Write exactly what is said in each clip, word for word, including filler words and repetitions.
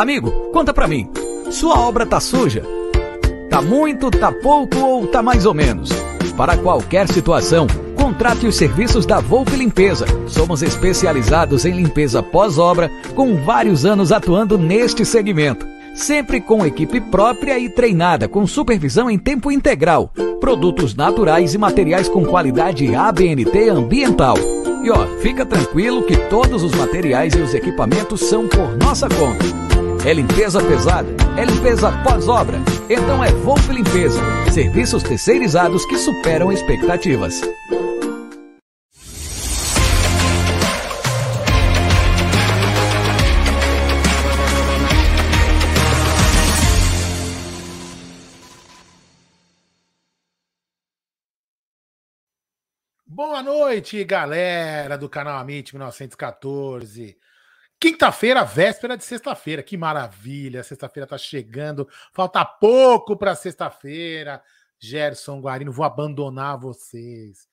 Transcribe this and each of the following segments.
Amigo, conta pra mim. Sua obra tá suja? Tá muito, tá pouco ou tá mais ou menos? Para qualquer situação, contrate os serviços da Volpe Limpeza. Somos especializados em limpeza pós-obra, com vários anos atuando neste segmento. Sempre com equipe própria e treinada, com supervisão em tempo integral. Produtos naturais e materiais com qualidade A B N T ambiental. E ó, fica tranquilo que todos os materiais e os equipamentos são por nossa conta. É limpeza pesada? É limpeza pós-obra? Então é Volpe Limpeza. Serviços terceirizados que superam expectativas. Boa noite, galera do canal Amit mil novecentos e quatorze. Quinta-feira, véspera de sexta-feira. Que maravilha! Sexta-feira tá chegando. Falta pouco para sexta-feira. Gerson Guarino, vou abandonar vocês.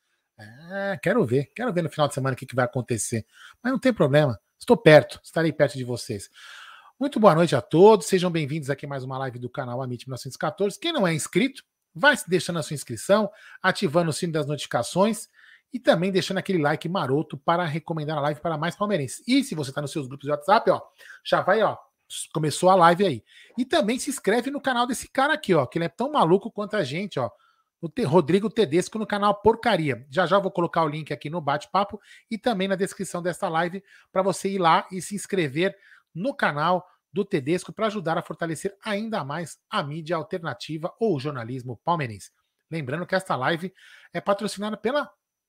É, quero ver. Quero ver no final de semana o que, que vai acontecer. Mas não tem problema. Estou perto. Estarei perto de vocês. Muito boa noite a todos. Sejam bem-vindos aqui a mais uma live do canal Amit mil novecentos e quatorze. Quem não é inscrito, vai deixando a sua inscrição, ativando o sino das notificações e também deixando aquele like maroto para recomendar a live para mais palmeirenses. E se você está nos seus grupos de WhatsApp, ó, já vai, ó, começou a live aí. E também se inscreve no canal desse cara aqui, ó, que ele é tão maluco quanto a gente, ó, o Te- Rodrigo Tedesco no canal Porcaria. Já já vou colocar o link aqui no bate-papo e também na descrição desta live para você ir lá e se inscrever no canal do Tedesco para ajudar a fortalecer ainda mais a mídia alternativa ou o jornalismo palmeirense. Lembrando que esta live é patrocinada pela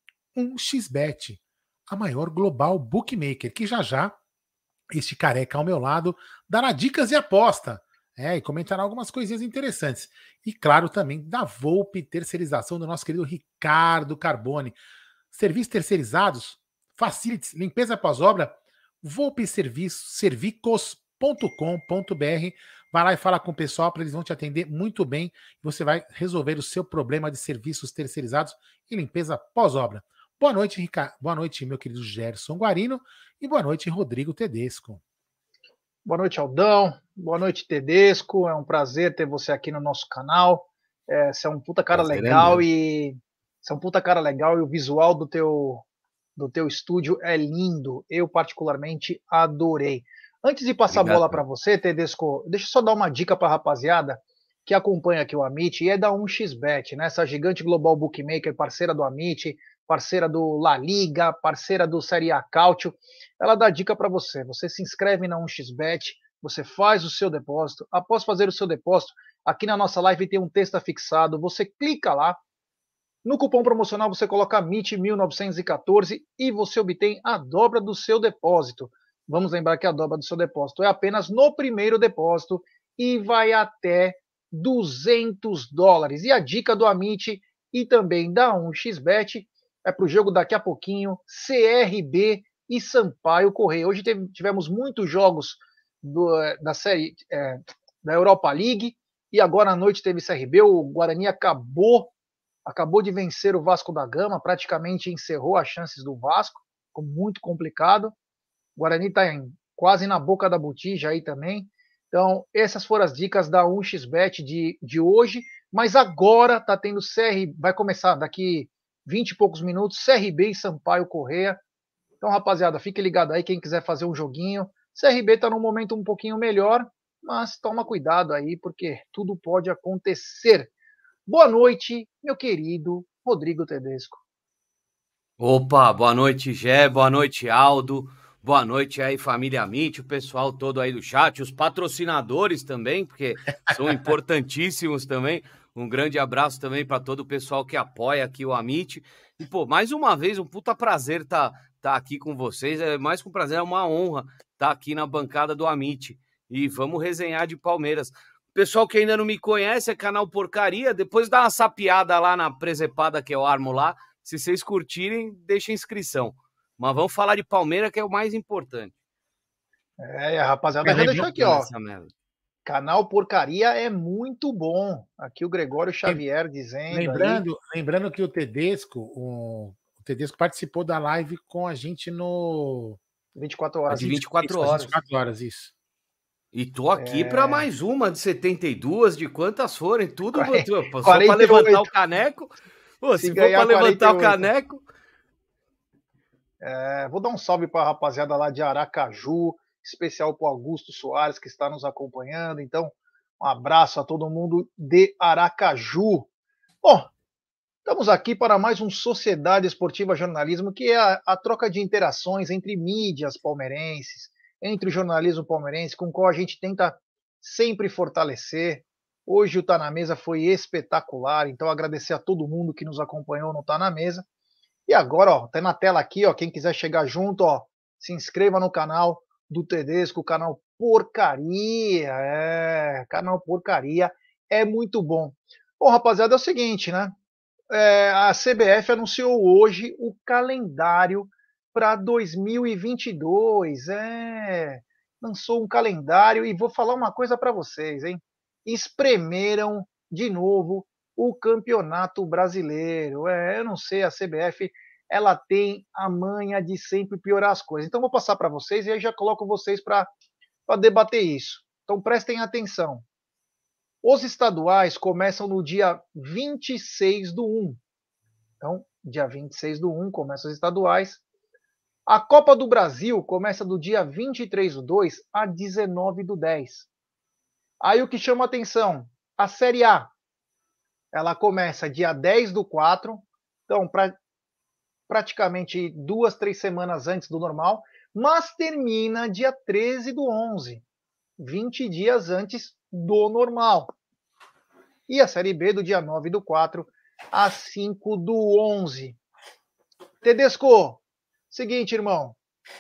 um x bet, a maior global bookmaker, que já já este careca ao meu lado dará dicas de aposta, é, e comentará algumas coisinhas interessantes. E claro, também da Volpe Terceirização do nosso querido Ricardo Carbone. Serviços terceirizados, facilities, limpeza pós-obra, volpe servicos ponto com ponto br. Vai lá e fala com o pessoal, para eles vão te atender muito bem. Você vai resolver o seu problema de serviços terceirizados e limpeza pós-obra. Boa noite, Ricardo. Boa noite, meu querido Gerson Guarino. E boa noite, Rodrigo Tedesco. Boa noite, Aldão. Boa noite, Tedesco. É um prazer ter você aqui no nosso canal. É, você é um puta cara prazer legal é e você é um puta cara legal e o visual do teu do teu estúdio é lindo. Eu particularmente adorei. Antes de passar Obrigado. a bola para você, Tedesco, deixa eu só dar uma dica para a rapaziada que acompanha aqui o Amit e é da um x bet, né? Essa gigante global bookmaker, parceira do Amit, parceira do La Liga, parceira do Série A Cautio. Ela dá dica para você. Você se inscreve na um x bet, você faz o seu depósito. Após fazer o seu depósito, aqui na nossa live tem um texto afixado. Você clica lá. No cupom promocional você coloca Amit mil novecentos e quatorze e você obtém a dobra do seu depósito. Vamos lembrar que a dobra do seu depósito é apenas no primeiro depósito e vai até duzentos dólares. E a dica do Amit e também da um x bet é para o jogo daqui a pouquinho, C R B e Sampaio Corrêa. Hoje teve, tivemos muitos jogos do, da série é, da Europa League e agora à noite teve C R B. O Guarani acabou, acabou de vencer o Vasco da Gama, praticamente encerrou as chances do Vasco, ficou muito complicado. O Guarani está quase na boca da botija aí também. Então, essas foram as dicas da um x bet de, de hoje. Mas agora está tendo C R, vai começar daqui vinte e poucos minutos, C R B e Sampaio Corrêa. Então, rapaziada, fique ligado aí, quem quiser fazer um joguinho. C R B está num momento um pouquinho melhor, mas toma cuidado aí, porque tudo pode acontecer. Boa noite, meu querido Rodrigo Tedesco. Opa, boa noite, Gé, boa noite, Aldo. Boa noite aí, família Amit, o pessoal todo aí do chat, os patrocinadores também, porque são importantíssimos também. Um grande abraço também para todo o pessoal que apoia aqui o Amit. E, pô, mais uma vez, um puta prazer tá, tá aqui com vocês. É mais que um prazer, é uma honra estar tá aqui na bancada do Amit. E vamos resenhar de Palmeiras. Pessoal que ainda não me conhece, é canal Porcaria. Depois dá uma sapiada lá na presepada que eu armo lá. Se vocês curtirem, deixa inscrição. Mas vamos falar de Palmeiras, que é o mais importante. É, a rapaziada já deixou aqui, ó. Canal Porcaria é muito bom. Aqui o Gregório Xavier dizendo. Lembrando, aí... lembrando que o Tedesco, o, o Tedesco participou da live com a gente no vinte e quatro horas. De vinte e quatro horas. vinte e quatro horas, isso. E tô aqui é... para mais uma de setenta e duas, de quantas forem, tudo quarenta, só para levantar o caneco. Pô, se, se for para levantar quarenta e oito. O caneco. É, vou dar um salve para a rapaziada lá de Aracaju, especial para o Augusto Soares, que está nos acompanhando. Então, um abraço a todo mundo de Aracaju. Bom, estamos aqui para mais um Sociedade Esportiva Jornalismo, que é a, a troca de interações entre mídias palmeirenses, entre o jornalismo palmeirense, com o qual a gente tenta sempre fortalecer. Hoje o Tá Na Mesa foi espetacular, então agradecer a todo mundo que nos acompanhou no Tá Na Mesa. E agora, ó, tá na tela aqui, ó, quem quiser chegar junto, ó, se inscreva no canal do Tedesco, o canal Porcaria, é, canal Porcaria, é muito bom. Bom, rapaziada, é o seguinte, né? É, a C B F anunciou hoje o calendário para dois mil e vinte e dois, é, lançou um calendário e vou falar uma coisa para vocês, hein? Espremeram de novo o Campeonato Brasileiro. É, eu não sei, a C B F ela tem a manha de sempre piorar as coisas. Então vou passar para vocês e aí já coloco vocês para debater isso. Então prestem atenção. Os estaduais começam no dia vinte e seis do um. Então, dia vinte e seis do um começam os estaduais. A Copa do Brasil começa do dia vinte e três do dois a dezenove do dez. Aí o que chama atenção, a Série A. Ela começa dia dez do quatro, então pra, praticamente duas, três semanas antes do normal, mas termina dia treze do onze, vinte dias antes do normal. E a Série B do dia nove do quatro a cinco do onze. Tedesco, seguinte, irmão,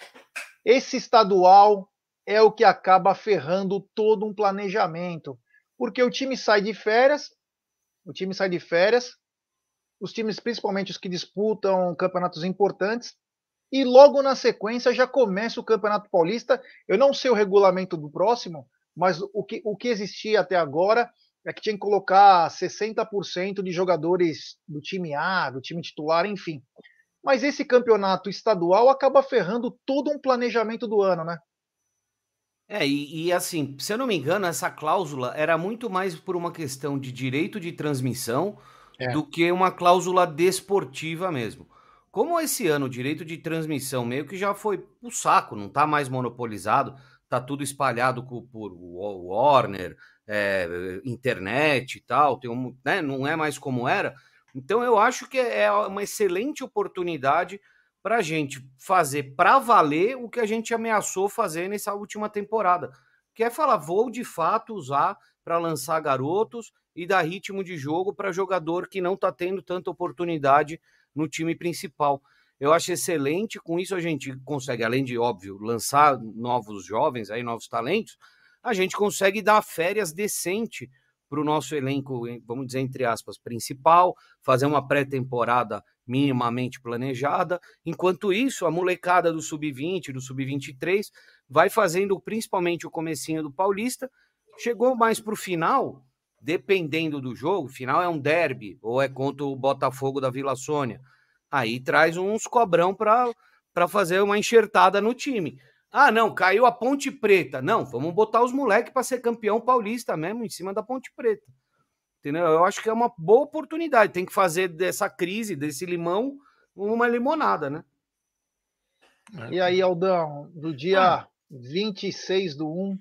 esse estadual é o que acaba ferrando todo um planejamento, porque o time sai de férias, O time sai de férias, os times, principalmente os que disputam campeonatos importantes, e logo na sequência já começa o Campeonato Paulista. Eu não sei o regulamento do próximo, mas o que, o que existia até agora é que tinha que colocar sessenta por cento de jogadores do time A, do time titular, enfim. Mas esse campeonato estadual acaba ferrando todo um planejamento do ano, né? É, e, e assim, se eu não me engano, essa cláusula era muito mais por uma questão de direito de transmissão é. do que uma cláusula desportiva mesmo. Como esse ano o direito de transmissão meio que já foi pro saco, não tá mais monopolizado, tá tudo espalhado por Warner, é, internet e tal, tem um, né, não é mais como era. Então eu acho que é uma excelente oportunidade para a gente fazer para valer o que a gente ameaçou fazer nessa última temporada, que é falar, vou de fato usar para lançar garotos e dar ritmo de jogo para jogador que não está tendo tanta oportunidade no time principal. Eu acho excelente, com isso a gente consegue, além de, óbvio, lançar novos jovens, aí, novos talentos, a gente consegue dar férias decente para o nosso elenco, vamos dizer, entre aspas, principal, fazer uma pré-temporada minimamente planejada. Enquanto isso, a molecada do sub vinte, do sub vinte e três, vai fazendo principalmente o comecinho do Paulista. Chegou mais para o final, dependendo do jogo, final é um derby, ou é contra o Botafogo da Vila Sônia, aí traz uns cobrão para fazer uma enxertada no time. Ah, não, caiu a Ponte Preta. Não, vamos botar os moleques para ser campeão paulista mesmo, em cima da Ponte Preta. Entendeu? Eu acho que é uma boa oportunidade. Tem que fazer dessa crise, desse limão, uma limonada, né? E aí, Aldão, do dia ah. vinte e seis do um,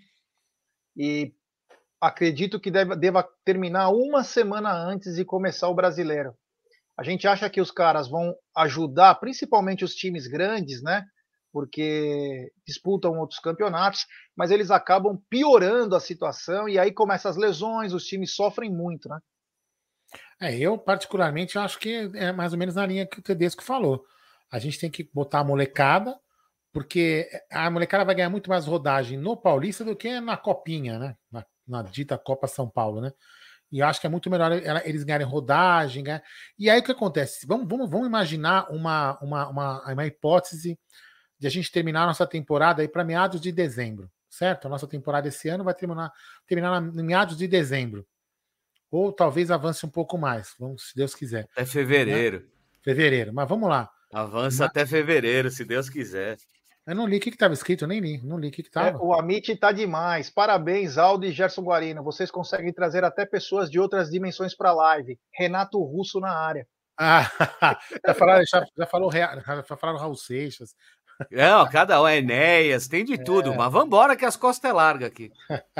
e acredito que deve, deva terminar uma semana antes de começar o Brasileiro. A gente acha que os caras vão ajudar, principalmente os times grandes, né? Porque disputam outros campeonatos, mas eles acabam piorando a situação e aí começam as lesões, os times sofrem muito, né? É, eu particularmente acho que é mais ou menos na linha que o Tedesco falou. A gente tem que botar a molecada, porque a molecada vai ganhar muito mais rodagem no Paulista do que na Copinha, né? Na, na dita Copa São Paulo, né? E eu acho que é muito melhor eles ganharem rodagem. Ganhar... E aí o que acontece? Vamos, vamos, vamos imaginar uma, uma, uma, uma hipótese de a gente terminar a nossa temporada aí para meados de dezembro, certo? A nossa temporada esse ano vai terminar, terminar em meados de dezembro. Ou talvez avance um pouco mais, vamos, se Deus quiser. Até fevereiro. Né? Fevereiro, mas vamos lá. Avança mas... até fevereiro, se Deus quiser. Eu não li o que estava escrito, eu nem li. Não li o que estava. É, o Amit tá demais. Parabéns, Aldo e Gerson Guarino. Vocês conseguem trazer até pessoas de outras dimensões para a live. Renato Russo na área. Ah, já falaram, já, já falou, já falaram Raul Seixas. Não, cada um é Enéas, tem de tudo, é. Mas vamos embora que as costas é larga aqui.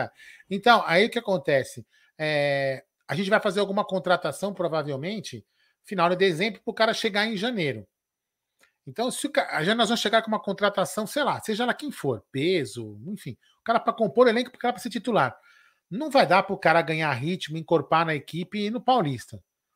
Então, aí o que acontece? É, a gente vai fazer alguma contratação, provavelmente, final de dezembro, para o cara chegar em janeiro. Então, se o cara, já nós vamos chegar com uma contratação, sei lá, seja lá quem for, peso, enfim, o cara para compor o elenco, o cara para ser titular. Não vai dar para o cara ganhar ritmo, encorpar na equipe e ir no Paulista.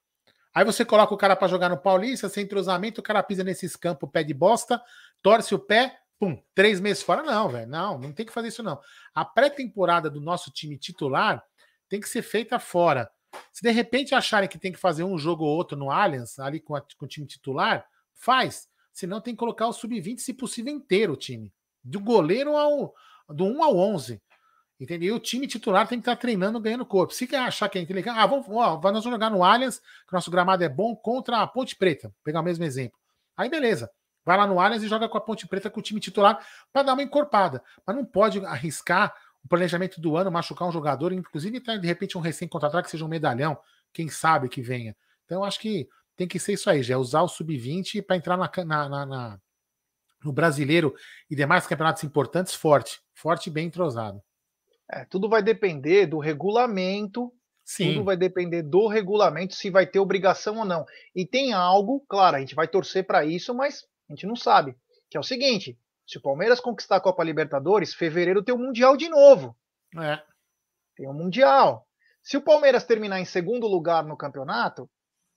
Aí você coloca o cara para jogar no Paulista, sem entrosamento, o cara pisa nesses campos, pé de bosta, torce o pé, pum, três meses fora. Não, velho, não, não tem que fazer isso não. A pré-temporada do nosso time titular tem que ser feita fora. Se de repente acharem que tem que fazer um jogo ou outro no Allianz, ali com, a, com o time titular, faz. Senão tem que colocar o sub vinte, se possível, inteiro o time. Do goleiro ao do um ao onze. Entendeu? E o time titular tem que estar treinando, ganhando corpo. Se achar que é inteligente, ah, vamos, ó, nós vamos jogar no Allianz, que o nosso gramado é bom, contra a Ponte Preta. Vou pegar o mesmo exemplo. Aí beleza. Vai lá no Allianz e joga com a Ponte Preta, com o time titular, para dar uma encorpada. Mas não pode arriscar o planejamento do ano, machucar um jogador, inclusive de repente um recém-contratado que seja um medalhão, quem sabe que venha. Então eu acho que tem que ser isso aí, já usar o sub vinte para entrar na, na, na, na, no brasileiro e demais campeonatos importantes forte. Forte e bem entrosado. É, tudo vai depender do regulamento. Sim. Tudo vai depender do regulamento, se vai ter obrigação ou não. E tem algo, claro, a gente vai torcer para isso, mas a gente não sabe. Que é o seguinte: se o Palmeiras conquistar a Copa Libertadores, fevereiro tem o Mundial de novo. É. Tem o Mundial. Se o Palmeiras terminar em segundo lugar no campeonato,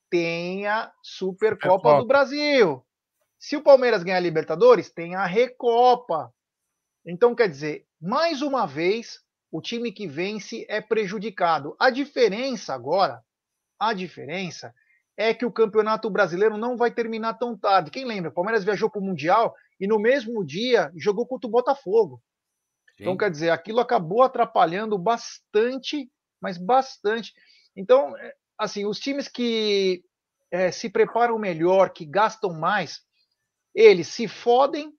tem a Supercopa do Brasil. Se o Palmeiras ganhar a Libertadores, tem a Recopa. Então, quer dizer, mais uma vez, o time que vence é prejudicado. A diferença agora, a diferença é que o Campeonato Brasileiro não vai terminar tão tarde. Quem lembra? O Palmeiras viajou para o Mundial e no mesmo dia jogou contra o Botafogo. Sim. Então, quer dizer, aquilo acabou atrapalhando bastante, mas bastante. Então, assim, os times que é, se preparam melhor, que gastam mais, eles se fodem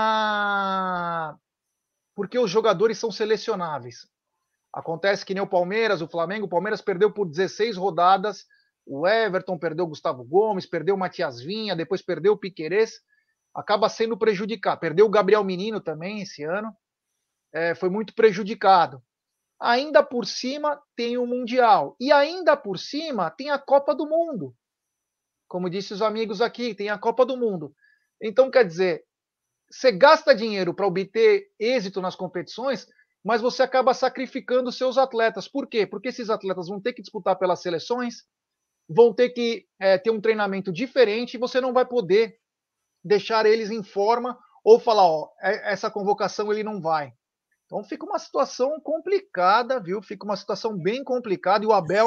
na... porque os jogadores são selecionáveis. Acontece que nem o Palmeiras, o Flamengo, o Palmeiras perdeu por dezesseis rodadas, o Everton perdeu o Gustavo Gomes, perdeu o Matias Vinha, depois perdeu o Piquerez, acaba sendo prejudicado. Perdeu o Gabriel Menino também esse ano, é, foi muito prejudicado. Ainda por cima tem o Mundial, e ainda por cima tem a Copa do Mundo. Como disse os amigos aqui, tem a Copa do Mundo. Então, quer dizer, você gasta dinheiro para obter êxito nas competições, mas você acaba sacrificando seus atletas. Por quê? Porque esses atletas vão ter que disputar pelas seleções, vão ter que é, ter um treinamento diferente e você não vai poder deixar eles em forma ou falar, ó, essa convocação ele não vai. Então fica uma situação complicada, viu? Fica uma situação bem complicada e o Abel...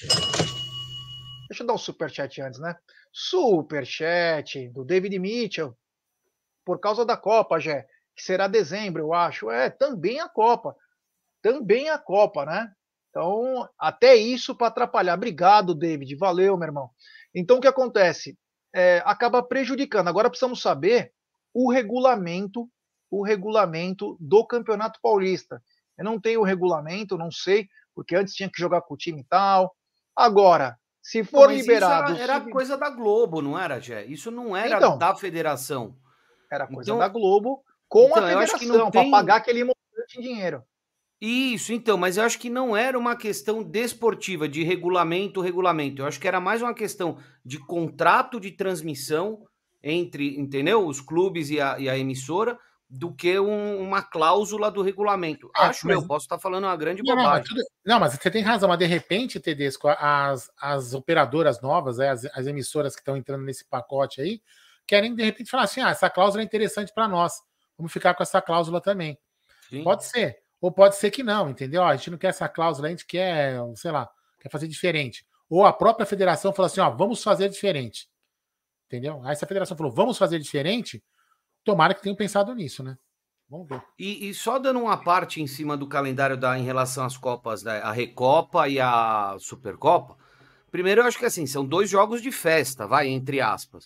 Deixa eu dar o um superchat antes, né? Superchat do David Mitchell. Por causa da Copa, Gé, que será dezembro, eu acho. É, também a Copa. Também a Copa, né? Então, até isso para atrapalhar. Obrigado, David. Valeu, meu irmão. Então, o que acontece? É, acaba prejudicando. Agora precisamos saber o regulamento, o regulamento do Campeonato Paulista. Eu não tenho o regulamento, não sei, porque antes tinha que jogar com o time e tal. Agora, se for Mas liberado... Isso era, era coisa da Globo, não era, Gé? Isso não era então, da federação. Era coisa então, da Globo com então, a federação, tem... para pagar aquele montante em dinheiro. Isso, então, mas eu acho que não era uma questão desportiva, de regulamento, regulamento. Eu acho que era mais uma questão de contrato de transmissão entre, entendeu? Os clubes e a, e a emissora, do que um, uma cláusula do regulamento. É, acho mas... eu, posso estar falando uma grande não, bobagem. Não, tudo... não, mas você tem razão, mas de repente, Tedesco, as, as operadoras novas, as, as emissoras que estão entrando nesse pacote aí, querem de repente falar assim, ah, essa cláusula é interessante para nós, vamos ficar com essa cláusula também. Sim. Pode ser, ou pode ser que não, entendeu? A gente não quer essa cláusula, a gente quer, sei lá, quer fazer diferente. Ou a própria federação falou assim, ó, vamos fazer diferente. Entendeu? Aí se a federação falou, vamos fazer diferente, tomara que tenham pensado nisso, né? Vamos ver. E, e só dando uma parte em cima do calendário da, em relação às Copas, né, a Recopa e a Supercopa, primeiro eu acho que assim, são dois jogos de festa, vai, entre aspas.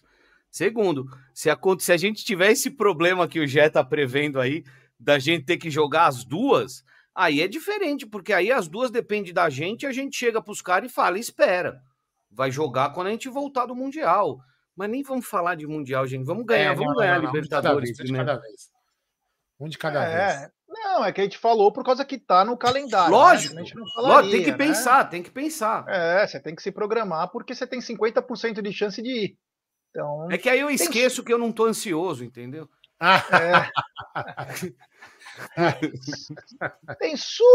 Segundo, se, a, se a gente tiver esse problema que o Gé tá prevendo aí, da gente ter que jogar as duas, aí é diferente, porque aí as duas dependem da gente e a gente chega pros caras e fala, espera, vai jogar quando a gente voltar do Mundial. Mas nem vamos falar de Mundial, gente. Vamos ganhar, é, vamos não, ganhar não, não, Libertadores. Um de cada vez. Um de cada é, vez. Não, é que a gente falou por causa que tá no calendário. Lógico, né? A gente não falaria, lógico, tem que né? pensar, tem que pensar. É, você tem que se programar porque você tem cinquenta por cento de chance de ir. Então, é que aí eu esqueço tem... que eu não tô ansioso, entendeu? É. Tem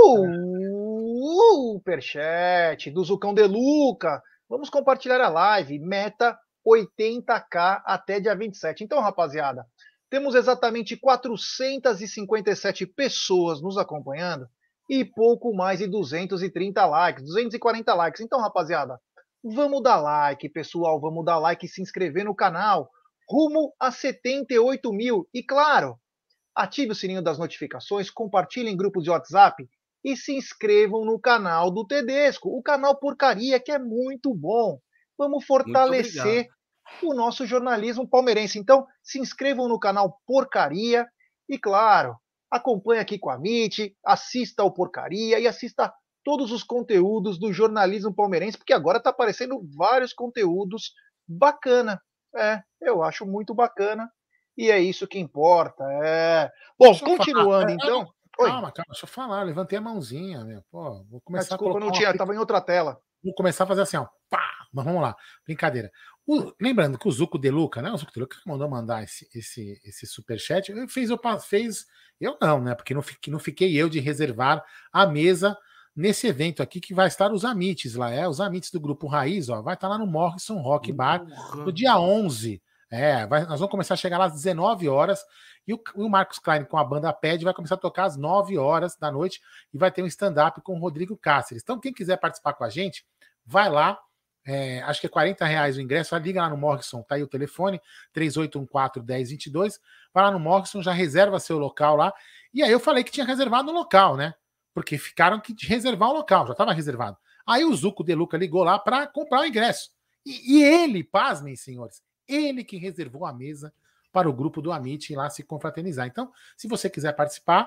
superchat do Zucão de Luca. Vamos compartilhar a live. Meta oitenta k até dia vinte e sete. Então, rapaziada, temos exatamente quatrocentas e cinquenta e sete pessoas nos acompanhando e pouco mais de duzentos e trinta likes, duzentos e quarenta likes. Então, rapaziada, vamos dar like, pessoal. Vamos dar like e se inscrever no canal. Rumo a setenta e oito mil. E claro, ative o sininho das notificações, compartilhe em grupos de WhatsApp e se inscrevam no canal do Tedesco, o canal Porcaria, que é muito bom. Vamos fortalecer o nosso jornalismo palmeirense. Então, se inscrevam no canal Porcaria e, claro, acompanhe aqui com a Amit, assista ao Porcaria e assista todos os conteúdos do jornalismo palmeirense, porque agora está aparecendo vários conteúdos bacana. É, eu acho muito bacana. E é isso que importa. É... Bom, deixa continuando é, então. Oi. Calma, calma, deixa eu falar. Eu levantei a mãozinha, meu. Pô, vou começar ah, desculpa, a não tinha, estava em outra tela. Vou começar a fazer assim, ó. Pá! Mas vamos lá. Brincadeira. O, lembrando que o Zuco De Luca, né? O Zuco De Luca que mandou mandar esse, esse, esse superchat, fez, eu, fez. Eu não, né? Porque não fiquei, não fiquei eu de reservar a mesa nesse evento aqui que vai estar os Amites lá. É, os Amites do Grupo Raiz, ó. Vai estar lá no Morrison Rock Bar no dia onze. É, vai, nós vamos começar a chegar lá às dezenove horas e o, o Marcos Klein com a banda Pad vai começar a tocar às nove horas da noite e vai ter um stand-up com o Rodrigo Cáceres. Então, quem quiser participar com a gente, vai lá, é, acho que é quarenta reais o ingresso, liga lá no Morrison, tá aí o telefone, três oito um quatro, um zero dois dois, vai lá no Morrison, já reserva seu local lá. E aí eu falei que tinha reservado o local, né? Porque ficaram que reservar o local, já estava reservado. Aí o Zuco De Luca ligou lá para comprar o ingresso. E, e ele, pasmem, senhores, ele que reservou a mesa para o grupo do Amit ir lá se confraternizar. Então, se você quiser participar,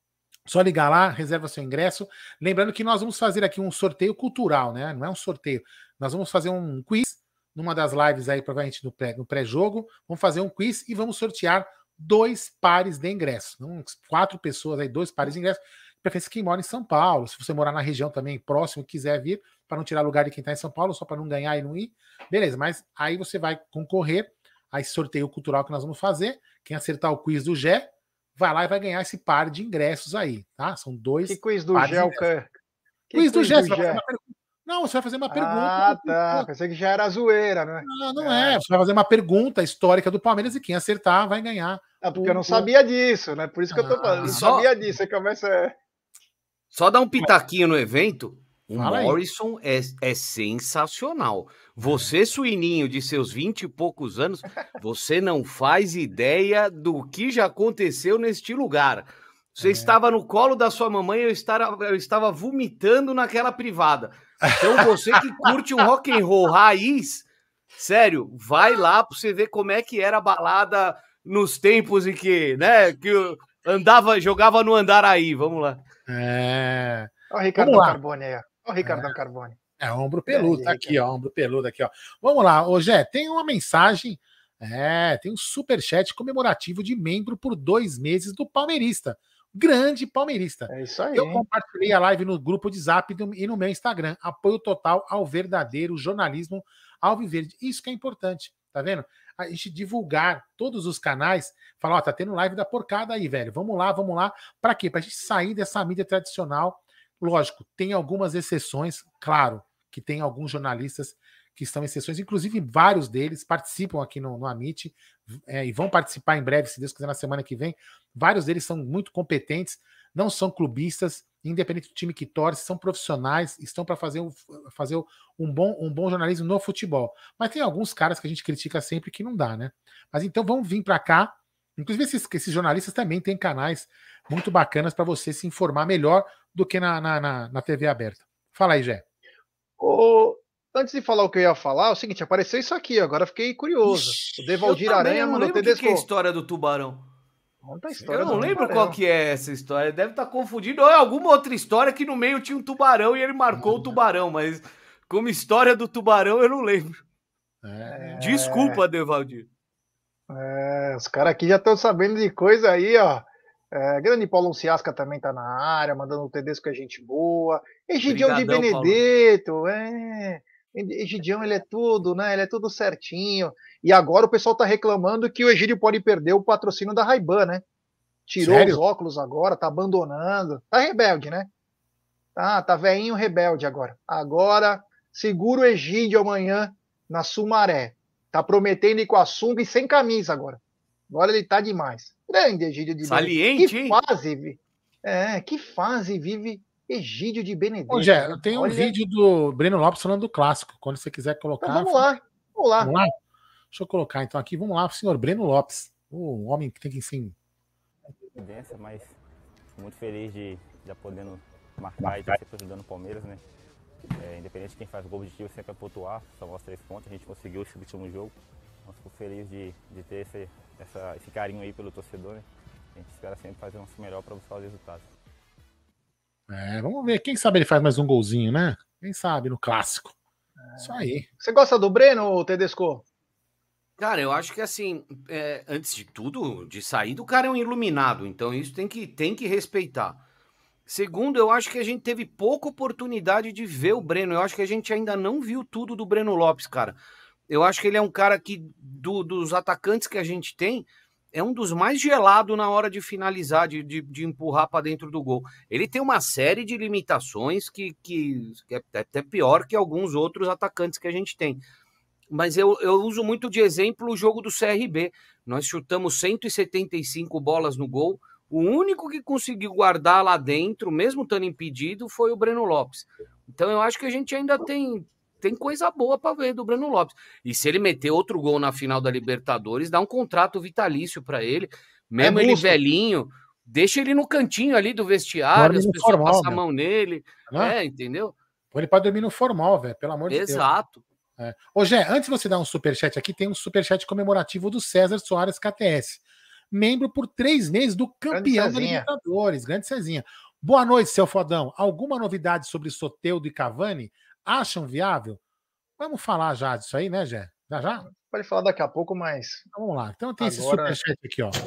só ligar lá, reserva seu ingresso. Lembrando que nós vamos fazer aqui um sorteio cultural, né? Não é um sorteio. Nós vamos fazer um quiz numa das lives aí, provavelmente no, pré, no pré-jogo. Vamos fazer um quiz e vamos sortear dois pares de ingressos. Então, quatro pessoas aí, dois pares de ingressos. Preferência quem mora em São Paulo. Se você morar na região também próximo, quiser vir, para não tirar lugar de quem está em São Paulo, só para não ganhar e não ir. Beleza, mas aí você vai concorrer a esse sorteio cultural que nós vamos fazer. Quem acertar o quiz do Gé, vai lá e vai ganhar esse par de ingressos aí, tá? São dois. Que quiz do Gé, o que... Quiz do Gé, você vai fazer uma pergunta. Não, você vai fazer uma pergunta. Ah, tá. Pensei que já era zoeira, né? Não, não é. é. Você vai fazer uma pergunta histórica do Palmeiras e quem acertar vai ganhar. Ah, porque o... eu não sabia disso, né? Por isso que ah, eu tô falando. Não só... sabia disso. Aí começa. Só dar um pitaquinho no evento. O Fala Morrison é, é sensacional. Você, suininho de seus vinte e poucos anos, você não faz ideia do que já aconteceu neste lugar. Você é. estava no colo da sua mamãe, eu estava, eu estava vomitando naquela privada. Então você que curte um rock and roll raiz, sério, vai lá para você ver como é que era a balada nos tempos em que, né, que eu andava, jogava no Andaraí. Vamos lá. É. Olha o Ricardão Carbone aí, ó. Olha o Ricardão é. Carbone. É, ombro peludo, tá aqui, ó, ombro peludo aqui, ó. Vamos lá, ô Gé, tem uma mensagem, é, tem um superchat comemorativo de membro por dois meses do Palmeirista, grande palmeirista. É isso aí. Eu compartilhei a live no grupo de Zap e no meu Instagram, apoio total ao verdadeiro jornalismo alviverde. Isso que é importante, tá vendo? A gente divulgar todos os canais, falar, ó, tá tendo live da porcada aí, velho, vamos lá, vamos lá. Pra quê? Pra gente sair dessa mídia tradicional. Lógico, tem algumas exceções, claro, que tem alguns jornalistas que estão em exceções, inclusive vários deles participam aqui no, no Amit é, e vão participar em breve, se Deus quiser, na semana que vem. Vários deles são muito competentes, não são clubistas, independente do time que torce, são profissionais, estão para fazer, um, fazer um, bom, um bom jornalismo no futebol. Mas tem alguns caras que a gente critica sempre que não dá, né? Mas então vamos vir para cá. Inclusive esses, esses jornalistas também têm canais muito bacanas para você se informar melhor do que na, na, na, na T V aberta. Fala aí, Gé. Ô, antes de falar o que eu ia falar, é o seguinte, apareceu isso aqui, agora fiquei curioso. Ixi, o Devaldir eu também, Aranha eu não mandou lembro o que, que é a história do tubarão. Conta a história Eu não do lembro tubarão. qual que é essa história. Deve estar confundindo. Ou é alguma outra história que no meio tinha um tubarão e ele marcou o tubarão, mas como história do tubarão eu não lembro. É. Desculpa, Devaldir. É, os caras aqui já estão sabendo de coisa aí, ó. É, grande Paulo Ciasca também tá na área, mandando o Tedesco que é gente boa. Egidião de Obrigadão, Benedetto, é. Egidião, ele é tudo, né? Ele é tudo certinho. E agora o pessoal tá reclamando que o Egídio pode perder o patrocínio da Ray-Ban, né? Tirou Sério? os óculos agora, tá abandonando. Tá rebelde, né? Tá, tá velhinho rebelde agora. Agora, segura o Egídio amanhã na Sumaré. Tá prometendo ir com a sunga e sem camisa agora. Agora ele tá demais. Grande Egídio de Saliente, Benedetto. Que hein? fase, vi- é, que fase vive Egídio de Benedetto. Ô, Gé, viu? tem um Olha- vídeo do Breno Lopes falando do clássico. Quando você quiser colocar. Então vamos lá, vamos lá. Vamos lá? Deixa eu colocar então aqui. Vamos lá, senhor Breno Lopes. O homem que tem que sim. Mas muito feliz de já podendo marcar e estar sempre ajudando o Palmeiras, né? É, independente de quem faz gol objetivo, sempre é pontuar, são os três pontos, a gente conseguiu esse último jogo. Então, fico feliz de, de ter esse, essa, esse carinho aí pelo torcedor, né? A gente espera sempre fazer o nosso melhor para buscar os resultados. É, vamos ver. Quem sabe ele faz mais um golzinho, né? Quem sabe no clássico. Isso aí. Você gosta do Breno, Tedesco? Cara, eu acho que assim, é, antes de tudo, de sair, o cara é um iluminado, então isso tem que, tem que respeitar. Segundo, eu acho que a gente teve pouca oportunidade de ver o Breno. Eu acho que a gente ainda não viu tudo do Breno Lopes, cara. Eu acho que ele é um cara que, do, dos atacantes que a gente tem, é um dos mais gelados na hora de finalizar, de, de, de empurrar para dentro do gol. Ele tem uma série de limitações que, que, que é até pior que alguns outros atacantes que a gente tem. Mas eu, eu uso muito de exemplo o jogo do C R B. Nós chutamos cento e setenta e cinco bolas no gol. O único que conseguiu guardar lá dentro, mesmo estando impedido, foi o Breno Lopes. Então eu acho que a gente ainda tem, tem coisa boa para ver do Breno Lopes. E se ele meter outro gol na final da Libertadores, dá um contrato vitalício para ele. Mesmo É ele busto. velhinho, deixa ele no cantinho ali do vestiário, Dorme as no pessoas formal, passam a meu. mão nele. Né? É, entendeu? Põe ele pra dormir no formal, velho. Pelo amor de Deus. Exato. É. Ô, Gé, antes de você dar um superchat aqui, tem um superchat comemorativo do César Soares K T S. Membro por três meses do campeão da Cezinha. Libertadores. Grande Cezinha. Boa noite, seu fodão. Alguma novidade sobre Soteldo e Cavani? Acham viável? Vamos falar já disso aí, né, Gé? Já já? Pode falar daqui a pouco, mas Então, vamos lá. Então tem esse Agora- superchat aqui, ó.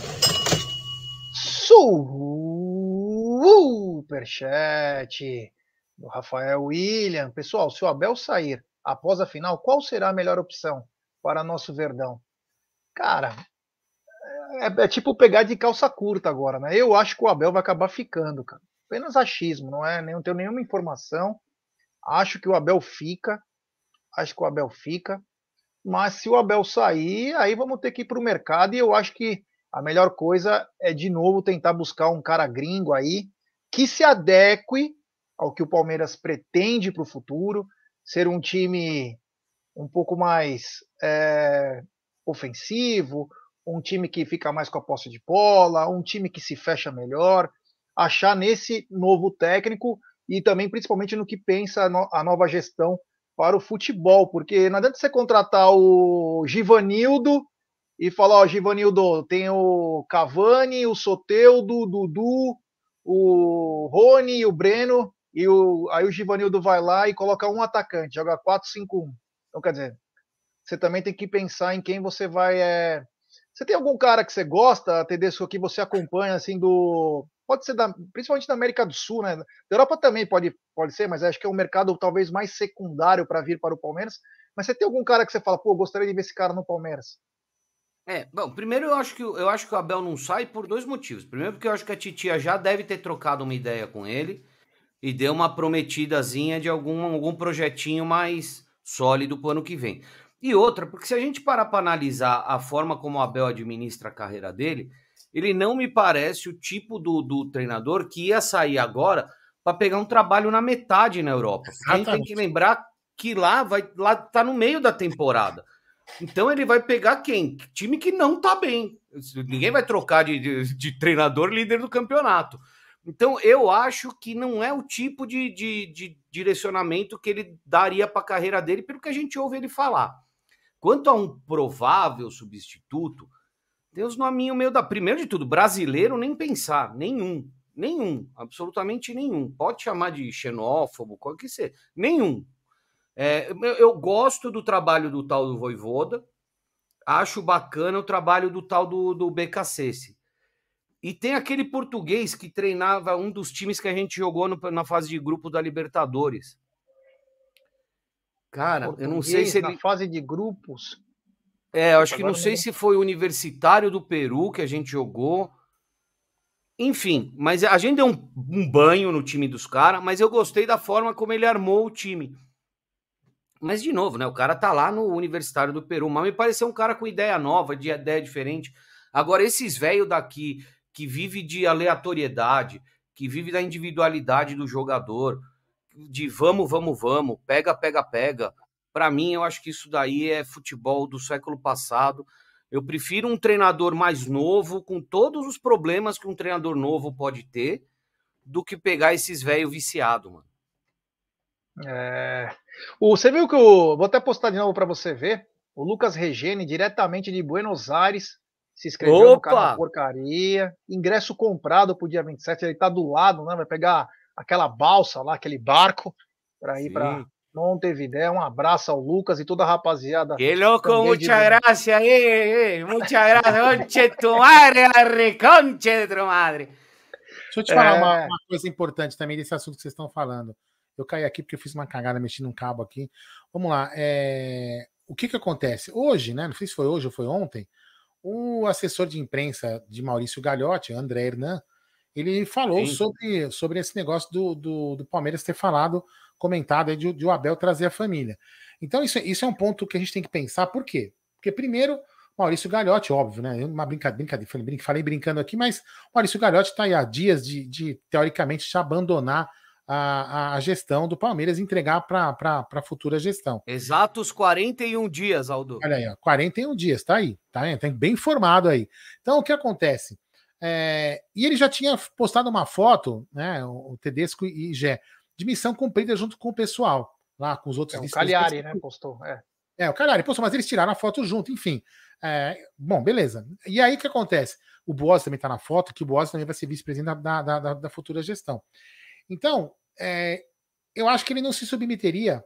Superchat do Rafael William. Pessoal, se o Abel sair após a final, qual será a melhor opção para nosso Verdão? Cara, é, é tipo pegar de calça curta agora, né? Eu acho que o Abel vai acabar ficando, cara. Apenas achismo, não é? Não tenho nenhuma informação. Acho que o Abel fica. Acho que o Abel fica. Mas se o Abel sair, aí vamos ter que ir para o mercado. E eu acho que a melhor coisa é, de novo, tentar buscar um cara gringo aí que se adeque ao que o Palmeiras pretende para o futuro. Ser um time um pouco mais é, ofensivo, um time que fica mais com a posse de bola, um time que se fecha melhor. Achar nesse novo técnico e também, principalmente, no que pensa a nova gestão para o futebol, porque não adianta você contratar o Givanildo e falar, ó, Givanildo, tem o Cavani, o Soteldo, o Dudu, o Rony e o Breno, e o, aí o Givanildo vai lá e coloca um atacante, joga quatro cinco um. Então, quer dizer, você também tem que pensar em quem você vai... É... Você tem algum cara que você gosta, Tedesco, que você acompanha, assim, do... Pode ser, da... principalmente da América do Sul, né? Da Europa também pode, pode ser, mas acho que é um mercado talvez mais secundário para vir para o Palmeiras. Mas você tem algum cara que você fala, pô, gostaria de ver esse cara no Palmeiras? É, bom, primeiro eu acho que eu acho que o Abel não sai por dois motivos. Primeiro porque eu acho que a titia já deve ter trocado uma ideia com ele e deu uma prometidazinha de algum, algum projetinho mais sólido pro ano que vem. E outra, porque se a gente parar para analisar a forma como o Abel administra a carreira dele, ele não me parece o tipo do, do treinador que ia sair agora para pegar um trabalho na metade na Europa. Porque a gente tem que lembrar que lá vai lá tá no meio da temporada. Então ele vai pegar quem? Time que não tá bem. Ninguém vai trocar de, de, de treinador líder do campeonato. Então, eu acho que não é o tipo de, de, de direcionamento que ele daria para a carreira dele, pelo que a gente ouve ele falar. Quanto a um provável substituto, tem os nominhos meio da... Primeiro de tudo, brasileiro, nem pensar, nenhum. Nenhum, absolutamente nenhum. Pode chamar de xenófobo, qual que seja. Nenhum. É, eu, eu gosto do trabalho do tal do Vojvoda, acho bacana o trabalho do tal do, do B K C. E tem aquele português que treinava um dos times que a gente jogou no, na fase de grupo da Libertadores. Cara, português, eu não sei se ele... na fase de grupos... É, eu acho que não sei se foi o Universitário do Peru que a gente jogou. Enfim, mas a gente deu um, um banho no time dos caras, mas eu gostei da forma como ele armou o time. Mas, de novo, né? O cara tá lá no Universitário do Peru, mas me pareceu um cara com ideia nova, de ideia diferente. Agora, esses velhos daqui... que vive de aleatoriedade, que vive da individualidade do jogador, de vamos, vamos, vamos, pega, pega, pega. Para mim, eu acho que isso daí é futebol do século passado. Eu prefiro um treinador mais novo, com todos os problemas que um treinador novo pode ter, do que pegar esses velhos viciados, mano. É... O, você viu que o... Vou até postar de novo para você ver. O Lucas Regeni, diretamente de Buenos Aires, se inscreveu Opa! no canal Porcaria, ingresso comprado pro dia vinte e sete, ele tá do lado, né? Vai pegar aquela balsa lá, aquele barco, para ir para Montevidéu. Um abraço ao Lucas e toda a rapaziada. Que louco, muchas gracias, eh, eh, muchas gracias, conche tu madre, la reconche de tu madre. Deixa eu te falar é... uma, uma coisa importante também desse assunto que vocês estão falando. Eu caí aqui porque eu fiz uma cagada mexendo um cabo aqui. Vamos lá, é... o que que acontece? Hoje, né? Não sei se foi hoje ou foi ontem, o assessor de imprensa de Maurício Gagliotti, André Hernan, ele falou sobre, sobre esse negócio do, do, do Palmeiras ter falado, comentado aí de, de o Abel trazer a família. Então, isso, isso é um ponto que a gente tem que pensar. Por quê? Porque, primeiro, Maurício Gagliotti, óbvio, né? Uma brincadeira, brincadeira falei brincando aqui, mas o Maurício Gagliotti está aí há dias de, de teoricamente, já abandonar a, a gestão do Palmeiras e entregar para a futura gestão. Exatos quarenta e um dias, Aldo. Olha aí, ó, quarenta e um dias, tá aí, tá, aí, tá bem informado aí. Então, o que acontece? É, e ele já tinha postado uma foto, né, o Tedesco e Gé, de missão cumprida junto com o pessoal, lá com os outros. É, o Cagliari, né, postou. É. é, o Cagliari postou, mas eles tiraram a foto junto, enfim. É, bom, beleza. E aí, o que acontece? O Boas também tá na foto, que o Boas também vai ser vice-presidente da, da, da, da futura gestão. Então, é, eu acho que ele não se submeteria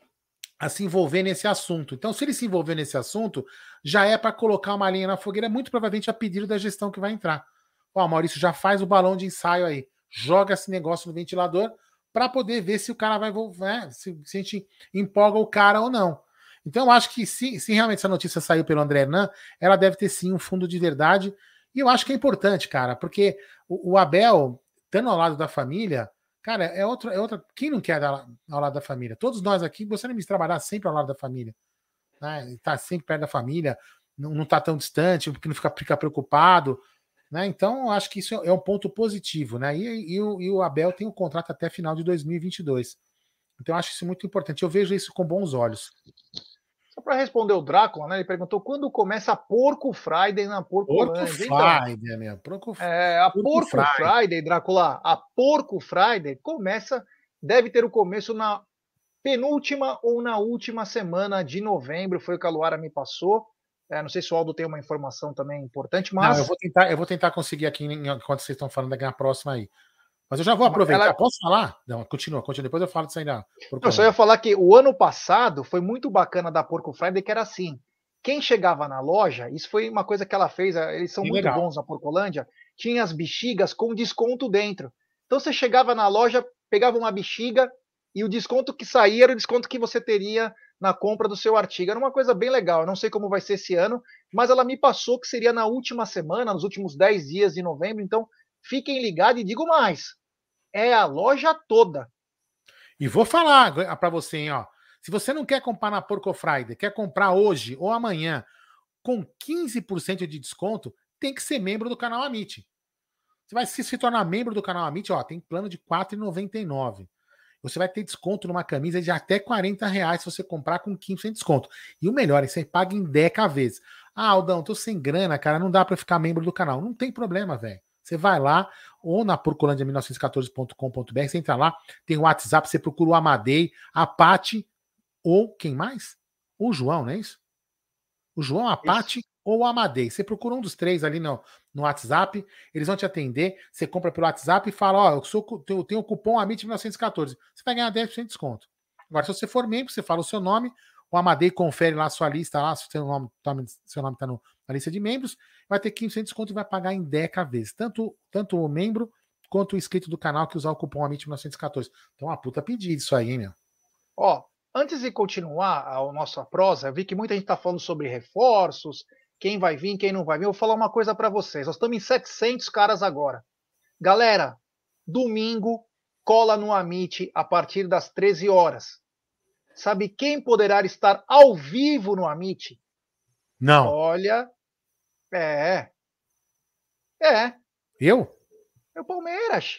a se envolver nesse assunto. Então, se ele se envolver nesse assunto, já é para colocar uma linha na fogueira, muito provavelmente a pedido da gestão que vai entrar. Ó, Maurício, já faz o balão de ensaio aí, joga esse negócio no ventilador para poder ver se o cara vai, né, se, se a gente empolga o cara ou não. Então, eu acho que se, se realmente essa notícia saiu pelo André Hernan, ela deve ter sim um fundo de verdade. E eu acho que é importante, cara, porque o, o Abel, estando ao lado da família, cara, é outra, é outra. Quem não quer estar ao lado da família? Todos nós aqui gostaríamos de trabalhar sempre ao lado da família, né? Estar sempre perto da família, não, não tá tão distante, porque não fica, fica preocupado, né? Então, eu acho que isso é um ponto positivo, né? E, e, o, e o Abel tem um contrato até final de dois mil e vinte e dois. Então, eu acho isso muito importante. Eu vejo isso com bons olhos. Só para responder o Drácula, né? Ele perguntou quando começa a Porco Friday na Porcolândia. Porco Friday, então, meu. Porco, é, a Porco, Porco Friday. Friday, Drácula, a Porco Friday começa, deve ter o começo na penúltima ou na última semana de novembro, foi o que a Luara me passou. É, não sei se o Aldo tem uma informação também importante, mas... Não, eu vou tentar, eu vou tentar conseguir aqui enquanto vocês estão falando aqui na próxima aí. Mas eu já vou aproveitar. Ela... Posso falar? Não, continua, continua. Depois eu falo disso aí. Não, eu só ia falar que o ano passado foi muito bacana da Porco Friday, que era assim. Quem chegava na loja, isso foi uma coisa que ela fez, eles são que muito legal. bons na Porcolândia, tinha as bexigas com desconto dentro. Então você chegava na loja, pegava uma bexiga e o desconto que saía era o desconto que você teria na compra do seu artigo. Era uma coisa bem legal. Eu não sei como vai ser esse ano, mas ela me passou que seria na última semana, nos últimos dez dias de novembro. Então, fiquem ligados e digo mais. É a loja toda. E vou falar para você, hein, ó. Se você não quer comprar na Porco Friday, quer comprar hoje ou amanhã com quinze por cento de desconto, tem que ser membro do canal Amit. Você vai se, se tornar membro do canal Amit, ó, tem plano de quatro reais e noventa e nove centavos. Você vai ter desconto numa camisa de até quarenta reais se você comprar com quinze por cento de desconto. E o melhor é que você paga em dez vezes. Ah, Aldão, tô sem grana, cara, não dá para ficar membro do canal. Não tem problema, velho. Você vai lá, ou na porcolândia mil novecentos e quatorze ponto com ponto b r, você entra lá, tem o WhatsApp, você procura o Amadei, a Pati, ou quem mais? O João, não é isso? O João, a Pati ou o Amadei. Você procura um dos três ali no, no WhatsApp, eles vão te atender, você compra pelo WhatsApp e fala, ó, eu, sou, eu tenho o cupom A M I T mil novecentos e quatorze, você vai ganhar dez por cento de desconto. Agora, se você for membro, você fala o seu nome, o Amadei confere lá a sua lista, lá, se o seu nome está na lista de membros, vai ter quinze por cento de desconto e vai pagar em dez vezes. Tanto, tanto o membro quanto o inscrito do canal que usar o cupom A M I T mil novecentos e quatorze. Então, uma puta pedida isso aí, hein, meu? Ó, antes de continuar a nossa prosa, eu vi que muita gente está falando sobre reforços, quem vai vir, quem não vai vir. Eu vou falar uma coisa para vocês. Nós estamos em setecentos caras agora. Galera, domingo, cola no Amit a partir das treze horas. Sabe quem poderá estar ao vivo no Amit? Não. Olha, é. É. Eu? É o Palmeiras.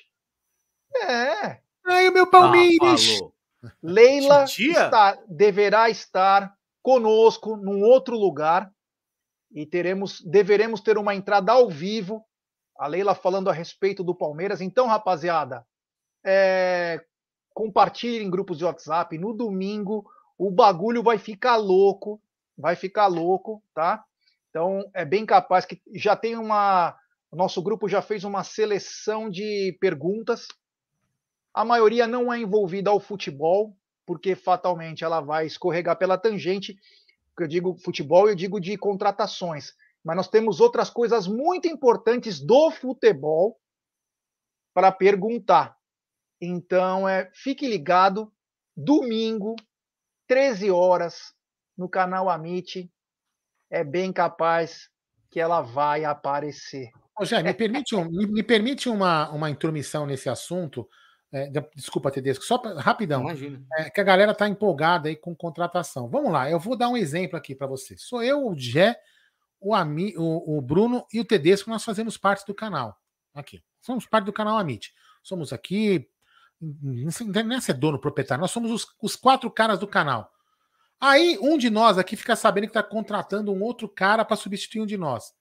É. Ai, o meu Palmeiras. Ah, Leila está, deverá estar conosco num outro lugar e teremos, deveremos ter uma entrada ao vivo. A Leila falando a respeito do Palmeiras. Então, rapaziada, é, compartilhem em grupos de WhatsApp. No domingo, o bagulho vai ficar louco. Vai ficar louco, tá? Então, é bem capaz que já tem uma... O nosso grupo já fez uma seleção de perguntas. A maioria não é envolvida ao futebol, porque fatalmente ela vai escorregar pela tangente. Eu digo futebol, eu digo de contratações. Mas nós temos outras coisas muito importantes do futebol para perguntar. Então, é, fique ligado, domingo, treze horas, no canal Amit. É bem capaz que ela vai aparecer. Ô, Jé, me permite, um, me, me permite uma, uma intromissão nesse assunto. É, desculpa, Tedesco, só pra, rapidão. Imagina. É, que a galera tá empolgada aí com contratação. Vamos lá, eu vou dar um exemplo aqui para você. Sou eu, o Jé, o, Ami, o, o Bruno e o Tedesco, nós fazemos parte do canal. Aqui. Somos parte do canal Amit. Somos aqui. Não é ser dono proprietário, nós somos os, os quatro caras do canal. Aí um de nós aqui fica sabendo que está contratando um outro cara para substituir um de nós.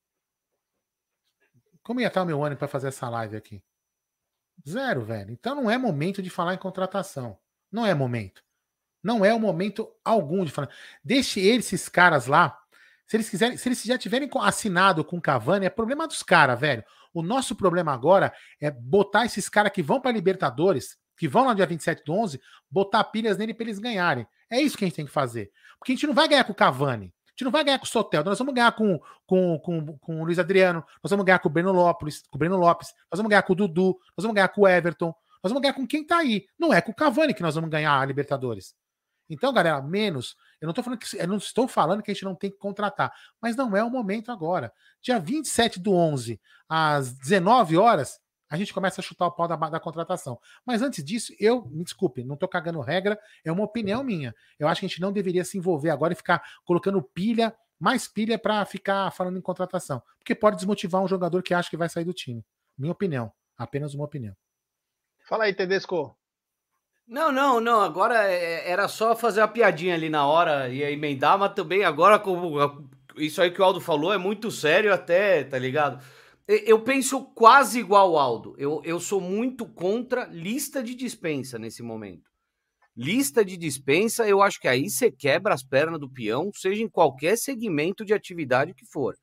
Como ia estar o meu ânimo para fazer essa live aqui? Zero, velho. Então não é momento de falar em contratação. Não é momento. Não é o momento algum de falar. Deixe esses caras lá. Se eles quiserem, se eles já tiverem assinado com o Cavani, é problema dos caras, velho. O nosso problema agora é botar esses caras que vão para Libertadores, que vão no dia vinte e sete do onze, botar pilhas nele para eles ganharem. É isso que a gente tem que fazer. Porque a gente não vai ganhar com o Cavani. A gente não vai ganhar com o Soteldo, nós vamos ganhar com, com, com, com o Luiz Adriano, nós vamos ganhar com o Breno Lopes, com o Breno Lopes, nós vamos ganhar com o Dudu, nós vamos ganhar com o Everton, nós vamos ganhar com quem tá aí. Não é com o Cavani que nós vamos ganhar a Libertadores. Então, galera, menos. Eu não tô falando que eu não estou falando que a gente não tem que contratar, mas não é o momento agora. Dia vinte e sete do onze, às dezenove horas, a gente começa a chutar o pau da, da contratação. Mas antes disso, eu, me desculpe, não tô cagando regra, é uma opinião minha. Eu acho que a gente não deveria se envolver agora e ficar colocando pilha, mais pilha para ficar falando em contratação. Porque pode desmotivar um jogador que acha que vai sair do time. Minha opinião. Apenas uma opinião. Fala aí, Tedesco. Não, não, não. Agora era só fazer uma piadinha ali na hora e emendar, mas também agora, como isso aí que o Aldo falou, é muito sério até, tá ligado? Eu penso quase igual ao Aldo. Eu, eu sou muito contra lista de dispensa nesse momento. Lista de dispensa, eu acho que aí você quebra as pernas do peão, seja em qualquer segmento de atividade que for.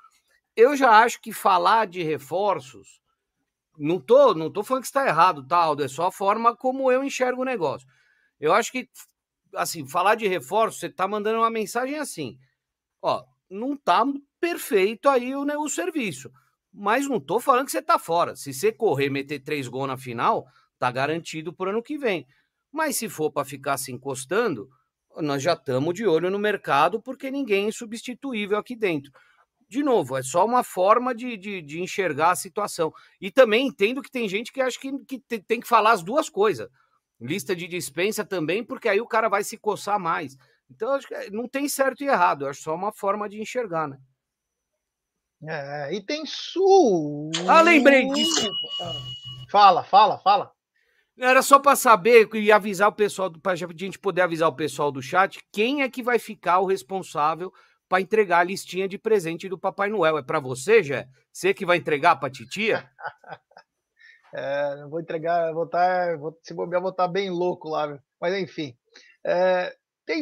Eu já acho que falar de reforços, não tô, não tô falando que está errado, tá, Aldo? É só a forma como eu enxergo o negócio. Eu acho que, assim, falar de reforço, você tá mandando uma mensagem assim, ó, não tá perfeito aí o, né, o serviço. Mas não tô falando que você tá fora. Se você correr, meter três gols na final, tá garantido pro ano que vem. Mas se for para ficar se encostando, nós já estamos de olho no mercado, porque ninguém é substituível aqui dentro. De novo, é só uma forma de, de, de enxergar a situação. E também entendo que tem gente que acha que, que tem que falar as duas coisas. Lista de dispensa também, porque aí o cara vai se coçar mais. Então, acho que não tem certo e errado. É só uma forma de enxergar, né? É, e tem sul. Ah, lembrei disso. Fala, fala, fala. Era só para saber e avisar o pessoal, para a gente poder avisar o pessoal do chat, quem é que vai ficar o responsável para entregar a listinha de presente do Papai Noel. É para você, Jé? Você que vai entregar para a titia? É, não vou entregar, vou estar, vou, se bobear, vou estar bem louco lá, viu? Mas enfim. É, tem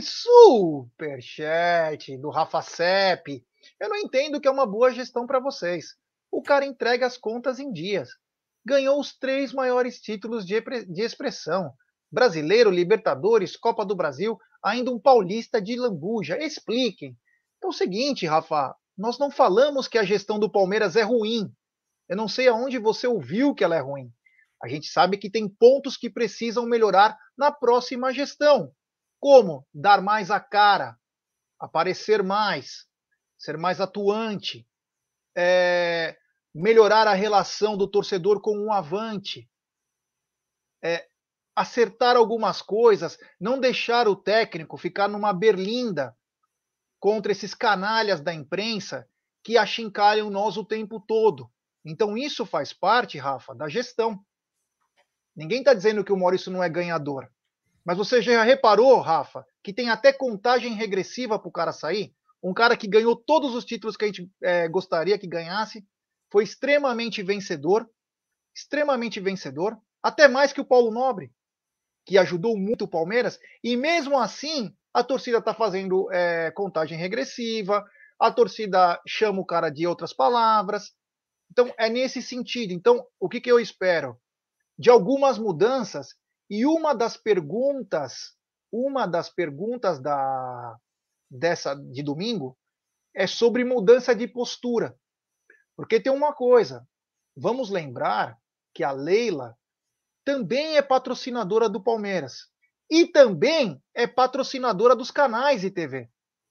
superchat do Rafa Sepp. Eu não entendo que é uma boa gestão para vocês. O cara entrega as contas em dias. Ganhou os três maiores títulos de, de expressão. Brasileiro, Libertadores, Copa do Brasil, ainda um paulista de lambuja. Expliquem. É o seguinte, Rafa, nós não falamos que a gestão do Palmeiras é ruim. Eu não sei aonde você ouviu que ela é ruim. A gente sabe que tem pontos que precisam melhorar na próxima gestão. Como dar mais a cara, aparecer mais, ser mais atuante, é, melhorar a relação do torcedor com o avante, é, acertar algumas coisas, não deixar o técnico ficar numa berlinda contra esses canalhas da imprensa que achincalham nós o tempo todo. Então isso faz parte, Rafa, da gestão. Ninguém está dizendo que o Maurício não é ganhador. Mas você já reparou, Rafa, que tem até contagem regressiva para o cara sair? Um cara que ganhou todos os títulos que a gente é, gostaria que ganhasse, foi extremamente vencedor, extremamente vencedor, até mais que o Paulo Nobre, que ajudou muito o Palmeiras, e mesmo assim a torcida está fazendo é, contagem regressiva, a torcida chama o cara de outras palavras. Então é nesse sentido. Então o que, que eu espero? De algumas mudanças. E uma das perguntas, uma das perguntas da, dessa de domingo é sobre mudança de postura. Porque tem uma coisa, vamos lembrar que a Leila também é patrocinadora do Palmeiras e também é patrocinadora dos canais de T V.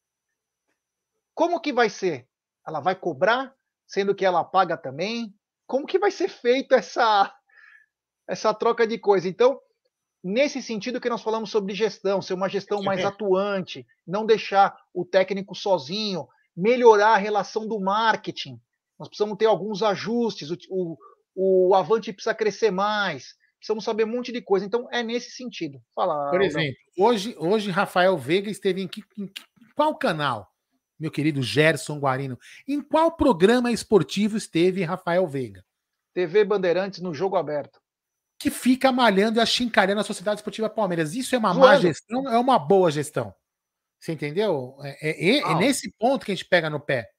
Como que vai ser? Ela vai cobrar, sendo que ela paga também? Como que vai ser feita essa, essa troca de coisa? Então, nesse sentido que nós falamos sobre gestão, ser uma gestão mais atuante, não deixar o técnico sozinho, melhorar a relação do marketing. Nós precisamos ter alguns ajustes, o, o, o Avante precisa crescer mais, precisamos saber um monte de coisa. Então, é nesse sentido. Fala, Por exemplo, hoje, hoje Rafael Veiga esteve em, que, em qual canal? Meu querido Gerson Guarino. Em qual programa esportivo esteve Rafael Veiga? T V Bandeirantes no Jogo Aberto. Que fica malhando e achincalhando a Sociedade Esportiva Palmeiras. Isso é uma Zoando. má gestão? É uma boa gestão? Você entendeu? É, é, é nesse ponto que a gente pega no pé.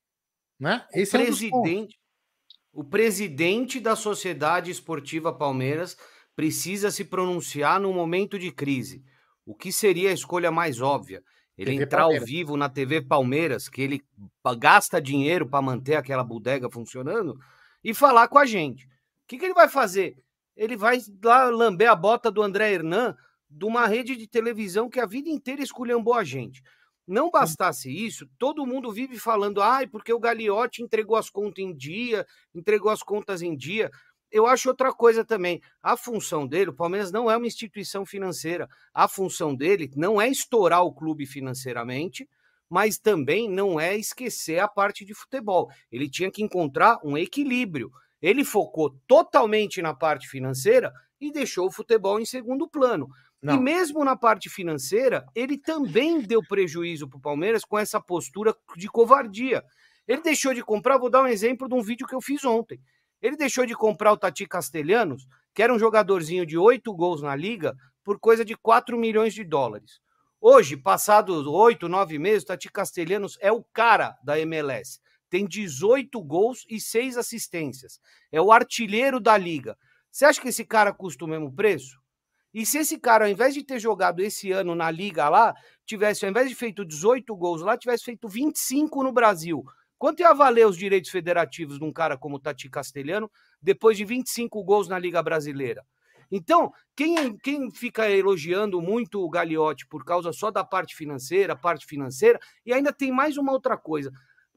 Né? Esse o, é presidente, um o presidente da Sociedade Esportiva Palmeiras precisa se pronunciar no momento de crise. O que seria a escolha mais óbvia? Ele T V entrar Palmeiras. Ao vivo na T V Palmeiras, que ele gasta dinheiro para manter aquela bodega funcionando, e falar com a gente. O que, que ele vai fazer? Ele vai lá lamber a bota do André Hernan de uma rede de televisão que a vida inteira esculhambou a gente. Não bastasse isso, todo mundo vive falando, ai, porque o Gagliotti entregou as contas em dia, entregou as contas em dia. Eu acho outra coisa também. A função dele, o Palmeiras não é uma instituição financeira. A função dele não é estourar o clube financeiramente, mas também não é esquecer a parte de futebol. Ele tinha que encontrar um equilíbrio. Ele focou totalmente na parte financeira e deixou o futebol em segundo plano. Não. E mesmo na parte financeira, ele também deu prejuízo para o Palmeiras com essa postura de covardia. Ele deixou de comprar, vou dar um exemplo de um vídeo que eu fiz ontem. Ele deixou de comprar o Tati Castellanos, que era um jogadorzinho de oito gols na Liga, por coisa de quatro milhões de dólares. Hoje, passados oito, nove meses, o Tati Castellanos é o cara da M L S. Tem dezoito gols e seis assistências. É o artilheiro da Liga. Você acha que esse cara custa o mesmo preço? E se esse cara, ao invés de ter jogado esse ano na Liga lá, tivesse, ao invés de feito dezoito gols lá, tivesse feito vinte e cinco no Brasil, quanto ia valer os direitos federativos de um cara como o Tati Castellano depois de vinte e cinco gols na Liga Brasileira? Então, quem, quem fica elogiando muito o Gagliotti por causa só da parte financeira, parte financeira, e ainda tem mais uma outra coisa.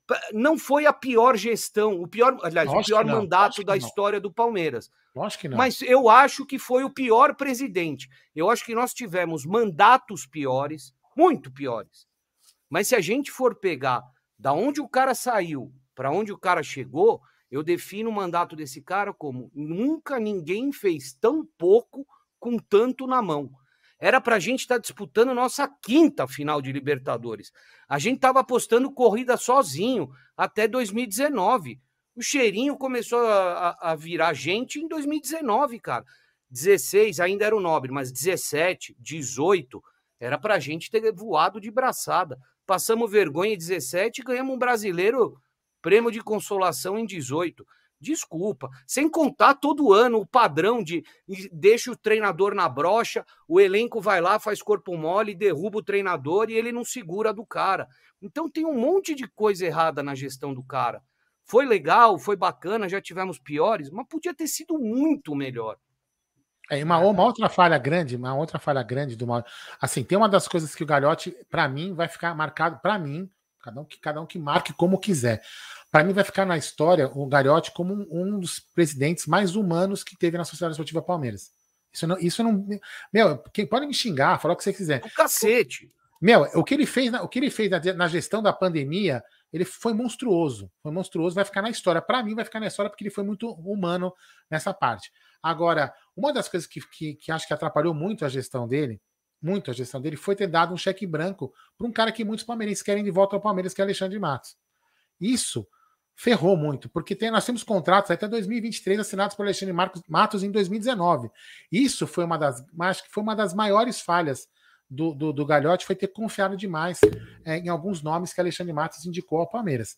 Não foi a pior gestão, o pior, aliás, o pior mandato da história do Palmeiras. Lógico que não. Mas eu acho que foi o pior presidente. Eu acho que nós tivemos mandatos piores, muito piores. Mas se a gente for pegar da onde o cara saiu para onde o cara chegou, eu defino o mandato desse cara como nunca ninguém fez tão pouco com tanto na mão. Era pra gente estar tá disputando nossa quinta final de Libertadores. A gente tava apostando corrida sozinho até dois mil e dezenove. O cheirinho começou a, a, a virar gente em dois mil e dezenove, cara. dezesseis ainda era o Nobre, mas dezessete, dezoito, era pra gente ter voado de braçada. Passamos vergonha em dezessete e ganhamos um brasileiro prêmio de consolação em dezoito. Desculpa, sem contar todo ano o padrão de deixa o treinador na brocha, o elenco vai lá, faz corpo mole, derruba o treinador e ele não segura do cara. Então tem um monte de coisa errada na gestão do cara. Foi legal, foi bacana, já tivemos piores, mas podia ter sido muito melhor. É, uma, uma outra falha grande, uma outra falha grande do Mauro. Assim, tem uma das coisas que o Gagliotti, para mim, vai ficar marcado, para mim, cada um, que, cada um que marque como quiser. Para mim, vai ficar na história o Gagliotti como um, um dos presidentes mais humanos que teve na Sociedade Esportiva Palmeiras. Isso não. Isso não meu, quem pode me xingar, falar o que você quiser. O cacete. Meu, o que ele fez, na, o que ele fez na, na gestão da pandemia, ele foi monstruoso. Foi monstruoso, vai ficar na história. Para mim, vai ficar na história porque ele foi muito humano nessa parte. Agora, uma das coisas que, que, que acho que atrapalhou muito a gestão dele, muito a gestão dele, foi ter dado um cheque branco para um cara que muitos palmeirenses querem de volta ao Palmeiras, que é Alexandre Matos. Isso ferrou muito, porque tem, nós temos contratos até dois mil e vinte e três assinados por Alexandre Marcos, Matos em dois mil e dezenove. Isso foi uma das, acho que foi uma das maiores falhas do, do, do Gagliotti, foi ter confiado demais é, em alguns nomes que Alexandre Matos indicou ao Palmeiras.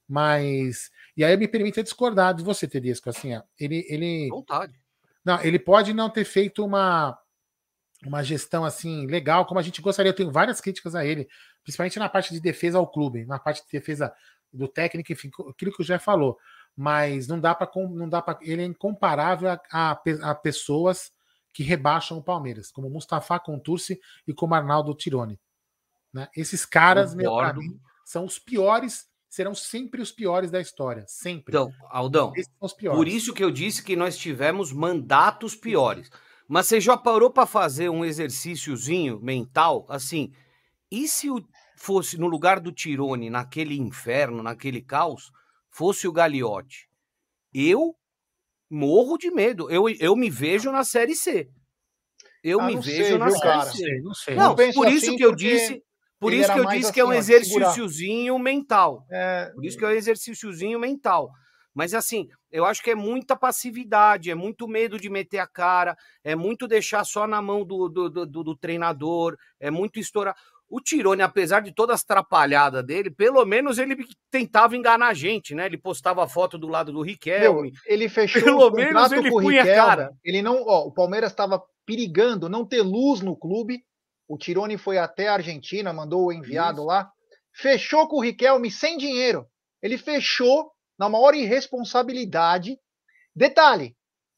Mas, e aí me permite discordar de você, Tedesco, assim, ó, ele... ele Vontade. Não, ele pode não ter feito uma, uma gestão assim legal, como a gente gostaria. Eu tenho várias críticas a ele, principalmente na parte de defesa ao clube, na parte de defesa do técnico, enfim, aquilo que o Jé falou. Mas não dá para não dá para ele é incomparável a, a, a pessoas que rebaixam o Palmeiras, como Mustafa Contursi e como Arnaldo Tironi. Né? Esses caras, meu, pra mim, são os piores. Serão sempre os piores da história, sempre. Então, Aldão, por isso que eu disse que nós tivemos mandatos piores. Mas você já parou para fazer um exercíciozinho mental, assim, e se fosse no lugar do Tironi, naquele inferno, naquele caos, fosse o Gagliotti? Eu morro de medo, eu, eu me vejo na Série C. Eu ah, me vejo sei, na viu, Série cara? C. Não sei. Não, não por isso assim que eu disse... Por isso que eu disse assim, que é um exercíciozinho mental. É... Por isso que é um exercíciozinho mental. Mas, assim, eu acho que é muita passividade, é muito medo de meter a cara, é muito deixar só na mão do, do, do, do treinador, é muito estourar. O Tironi, apesar de todas as trapalhadas dele, pelo menos ele tentava enganar a gente, né? Ele postava a foto do lado do Riquelme. Meu, ele fechou pelo o menos ele com o punha Riquelme. Cara. Ele não, ó, o Palmeiras estava perigando não ter luz no clube. O Tironi foi até a Argentina, mandou o enviado Isso. lá, fechou com o Riquelme sem dinheiro. Ele fechou na maior irresponsabilidade. Detalhe,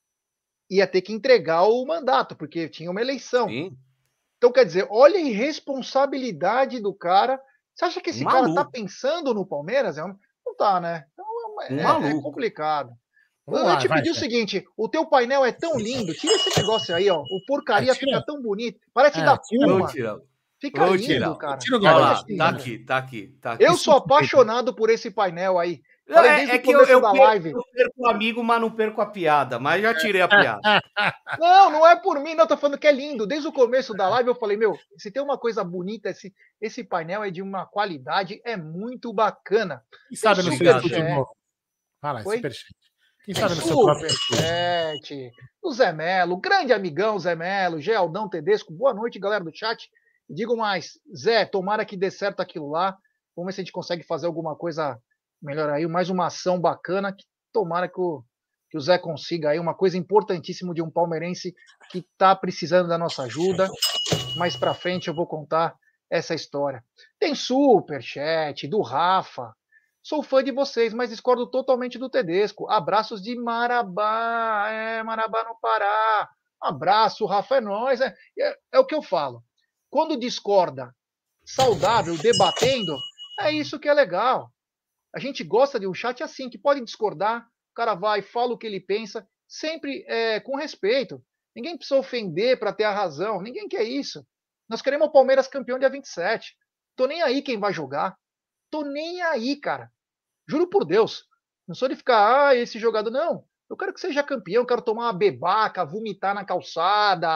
ia ter que entregar o mandato, porque tinha uma eleição. Sim. Então, quer dizer, olha a irresponsabilidade do cara. Você acha que esse Maluco. cara tá pensando no Palmeiras? Não tá, né? Então, é, é complicado. Vamos eu lá, te vai, pedi vai. o seguinte, o teu painel é tão lindo, tira esse negócio aí, ó, o porcaria é, fica tão bonito, parece é, da Puma, fica Vou lindo, tirar. cara. Olha lá, tá aqui, tá aqui, tá aqui. Eu sou apaixonado por esse painel aí. Falei desde é, é o que eu, eu, da perco, live. eu perco o amigo, mas não perco a piada, mas já tirei a piada. Não, não é por mim, não, tô falando que é lindo. Desde o começo da live eu falei, meu, se tem uma coisa bonita, esse, esse painel é de uma qualidade, é muito bacana. E sabe no seu de novo? Fala, superchat. Quem sabe no seu próprio Superchat. O Zé Melo, grande amigão Zé Melo, Gealdão Tedesco, boa noite, galera do chat. Digo mais, Zé, tomara que dê certo aquilo lá. Vamos ver se a gente consegue fazer alguma coisa melhor aí, mais uma ação bacana. Que tomara que o, que o Zé consiga aí, uma coisa importantíssima de um palmeirense que está precisando da nossa ajuda. Mais pra frente eu vou contar essa história. Tem superchat do Rafa. Sou fã de vocês, mas discordo totalmente do Tedesco. Abraços de Marabá, é, Marabá no Pará. Abraço, Rafa, é nóis. É, é, é o que eu falo. Quando discorda, saudável, debatendo, é isso que é legal. A gente gosta de um chat assim, que pode discordar, o cara vai, fala o que ele pensa, sempre é, com respeito. Ninguém precisa ofender para ter a razão, ninguém quer isso. Nós queremos o Palmeiras campeão dia vinte e sete. Tô nem aí quem vai jogar. Tô nem aí, cara. Juro por Deus. Não sou de ficar, ah, esse jogador. Não. Eu quero que seja campeão, quero tomar uma bebaca, vomitar na calçada,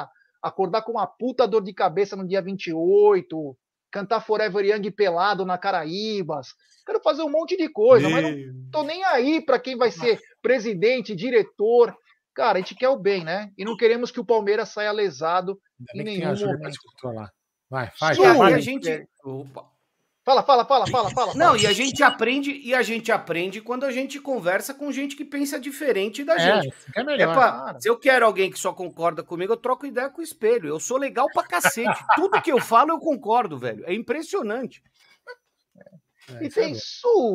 acordar com uma puta dor de cabeça no dia vinte e oito, cantar Forever Young pelado na Caraíbas. Quero fazer um monte de coisa, mas não tô nem aí para quem vai ser presidente, diretor. Cara, a gente quer o bem, né? E não queremos que o Palmeiras saia lesado em nenhum momento. Vai, faz. E a gente... Opa. Fala, fala, fala, fala, fala. Não, e a gente aprende, e a gente aprende quando a gente conversa com gente que pensa diferente da É, gente. é melhor. É pra, se eu quero alguém que só concorda comigo, eu troco ideia com o espelho. Eu sou legal pra cacete. Tudo que eu falo, eu concordo, velho. É impressionante. É, e tem é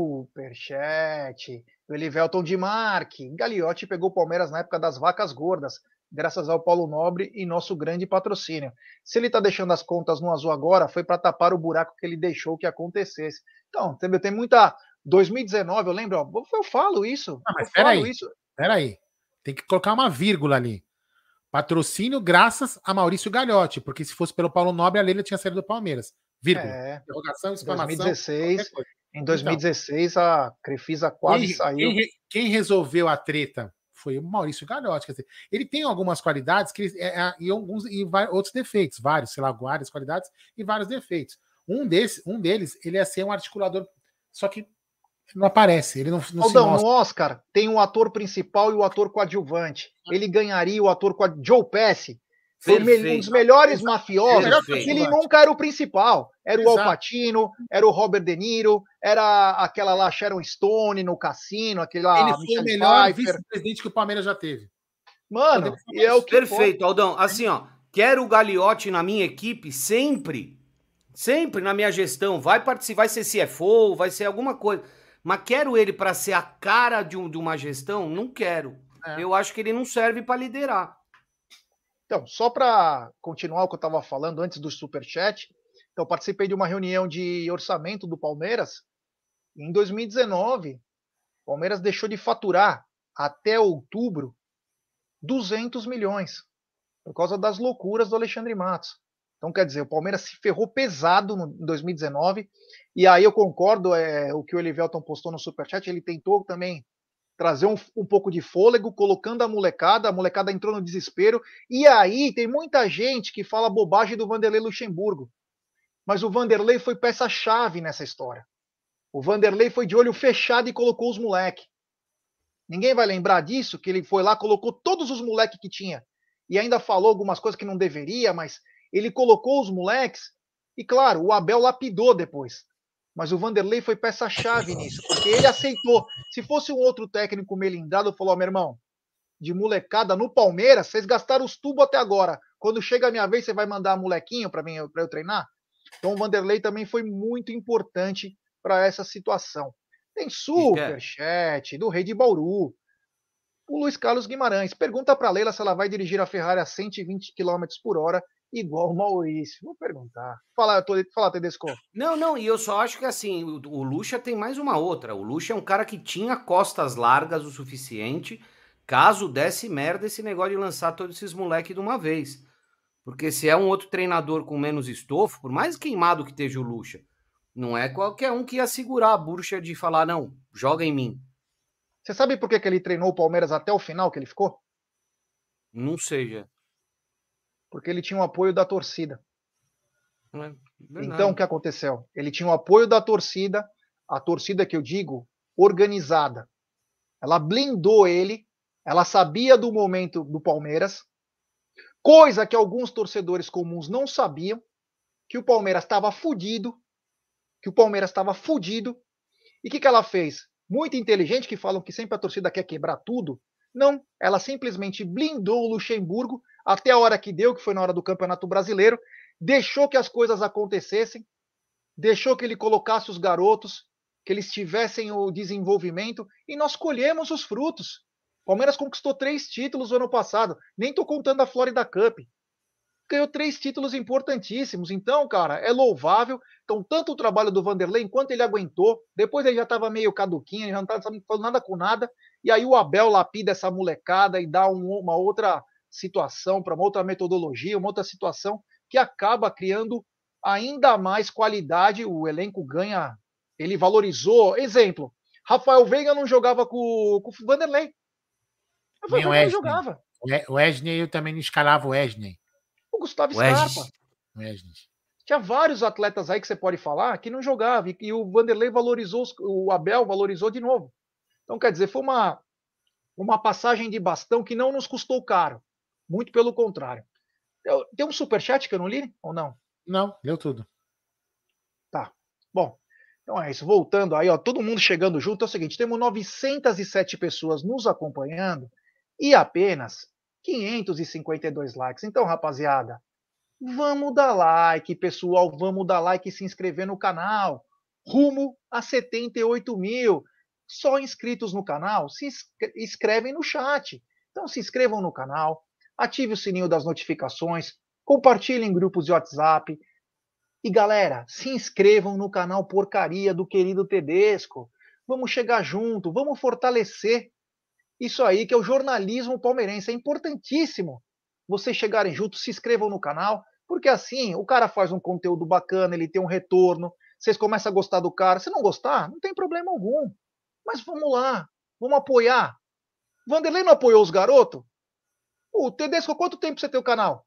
superchat. O Elivelton de Marque. Gagliotti pegou o Palmeiras na época das vacas gordas, graças ao Paulo Nobre e nosso grande patrocínio. Se ele está deixando as contas no azul agora, foi para tapar o buraco que ele deixou que acontecesse. Então, tem, tem muita... dois mil e dezenove, eu lembro, ó, eu falo isso. Não, mas eu pera falo aí, isso. Peraí, tem que colocar uma vírgula ali. Patrocínio graças a Maurício Gagliotti, porque se fosse pelo Paulo Nobre, a Leila tinha saído do Palmeiras. Vírgula. É. Interrogação, exclamação. dois mil e dezesseis, em dois mil e dezesseis, então, a Crefisa quase quem, saiu. Quem, quem resolveu a treta foi o Maurício Gagliotti. Quer dizer, ele tem algumas qualidades que ele, é, e alguns e vai, outros defeitos, vários, sei lá, várias qualidades e vários defeitos. Um, desse, um deles, ele é ser um articulador, só que não aparece, ele não, não Aldão, se mostra. No Oscar tem o ator principal e o ator coadjuvante. Ele ganharia o ator coadjuvante. Joe Pesci foi um dos melhores mafiosos. Perfeito. Ele nunca era o principal. Era Exato. o Al Pacino, era o Robert De Niro, era aquela lá Sharon Stone no Cassino, aquela Ele foi o melhor vice-presidente que o Palmeiras já teve. Mano, e é o que perfeito, pode. Aldão. Assim, ó, quero o Gagliotti na minha equipe sempre. Sempre na minha gestão. Vai participar, vai ser C F O, vai ser alguma coisa. Mas quero ele para ser a cara de, um, de uma gestão? Não quero. É. Eu acho que ele não serve para liderar. Então, só para continuar o que eu estava falando antes do Superchat, então participei de uma reunião de orçamento do Palmeiras. Em dois mil e dezenove, o Palmeiras deixou de faturar até outubro duzentos milhões, por causa das loucuras do Alexandre Matos. Então, quer dizer, o Palmeiras se ferrou pesado no, em dois mil e dezenove, e aí eu concordo é, o que o Elivelton postou no Superchat, ele tentou também trazer um, um pouco de fôlego, colocando a molecada, a molecada entrou no desespero, e aí tem muita gente que fala bobagem do Vanderlei Luxemburgo, mas o Vanderlei foi peça-chave nessa história. O Vanderlei foi de olho fechado e colocou os moleques. Ninguém vai lembrar disso, que ele foi lá, colocou todos os moleques que tinha, e ainda falou algumas coisas que não deveria, mas ele colocou os moleques, e claro, o Abel lapidou depois. Mas o Vanderlei foi peça-chave nisso, porque ele aceitou. Se fosse um outro técnico melindrado, falou, oh, meu irmão, de molecada no Palmeiras, vocês gastaram os tubos até agora. Quando chega a minha vez, você vai mandar molequinho para mim, para eu treinar? Então o Vanderlei também foi muito importante para essa situação. Tem superchat do Rei de Bauru. O Luiz Carlos Guimarães pergunta para a Leila se ela vai dirigir a Ferrari a cento e vinte quilômetros por hora, igual o Maurício. Vou perguntar. Fala, fala, Tedesco. Não, não, e eu só acho que assim, o, o Lucha tem mais uma outra. O Lucha é um cara que tinha costas largas o suficiente, caso desse merda esse negócio de lançar todos esses moleques de uma vez. Porque se é um outro treinador com menos estofo, por mais queimado que esteja o Lucha, não é qualquer um que ia segurar a bucha de falar, não, joga em mim. Você sabe por que, que ele treinou o Palmeiras até o final que ele ficou? Não seja. Porque ele tinha o apoio da torcida. É então, o que aconteceu? Ele tinha o apoio da torcida, a torcida que eu digo, organizada. Ela blindou ele, ela sabia do momento do Palmeiras, coisa que alguns torcedores comuns não sabiam, que o Palmeiras estava fudido, que o Palmeiras estava fudido. E o que, que ela fez? Muito inteligente, que falam que sempre a torcida quer quebrar tudo. Não, ela simplesmente blindou o Luxemburgo até a hora que deu, que foi na hora do Campeonato Brasileiro, deixou que as coisas acontecessem, deixou que ele colocasse os garotos, que eles tivessem o desenvolvimento, e nós colhemos os frutos. O Palmeiras conquistou três títulos no ano passado, nem estou contando a Florida Cup. Ganhou três títulos importantíssimos, então, cara, é louvável. Então, tanto o trabalho do Vanderlei, enquanto ele aguentou, depois ele já estava meio caduquinho, ele já não estava falando nada com nada, e aí o Abel lapida essa molecada e dá um, uma outra situação, para uma outra metodologia, uma outra situação que acaba criando ainda mais qualidade. O elenco ganha, ele valorizou. Exemplo, Rafael Veiga não jogava com, com o Vanderlei. Rafael Veiga não jogava. O Wesley, eu também não escalava o Wesley. O Gustavo Ué, Scarpa. É, gente. Tinha vários atletas aí que você pode falar que não jogavam, e o Vanderlei valorizou, o Abel valorizou de novo. Então, quer dizer, foi uma, uma passagem de bastão que não nos custou caro. Muito pelo contrário. Eu, tem um superchat que eu não li, ou não? Não, leu tudo. Tá. Bom, então é isso. Voltando aí, ó, todo mundo chegando junto. É o seguinte, temos novecentas e sete pessoas nos acompanhando e apenas quinhentos e cinquenta e dois likes. Então, rapaziada, vamos dar like, pessoal. Vamos dar like e se inscrever no canal. Rumo a setenta e oito mil. Só inscritos no canal se inscrevem no chat. Então, se inscrevam no canal. Ative o sininho das notificações. Compartilhem em grupos de WhatsApp. E galera, se inscrevam no canal Porcaria do querido Tedesco. Vamos chegar junto, vamos fortalecer isso aí que é o jornalismo palmeirense. É importantíssimo vocês chegarem juntos, se inscrevam no canal, porque assim o cara faz um conteúdo bacana, ele tem um retorno, vocês começam a gostar do cara. Se não gostar, não tem problema algum. Mas vamos lá, vamos apoiar. Vanderlei não apoiou os garotos? O Tedesco, quanto tempo você tem o canal?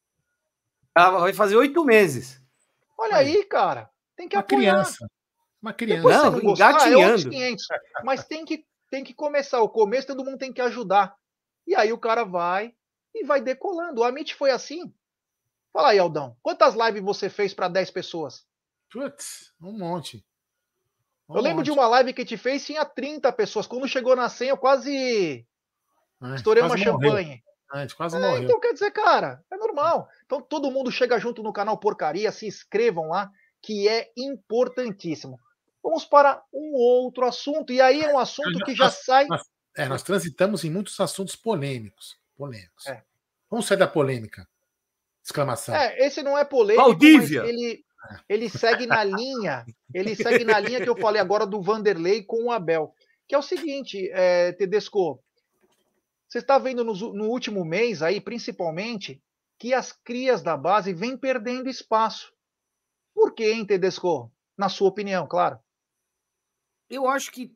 Ah, vai fazer oito meses. Olha aí, aí cara. Tem que uma apoiar. Criança. Uma criança. Depois, não, se não gostar, é outros engatinhando. quinhentos. Mas tem que, tem que começar. O começo todo mundo tem que ajudar. E aí o cara vai e vai decolando. O Amit foi assim. Fala aí, Aldão. Quantas lives você fez para dez pessoas? Putz, um monte. Um eu lembro monte. de uma live que te fez, tinha trinta pessoas. Quando chegou na cem, eu quase É, estourei quase uma morreu. champanhe. A gente quase É, morreu. então quer dizer, cara, é normal. Então todo mundo chega junto no canal Porcaria, se inscrevam lá, que é importantíssimo. Vamos para um outro assunto, e aí é um assunto que já nós, sai... Nós, é, nós transitamos em muitos assuntos polêmicos. Polêmicos. É. Vamos sair da polêmica. Exclamação. É, esse não é polêmico, Valdívia. mas ele, ele segue na linha, ele segue na linha que eu falei agora do Vanderlei com o Abel. Que é o seguinte, é, Tedesco, você está vendo no, no último mês aí, principalmente, que as crias da base vêm perdendo espaço. Por quê, hein, Tedesco? Na sua opinião, claro. Eu acho que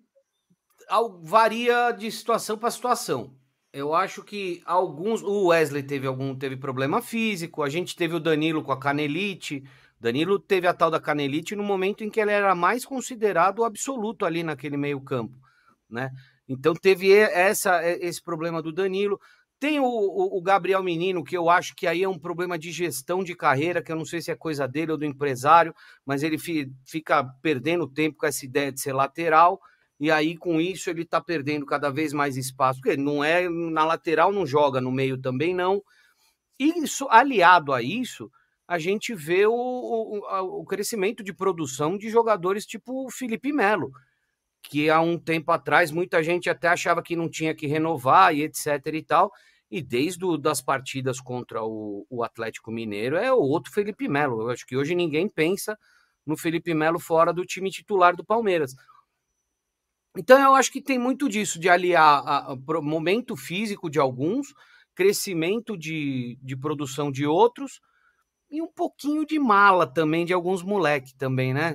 varia de situação para situação. Eu acho que alguns... O Wesley teve algum teve problema físico, a gente teve o Danilo com a canelite. Danilo teve a tal da canelite no momento em que ele era mais considerado absoluto ali naquele meio campo, né? Então teve essa, esse problema do Danilo. Tem o, o, o Gabriel Menino, que eu acho que aí é um problema de gestão de carreira, que eu não sei se é coisa dele ou do empresário, mas ele fi, fica perdendo tempo com essa ideia de ser lateral, e aí com isso ele está perdendo cada vez mais espaço, porque ele não é na lateral, não joga, no meio também não. E isso, aliado a isso, a gente vê o, o, o crescimento de produção de jogadores tipo o Felipe Melo, que há um tempo atrás muita gente até achava que não tinha que renovar e etc e tal, e desde o, das partidas contra o, o Atlético Mineiro é o outro Felipe Melo. Eu acho que hoje ninguém pensa no Felipe Melo fora do time titular do Palmeiras. Então eu acho que tem muito disso, de aliar o momento físico de alguns, crescimento de, de produção de outros, e um pouquinho de mala também de alguns moleques também, né?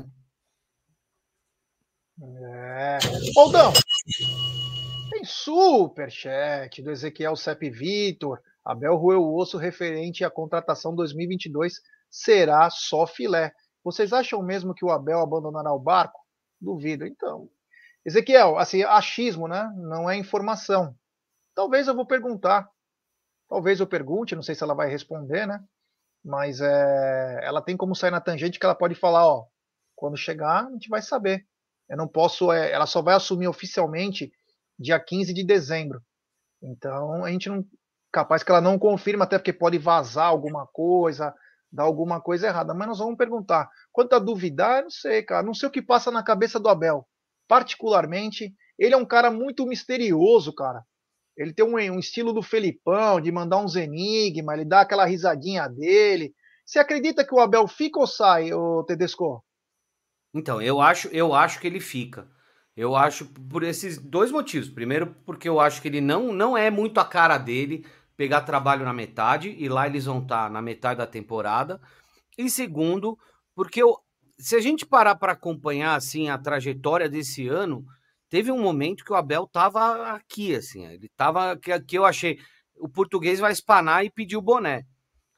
É. Aldão, tem superchat do Ezequiel Sepp Vitor. Abel roeu o osso referente à contratação dois mil e vinte e dois será só filé. Vocês acham mesmo que o Abel abandonará o barco? Duvido. Então, Ezequiel, assim, achismo, né? Não é informação. Talvez eu vou perguntar. Talvez eu pergunte, não sei se ela vai responder, né? Mas é, ela tem como sair na tangente que ela pode falar, ó, quando chegar a gente vai saber. Eu não posso, é, ela só vai assumir oficialmente dia quinze de dezembro. Então, a gente não, capaz que ela não confirma, até porque pode vazar alguma coisa, dar alguma coisa errada. Mas nós vamos perguntar. Quanto a duvidar, eu não sei, cara. Não sei o que passa na cabeça do Abel. Particularmente, ele é um cara muito misterioso, cara. Ele tem um, um estilo do Felipão, de mandar uns enigmas, ele dá aquela risadinha dele. Você acredita que o Abel fica ou sai, ô Tedesco? Então, eu acho, eu acho que ele fica. Eu acho por esses dois motivos. Primeiro, porque eu acho que ele não, não é muito a cara dele pegar trabalho na metade, e lá eles vão estar na metade da temporada. E segundo, porque eu, se a gente parar para acompanhar assim a trajetória desse ano, teve um momento que o Abel tava aqui, assim, ele tava que, que eu achei, o português vai espanar e pedir o boné.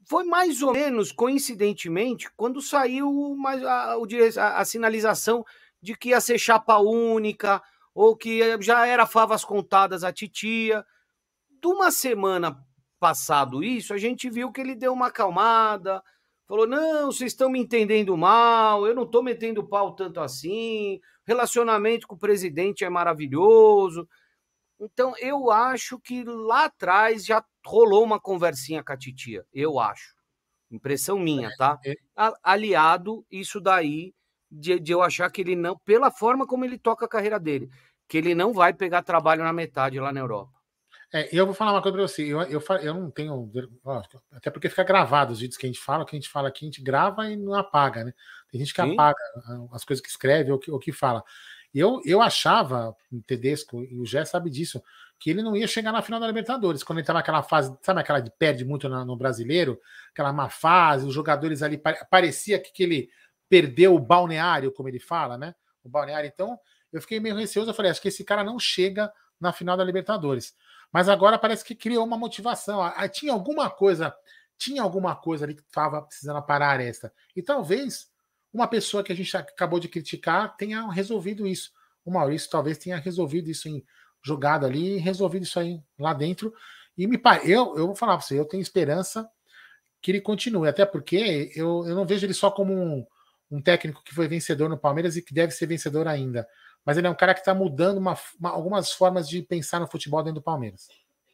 foi mais ou menos, coincidentemente, quando saiu mais a, a, a sinalização de que ia ser chapa única, ou que já era favas contadas a titia. De uma semana passado isso, a gente viu que ele deu uma acalmada, falou, não, vocês estão me entendendo mal, eu não estou metendo pau tanto assim, relacionamento com o presidente é maravilhoso. Então, eu acho que lá atrás já rolou uma conversinha com a titia, eu acho. Impressão minha, tá? Aliado isso daí de, de eu achar que ele não, pela forma como ele toca a carreira dele, que ele não vai pegar trabalho na metade lá na Europa. É, eu vou falar uma coisa pra você, eu, eu, eu não tenho, ó, até porque fica gravado os vídeos que a gente fala, o que a gente fala aqui, a gente grava e não apaga, né? Tem gente que Sim. apaga as coisas que escreve ou que, ou que fala. Eu, eu achava, o Tedesco, e o Gé sabe disso, que ele não ia chegar na final da Libertadores, quando ele estava naquela fase, sabe aquela de perde muito no, no brasileiro, aquela má fase, os jogadores ali, parecia que, que ele perdeu o balneário, como ele fala, né? O balneário, então, eu fiquei meio receoso, eu falei, acho que esse cara não chega na final da Libertadores. Mas agora parece que criou uma motivação, ah, tinha alguma coisa, tinha alguma coisa ali que estava precisando parar a aresta. E talvez uma pessoa que a gente acabou de criticar tenha resolvido isso. O Maurício talvez tenha resolvido isso em jogado ali, resolvido isso aí lá dentro. E me eu, eu vou falar para você, eu tenho esperança que ele continue, até porque eu, eu não vejo ele só como um, um técnico que foi vencedor no Palmeiras e que deve ser vencedor ainda. Mas ele é um cara que está mudando uma, uma, algumas formas de pensar no futebol dentro do Palmeiras.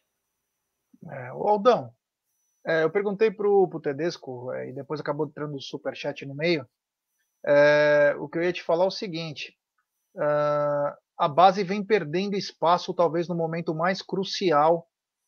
É, o Aldão, é, eu perguntei para o Tedesco, é, e depois acabou entrando o superchat no meio. É, o que eu ia te falar é o seguinte: uh, a base vem perdendo espaço, talvez no momento mais crucial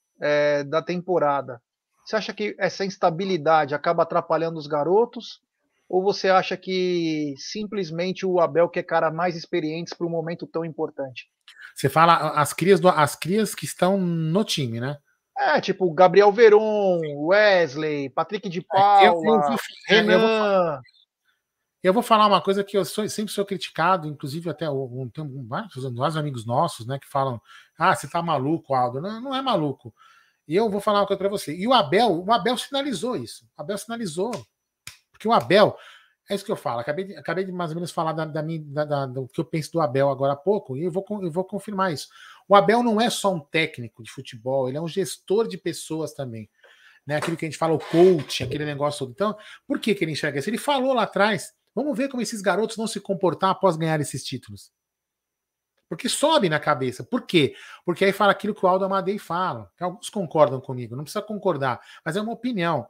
é, da temporada. Você acha que essa instabilidade acaba atrapalhando os garotos? Ou você acha que simplesmente o Abel quer cara mais experientes para um momento tão importante? Você fala as crias, do, as crias que estão no time, né? É, tipo Gabriel Veron, Wesley, Patrick de Paula, eu, eu vou, Renan... Eu vou, eu vou falar uma coisa que eu sou, sempre sou criticado, inclusive até um, tem vários, vários amigos nossos, né, que falam, ah, você tá maluco, Aldo. Não, não é maluco. E eu vou falar uma coisa para você. E o Abel, o Abel sinalizou isso. O Abel sinalizou. Porque o Abel, é isso que eu falo, acabei de, acabei de mais ou menos falar da, da, da, da, do que eu penso do Abel agora há pouco, e eu vou, eu vou confirmar isso. O Abel não é só um técnico de futebol, ele é um gestor de pessoas também. Né? Aquilo que a gente fala, o coach, aquele negócio todo. Então, por que, que ele enxerga isso? Ele falou lá atrás, vamos ver como esses garotos vão se comportar após ganhar esses títulos. Porque sobe na cabeça. Por quê? Porque aí fala aquilo que o Aldo Amadei fala, que alguns concordam comigo, não precisa concordar, mas é uma opinião.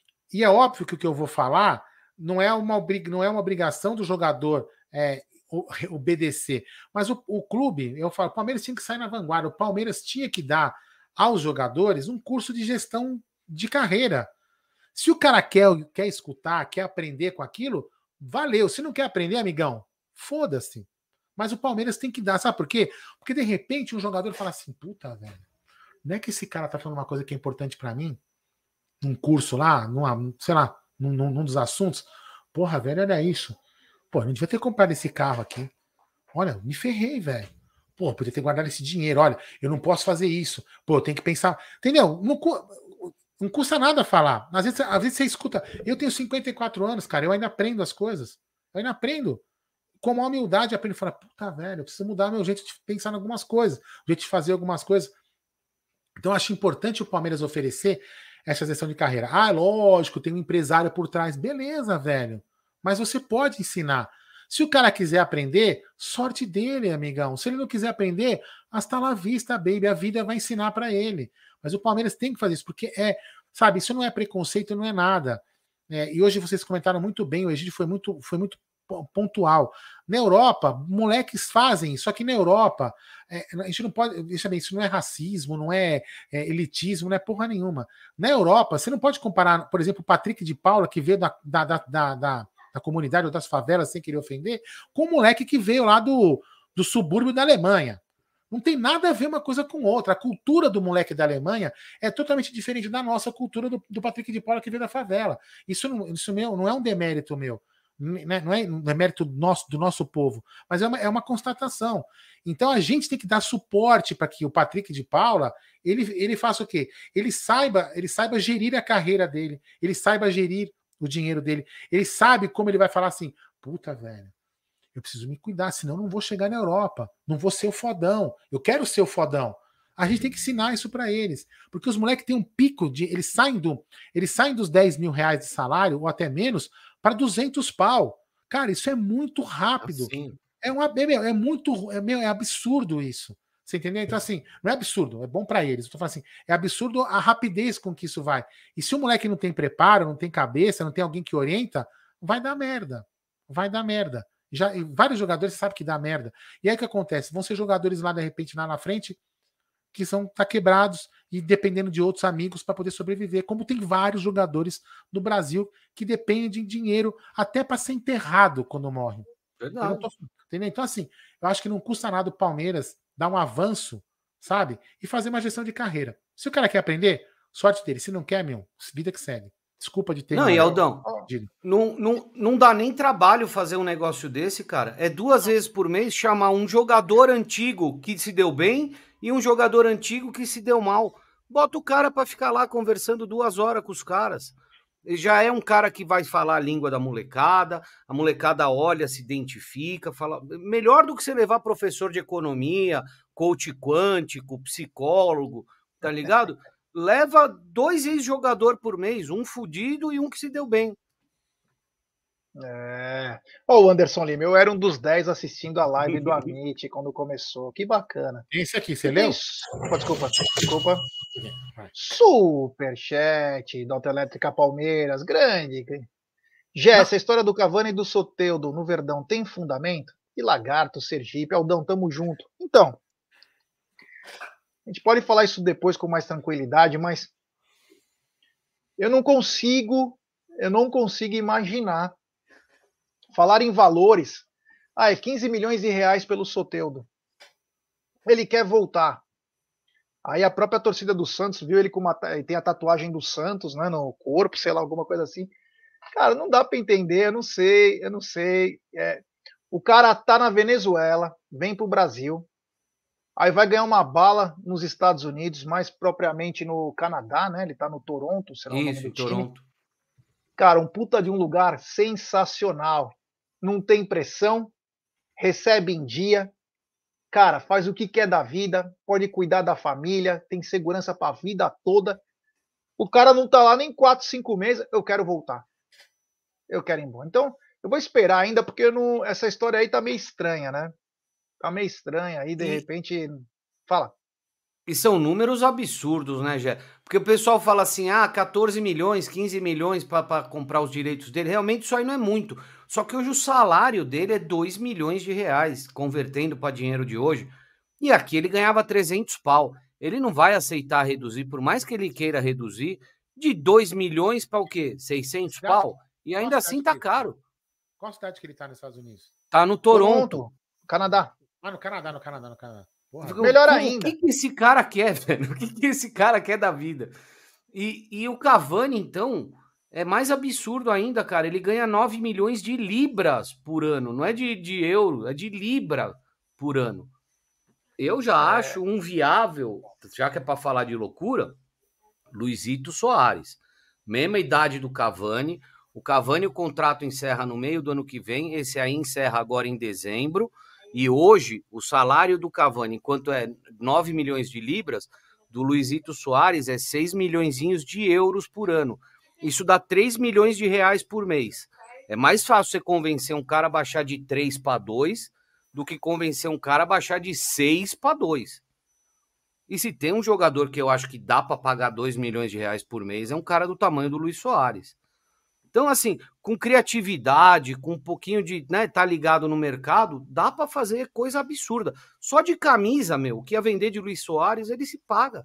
E é óbvio que o que eu vou falar não é uma, não é uma obrigação do jogador é, obedecer. Mas o, o clube, eu falo, o Palmeiras tinha que sair na vanguarda. O Palmeiras tinha que dar aos jogadores um curso de gestão de carreira. Se o cara quer, quer escutar, quer aprender com aquilo, valeu. Se não quer aprender, amigão, foda-se. Mas o Palmeiras tem que dar, sabe por quê? Porque de repente um jogador fala assim, puta, velho, não é que esse cara tá falando uma coisa que é importante para mim? Num curso lá, numa, sei lá, num, num dos assuntos. Porra, velho, era isso. Pô, não devia ter comprado esse carro aqui. Olha, me ferrei, velho. Pô, podia ter guardado esse dinheiro. Olha, eu não posso fazer isso. Pô, eu tenho que pensar. Entendeu? Não, não custa nada falar. Às vezes, às vezes você escuta. Eu tenho cinquenta e quatro anos, cara. Eu ainda aprendo as coisas. Eu ainda aprendo. Com uma humildade, aprendo a falar, puta, velho, eu preciso mudar meu jeito de pensar em algumas coisas, o jeito de fazer algumas coisas. Então, eu acho importante o Palmeiras oferecer essa gestão de carreira. Ah, lógico, tem um empresário por trás. Beleza, velho. Mas você pode ensinar. Se o cara quiser aprender, sorte dele, amigão. Se ele não quiser aprender, hasta lá vista, baby. A vida vai ensinar para ele. Mas o Palmeiras tem que fazer isso, porque é, sabe, isso não é preconceito, não é nada. É, e hoje vocês comentaram muito bem, o Egídio foi muito, foi muito pontual. Na Europa, moleques fazem, só que na Europa, é, a gente não pode, deixa bem, isso não é racismo, não é, é elitismo, não é porra nenhuma. Na Europa, você não pode comparar, por exemplo, o Patrick de Paula, que veio da, da, da, da, da, da comunidade ou das favelas, sem querer ofender, com o moleque que veio lá do, do subúrbio da Alemanha. Não tem nada a ver uma coisa com outra. A cultura do moleque da Alemanha é totalmente diferente da nossa cultura do, do Patrick de Paula, que veio da favela. Isso, não, isso meu, não é um demérito meu. né? não, é, não é mérito do nosso, do nosso povo, mas é uma, é uma constatação. Então a gente tem que dar suporte para que o Patrick de Paula ele, ele faça o quê? Ele saiba, ele saiba gerir a carreira dele, ele saiba gerir o dinheiro dele, ele sabe como ele vai falar assim, puta, velho, eu preciso me cuidar, senão eu não vou chegar na Europa, não vou ser o fodão, eu quero ser o fodão. A gente tem que ensinar isso para eles, porque os moleques têm um pico de, eles saem do, eles saem dos dez mil reais de salário ou até menos para duzentos pau. Cara, isso é muito rápido. Assim. É um é muito é, meu, é absurdo isso. Você entendeu? Então assim, não é absurdo, é bom para eles. Eu tô falando assim, é absurdo a rapidez com que isso vai. E se o moleque não tem preparo, não tem cabeça, não tem alguém que orienta, vai dar merda. Vai dar merda. Já vários jogadores sabem que dá merda. E aí o que acontece? Vão ser jogadores lá de repente lá na frente que são tá quebrados e dependendo de outros amigos para poder sobreviver, como tem vários jogadores do Brasil que dependem de dinheiro até para ser enterrado quando morre. Eu tô, então assim, eu acho que não custa nada o Palmeiras dar um avanço, sabe? E fazer uma gestão de carreira. Se o cara quer aprender, sorte dele. Se não quer, meu, vida que segue. Desculpa de ter... Não, e Aldão, não, não, não dá nem trabalho fazer um negócio desse, cara. É duas vezes por mês chamar um jogador antigo que se deu bem e um jogador antigo que se deu mal. Bota o cara para ficar lá conversando duas horas com os caras. Ele já é um cara que vai falar a língua da molecada, a molecada olha, se identifica, fala... Melhor do que você levar professor de economia, coach quântico, psicólogo, tá ligado? Leva dois ex-jogador por mês, um fudido e um que se deu bem. É. Ó, o Anderson Lima, eu era um dos dez assistindo a live do Amit quando começou. Que bacana. Esse aqui, você leu? Oh, desculpa, desculpa. Superchat da Autoelétrica Palmeiras, grande. Gé, essa história do Cavani e do Soteldo no Verdão tem fundamento? E Lagarto, Sergipe, Aldão, tamo junto. Então, a gente pode falar isso depois com mais tranquilidade, mas eu não consigo, eu não consigo imaginar falar em valores. Ah, é quinze milhões de reais pelo Soteldo. Ele quer voltar. Aí a própria torcida do Santos viu ele com uma, tem a tatuagem do Santos, né, no corpo, sei lá, alguma coisa assim. Cara, não dá para entender, eu não sei, eu não sei. É, o cara tá na Venezuela, vem pro Brasil, aí vai ganhar uma bala nos Estados Unidos, mais propriamente no Canadá, né? Ele tá no Toronto, será o nome do time. Toronto. Cara, um puta de um lugar sensacional. Não tem pressão, recebe em dia. Cara, faz o que quer da vida, pode cuidar da família, tem segurança para a vida toda. O cara não tá lá nem quatro, cinco meses, eu quero voltar. Eu quero ir embora. Então, eu vou esperar ainda, porque eu não, essa história aí tá meio estranha, né? Tá meio estranha, aí de e... repente... Fala. E são números absurdos, né, Gé? Porque o pessoal fala assim, ah, quatorze milhões, quinze milhões para comprar os direitos dele. Realmente isso aí não é muito. Só que hoje o salário dele é dois milhões de reais, convertendo para dinheiro de hoje. E aqui ele ganhava trezentos pau. Ele não vai aceitar reduzir, por mais que ele queira reduzir, de dois milhões para o quê? seiscentos pau? E ainda assim tá caro. Qual cidade que ele tá nos Estados Unidos? Tá no Toronto. Toronto, Canadá. Ah, no Canadá, no Canadá, no Canadá. Porra, melhor ainda. O que, que esse cara quer, velho? O que, que esse cara quer da vida? E, e o Cavani, então, é mais absurdo ainda, cara. Ele ganha nove milhões de libras por ano. Não é de, de euro, é de libra por ano. Eu já é. acho um viável, já que é para falar de loucura, Luizito Soares. Mesma idade do Cavani. O Cavani, o contrato encerra no meio do ano que vem. Esse aí encerra agora em dezembro. E hoje, o salário do Cavani, enquanto é nove milhões de libras, do Luizito Soares é seis milhõezinhos de euros por ano. Isso dá três milhões de reais por mês. É mais fácil você convencer um cara a baixar de três para dois do que convencer um cara a baixar de seis para dois. E se tem um jogador que eu acho que dá para pagar dois milhões de reais por mês, é um cara do tamanho do Luiz Soares. Então, assim, com criatividade, com um pouquinho de, né, tá ligado no mercado, dá pra fazer coisa absurda. Só de camisa, meu, o que ia vender de Luiz Soares, ele se paga.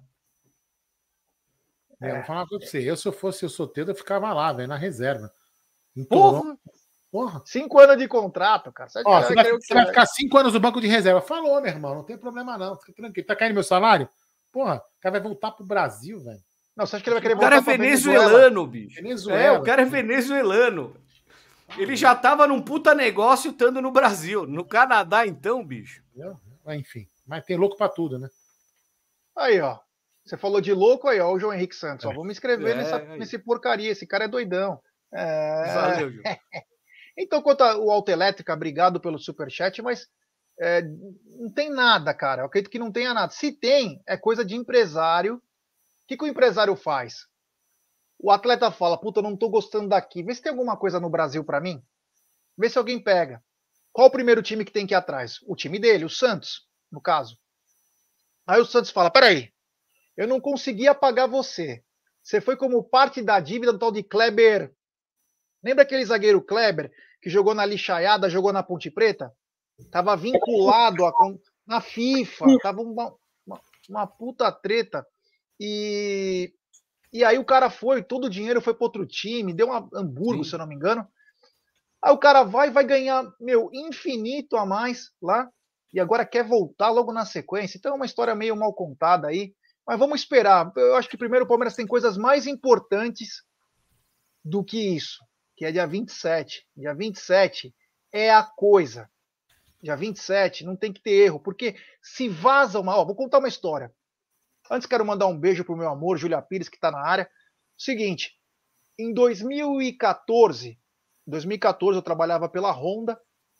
É, eu vou falar uma coisa pra você. Eu, se eu fosse o Soteldo, eu ficava lá, velho, na reserva. Porra! Porra! Cinco anos de contrato, cara. Você, Ó, você, vai, você vai ficar cinco anos no banco de reserva. Falou, meu irmão, não tem problema não. Fica tranquilo. Tá caindo meu salário? Porra, o cara vai voltar pro Brasil, velho. Não, você acha que ele vai querer voltar? O cara é venezuelano, bicho. Venezuela. É, o cara é venezuelano. Ele já tava num puta negócio estando no Brasil. No Canadá, então, bicho. Enfim, mas tem louco pra tudo, né? Aí, ó. Você falou de louco aí, ó, o João Henrique Santos. Ó, vou me inscrever É, nessa, aí. nesse porcaria. Esse cara é doidão. É... Valeu, João. Então, quanto ao Autoelétrica, obrigado pelo superchat, mas é, não tem nada, cara. Eu acredito que não tenha nada. Se tem, é coisa de empresário. O que, que o empresário faz? O atleta fala, puta, eu não tô gostando daqui. Vê se tem alguma coisa no Brasil pra mim. Vê se alguém pega. Qual o primeiro time que tem que ir atrás? O time dele, o Santos, no caso. Aí o Santos fala, peraí, eu não conseguia pagar você. Você foi como parte da dívida do tal de Kleber. Lembra aquele zagueiro Kleber que jogou na lixaiada, jogou na Ponte Preta? Tava vinculado a, na FIFA. Tava uma, uma, uma puta treta. E, e aí o cara foi, todo o dinheiro foi para outro time, deu um Hamburgo, Sim. se eu não me engano. Aí o cara vai vai ganhar, meu, infinito a mais lá. E agora quer voltar logo na sequência. Então é uma história meio mal contada aí. Mas vamos esperar. Eu acho que primeiro o Palmeiras tem coisas mais importantes do que isso. Que é dia vinte e sete. Dia vinte e sete é a coisa. Dia vinte e sete não tem que ter erro. Porque se vaza uma... Ó, vou contar uma história. Antes quero mandar um beijo pro meu amor, Júlia Pires, que está na área. Seguinte, em dois mil e quatorze, dois mil e quatorze eu trabalhava pela Honda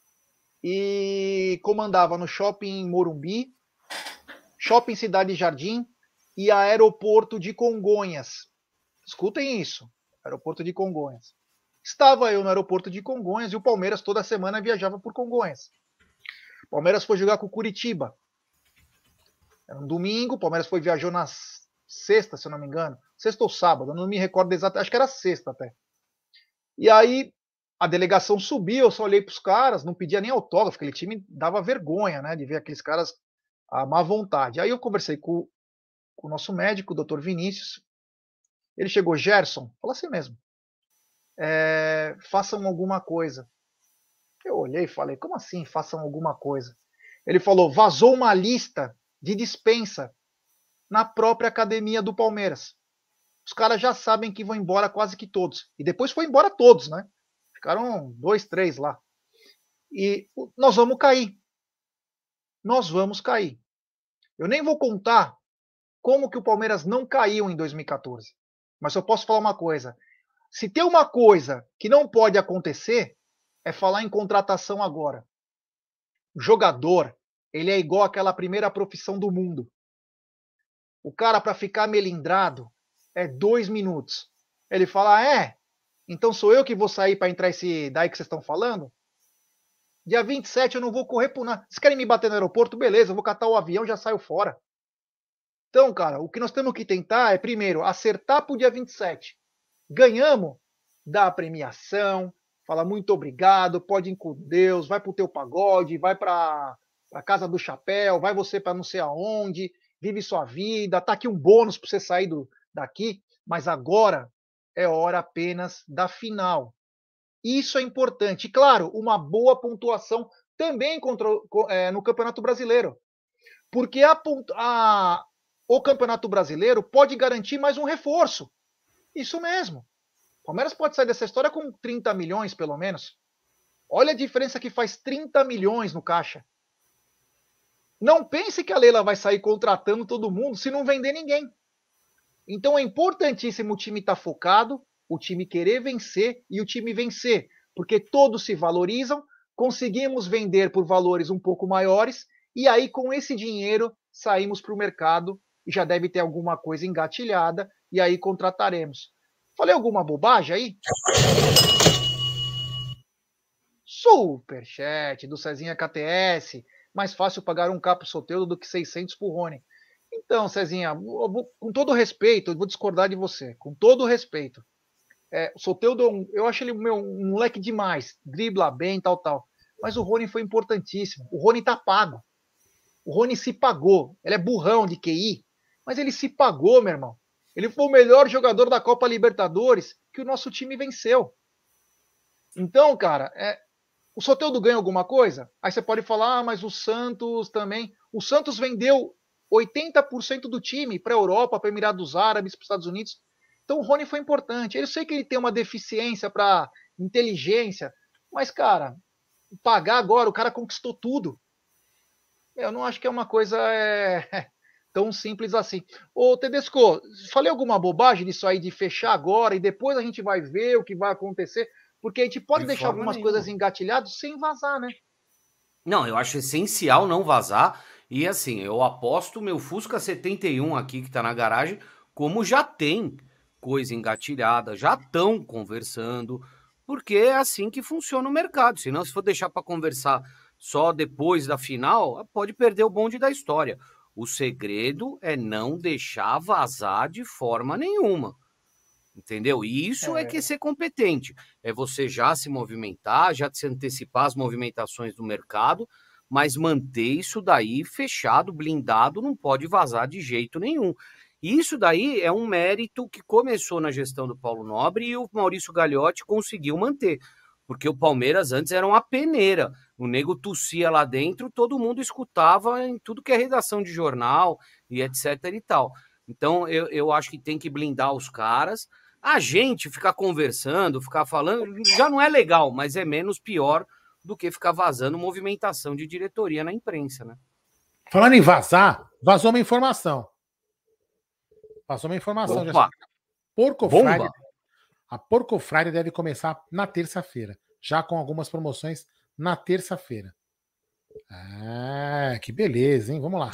e comandava no Shopping Morumbi, Shopping Cidade Jardim e Aeroporto de Congonhas. Escutem isso, Aeroporto de Congonhas. Estava eu no Aeroporto de Congonhas e o Palmeiras toda semana viajava por Congonhas. O Palmeiras foi jogar com o Curitiba. Era um domingo, o Palmeiras foi viajou na sexta, se eu não me engano. Sexta ou sábado, eu não me recordo exatamente, acho que era sexta até. E aí a delegação subiu, eu só olhei para os caras, não pedia nem autógrafo, aquele time dava vergonha, né, de ver aqueles caras à má vontade. Aí eu conversei com, com o nosso médico, o doutor Vinícius. Ele chegou, Gerson, falou assim mesmo, é, façam alguma coisa. Eu olhei e falei, como assim, façam alguma coisa? Ele falou, vazou uma lista de dispensa na própria academia do Palmeiras. Os caras já sabem que vão embora quase que todos. E depois foi embora todos, né? Ficaram dois, três lá. E nós vamos cair. Nós vamos cair. Eu nem vou contar como que o Palmeiras não caiu em dois mil e quatorze. Mas eu posso falar uma coisa. Se tem uma coisa que não pode acontecer, é falar em contratação agora. O jogador, ele é igual àquela primeira profissão do mundo. O cara, para ficar melindrado, é dois minutos. Ele fala, ah, é? Então sou eu que vou sair para entrar esse daí que vocês estão falando? Dia vinte e sete eu não vou correr por nada. Vocês querem me bater no aeroporto? Beleza, eu vou catar o avião e já saio fora. Então, cara, o que nós temos que tentar é, primeiro, acertar para o dia vinte e sete. Ganhamos, dá a premiação, fala muito obrigado, pode ir com Deus, vai pro teu pagode, vai para a casa do chapéu, vai você para não sei aonde, vive sua vida, tá aqui um bônus para você sair do, daqui, mas agora é hora apenas da final. Isso é importante. E, claro, uma boa pontuação também contra, é, no Campeonato Brasileiro. Porque a, a, o Campeonato Brasileiro pode garantir mais um reforço. Isso mesmo. O Palmeiras pode sair dessa história com trinta milhões, pelo menos. Olha a diferença que faz trinta milhões no caixa. Não pense que a Leila vai sair contratando todo mundo se não vender ninguém. Então é importantíssimo o time estar focado, o time querer vencer e o time vencer, porque todos se valorizam, conseguimos vender por valores um pouco maiores e aí com esse dinheiro saímos para o mercado e já deve ter alguma coisa engatilhada e aí contrataremos. Falei alguma bobagem aí? Superchat do Cezinha K T S. Mais fácil pagar um capo Soteldo do que seiscentos pro Rony. Então, Cezinha, vou, com todo respeito, eu vou discordar de você. Com todo respeito. É, o Soteldo, eu acho ele meu, um moleque demais. Dribla bem, tal, tal. Mas o Rony foi importantíssimo. O Rony tá pago. O Rony se pagou. Ele é burrão de Q I, mas ele se pagou, meu irmão. Ele foi o melhor jogador da Copa Libertadores que o nosso time venceu. Então, cara, é, o Soteldo ganha alguma coisa? Aí você pode falar, ah, mas o Santos também. O Santos vendeu oitenta por cento do time para a Europa, para Emirados Árabes, para os Estados Unidos. Então o Rony foi importante. Eu sei que ele tem uma deficiência para inteligência. Mas, cara, pagar agora, o cara conquistou tudo. Eu não acho que é uma coisa é, tão simples assim. Ô, Tedesco, falei alguma bobagem disso aí de fechar agora e depois a gente vai ver o que vai acontecer? Porque a gente pode De deixar algumas nenhuma. coisas engatilhadas sem vazar, né? Não, eu acho essencial não vazar. E assim, eu aposto meu Fusca setenta e um aqui que tá na garagem, como já tem coisa engatilhada, já estão conversando, porque é assim que funciona o mercado. Senão, se for deixar para conversar só depois da final, pode perder o bonde da história. O segredo é não deixar vazar de forma nenhuma. Entendeu? E isso é. é que é ser competente. É você já se movimentar, já se antecipar as movimentações do mercado, mas manter isso daí fechado, blindado, não pode vazar de jeito nenhum. E isso daí é um mérito que começou na gestão do Paulo Nobre e o Maurício Gagliotti conseguiu manter. Porque o Palmeiras antes era uma peneira. O nego tossia lá dentro, todo mundo escutava em tudo que é redação de jornal e etc e tal. Então eu, eu acho que tem que blindar os caras. A gente ficar conversando, ficar falando, já não é legal, mas é menos pior do que ficar vazando movimentação de diretoria na imprensa, né? Falando em vazar, vazou uma informação. Vazou uma informação. Opa. Já... Porco Bomba. Friday. A Porco Friday deve começar na terça-feira, já com algumas promoções na terça-feira. Ah, que beleza, hein? Vamos lá.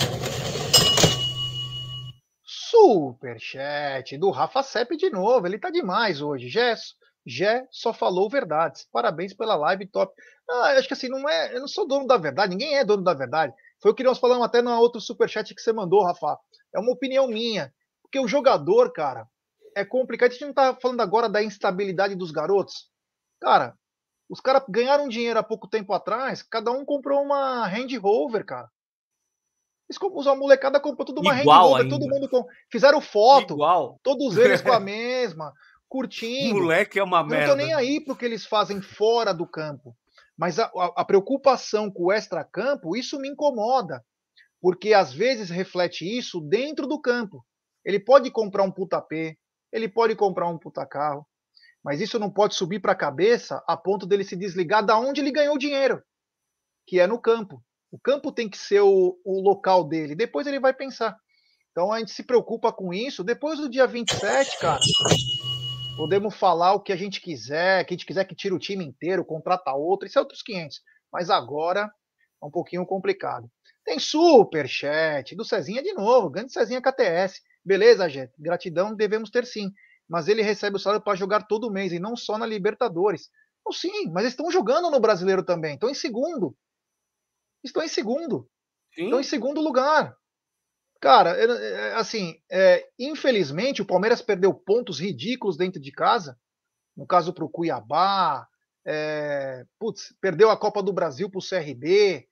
Superchat do Rafa Sepp de novo. Ele tá demais hoje. Gé, Gé só falou verdades. Parabéns pela live top. Ah, acho que assim, não é. Eu não sou dono da verdade, ninguém é dono da verdade. Foi o que nós falamos até no outro superchat que você mandou, Rafa. É uma opinião minha. Porque o jogador, cara, é complicado. A gente não tá falando agora da instabilidade dos garotos. Cara, os caras ganharam dinheiro há pouco tempo atrás, cada um comprou uma Range Rover, cara. A molecada comprou tudo uma Igual Range Rover, todo mundo com... fizeram foto, Igual. todos eles com a mesma, curtindo. Moleque é uma eu merda. Não tô nem aí pro que eles fazem fora do campo. Mas a, a, a preocupação com o extracampo, isso me incomoda. Porque às vezes reflete isso dentro do campo. Ele pode comprar um puta P, ele pode comprar um puta carro, mas isso não pode subir para a cabeça a ponto dele se desligar da onde ele ganhou o dinheiro, que é no campo. O campo tem que ser o, o local dele. Depois ele vai pensar. Então a gente se preocupa com isso. Depois do dia vinte e sete, cara, podemos falar o que a gente quiser. Que a gente quiser que tire o time inteiro, contrata outro. Isso é outros quinhentos. Mas agora é um pouquinho complicado. Tem superchat do Cezinha de novo. Grande Cezinha K T S. Beleza, gente. Gratidão devemos ter sim. Mas ele recebe o salário para jogar todo mês e não só na Libertadores. Então, sim, mas eles estão jogando no Brasileiro também. Estão em segundo. Estão em segundo. Sim. Estão em segundo lugar. Cara, assim, é, infelizmente o Palmeiras perdeu pontos ridículos dentro de casa. No caso para o Cuiabá. É, putz, perdeu a Copa do Brasil para o C R B.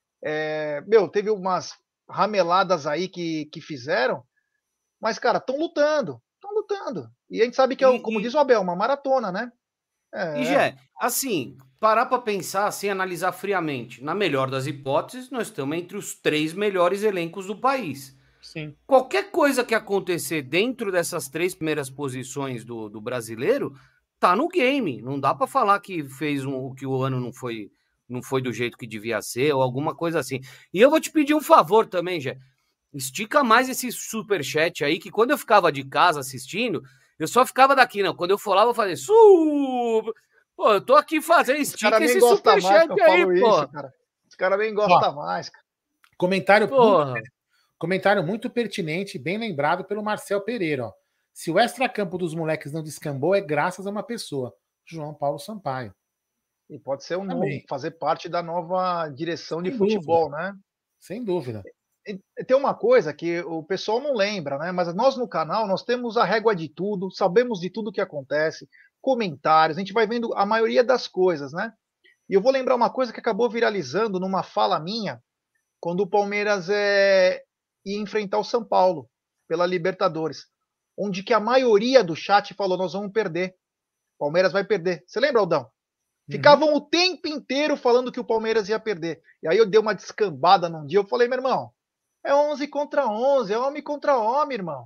É, meu, teve umas rameladas aí que, que fizeram. Mas, cara, estão lutando. Estão lutando. E a gente sabe que, é, como diz o Abel, uma maratona, né? É. E, Gé, assim, parar para pensar, assim, analisar friamente. Na melhor das hipóteses, nós estamos entre os três melhores elencos do país. Sim. Qualquer coisa que acontecer dentro dessas três primeiras posições do, do brasileiro, tá no game. Não dá para falar que fez um, que o ano não foi, não foi do jeito que devia ser ou alguma coisa assim. E eu vou te pedir um favor também, Gé. Estica mais esse superchat aí, que quando eu ficava de casa assistindo, eu só ficava daqui, não. Quando eu for lá, eu vou fazer super... Pô, eu tô aqui fazendo, estica esse superchat aí, pô. Isso, cara. Os caras nem gostam mais, cara. Comentário muito, comentário muito pertinente, bem lembrado pelo Marcel Pereira, ó. Se o extracampo dos moleques não descambou, é graças a uma pessoa, João Paulo Sampaio. E pode ser um novo, fazer parte da nova direção de Sem futebol, dúvida. né? Sem dúvida. Tem uma coisa que o pessoal não lembra, né? Mas nós no canal, nós temos a régua de tudo, sabemos de tudo que acontece, comentários, a gente vai vendo a maioria das coisas, né? E eu vou lembrar uma coisa que acabou viralizando numa fala minha, quando o Palmeiras é, ia enfrentar o São Paulo pela Libertadores, onde que a maioria do chat falou, nós vamos perder, o Palmeiras vai perder. Você lembra, Aldão? Ficavam uhum. o tempo inteiro falando que o Palmeiras ia perder. E aí eu dei uma descambada num dia, eu falei, meu irmão, é onze contra onze, é homem contra homem, irmão.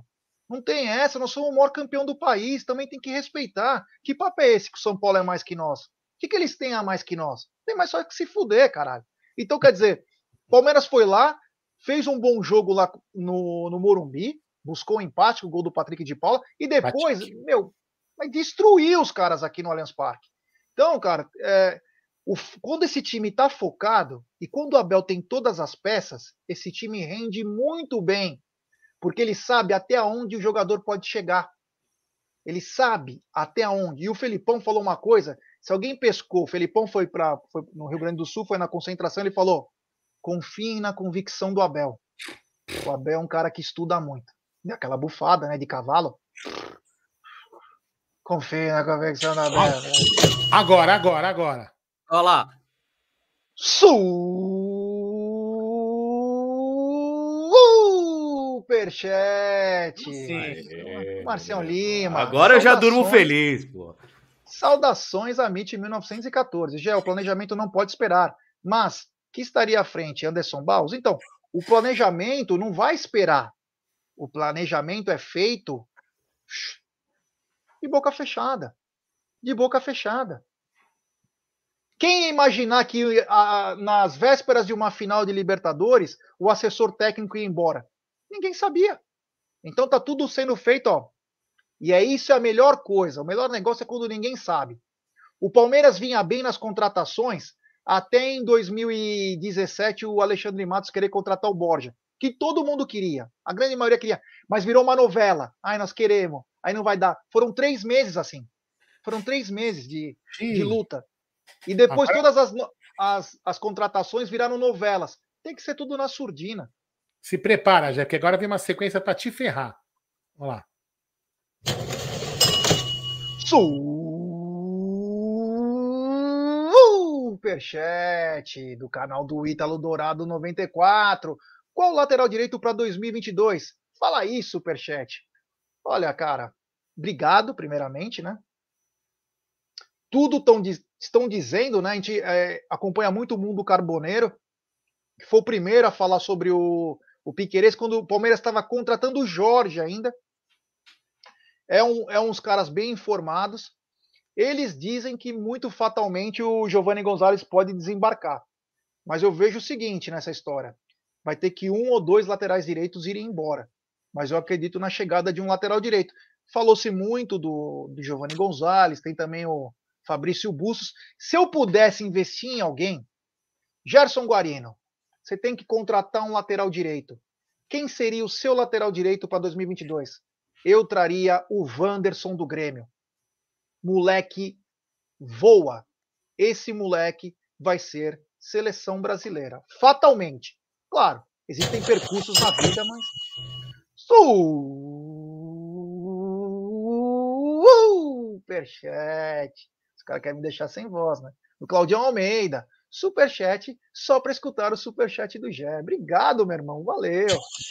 Não tem essa, nós somos o maior campeão do país, também tem que respeitar. Que papo é esse que o São Paulo é mais que nós? O que, que eles têm a mais que nós? Tem mais só que se fuder, caralho. Então, quer dizer, Palmeiras foi lá, fez um bom jogo lá no, no Morumbi, buscou um empate com o gol do Patrick de Paula, e depois, Patrick. meu, vai destruir os caras aqui no Allianz Parque. Então, cara, é, o, quando esse time tá focado, e quando o Abel tem todas as peças, esse time rende muito bem, porque ele sabe até onde o jogador pode chegar. Ele sabe até onde. E o Felipão falou uma coisa, se alguém pescou, o Felipão foi, pra, foi no Rio Grande do Sul, foi na concentração, ele falou, confiem na convicção do Abel. O Abel é um cara que estuda muito. E aquela bufada, né, de cavalo. Confie na convicção do Abel. Né? Agora, agora, agora. Olha lá. Superchat. Marcião Lima. Agora eu já durmo feliz, pô. Saudações a M I T mil novecentos e quatorze. Já, o planejamento não pode esperar. Mas, que estaria à frente? Anderson Barros? Então, o planejamento não vai esperar. O planejamento é feito de boca fechada. De boca fechada. Quem ia imaginar que a, nas vésperas de uma final de Libertadores, o assessor técnico ia embora? Ninguém sabia. Então tá tudo sendo feito, ó. E é isso a melhor coisa. O melhor negócio é quando ninguém sabe. O Palmeiras vinha bem nas contratações até em dois mil e dezessete o Alexandre Matos querer contratar o Borja, que todo mundo queria. A grande maioria queria. Mas virou uma novela. Ai, nós queremos. Aí não vai dar. Foram três meses assim. Foram três meses de, de luta. E depois Agora... todas as, as, as contratações viraram novelas. Tem que ser tudo na surdina. Se prepara, já que agora vem uma sequência para te ferrar. Vamos lá. Superchat do canal do Ítalo Dourado noventa e quatro. Qual o lateral direito para dois mil e vinte e dois? Fala aí, Superchat. Olha, cara, obrigado, primeiramente, né? Tudo tão, estão dizendo, né? A gente é, acompanha muito o Mundo Carboneiro, que foi o primeiro a falar sobre o, o Piquerez, quando o Palmeiras estava contratando o Jorge ainda. É, um, é uns caras bem informados. Eles dizem que muito fatalmente o Giovanni Gonzalez pode desembarcar. Mas eu vejo o seguinte nessa história. Vai ter que um ou dois laterais direitos irem embora. Mas eu acredito na chegada de um lateral direito. Falou-se muito do, do Giovanni Gonzalez, tem também o Fabrício Bustos. Se eu pudesse investir em alguém, Gerson Guarino, você tem que contratar um lateral direito. Quem seria o seu lateral direito para dois mil e vinte e dois? Eu traria o Wanderson do Grêmio. Moleque voa. Esse moleque vai ser seleção brasileira. Fatalmente. Claro, existem percursos na vida, mas... Superchat. Os caras querem me deixar sem voz, né? O Claudião Almeida. Superchat só para escutar o superchat do Gé. Obrigado, meu irmão. Valeu.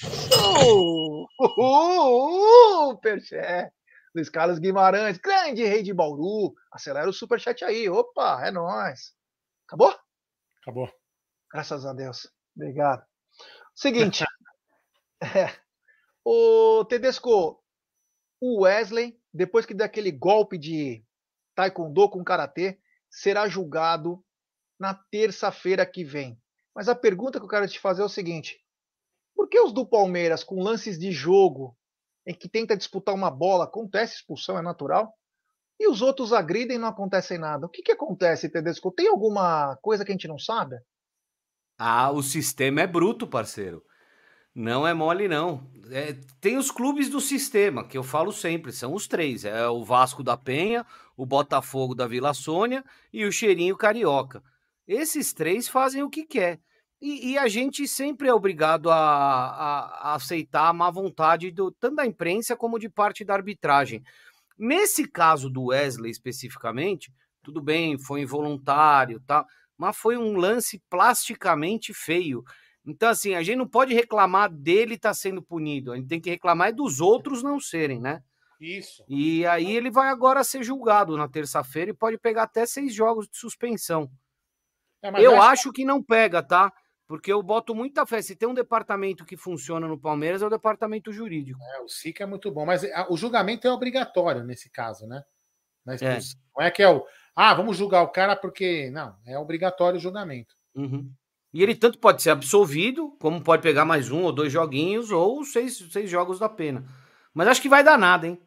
Superchat. Luiz Carlos Guimarães. Grande rei de Bauru. Acelera o superchat aí. Opa, é nóis. Acabou? Acabou. Graças a Deus. Obrigado. Seguinte. é, o Tedesco, o Wesley, depois que der aquele golpe de taekwondo com karatê, será julgado na terça-feira que vem. Mas a pergunta que eu quero te fazer é o seguinte: por que os do Palmeiras, com lances de jogo em que tenta disputar uma bola, acontece expulsão, é natural, e os outros agridem e não acontece nada? O que, que acontece, Tedesco? Tem alguma coisa que a gente não sabe? Ah, o sistema é bruto, parceiro. Não é mole, não. É, tem os clubes do sistema, que eu falo sempre, são os três. É o Vasco da Penha, o Botafogo da Vila Sônia e o Cheirinho Carioca. Esses três fazem o que quer. E, e a gente sempre é obrigado a, a, a aceitar a má vontade do, tanto da imprensa como de parte da arbitragem. Nesse caso do Wesley especificamente, tudo bem, foi involuntário, tá? Mas foi um lance plasticamente feio. Então, assim, a gente não pode reclamar dele estar tá sendo punido. A gente tem que reclamar é dos outros não serem, né? Isso. E aí ele vai agora ser julgado na terça-feira e pode pegar até seis jogos de suspensão. É, eu acho que... que não pega, tá? Porque eu boto muita fé. Se tem um departamento que funciona no Palmeiras, é o departamento jurídico. É, o S I C é muito bom, mas a, o julgamento é obrigatório nesse caso, né? Na expulsão. É. Não é que é o, ah, vamos julgar o cara porque, não, é obrigatório o julgamento. Uhum. E ele tanto pode ser absolvido, como pode pegar mais um ou dois joguinhos, ou seis, seis jogos da pena. Mas acho que vai dar nada, hein?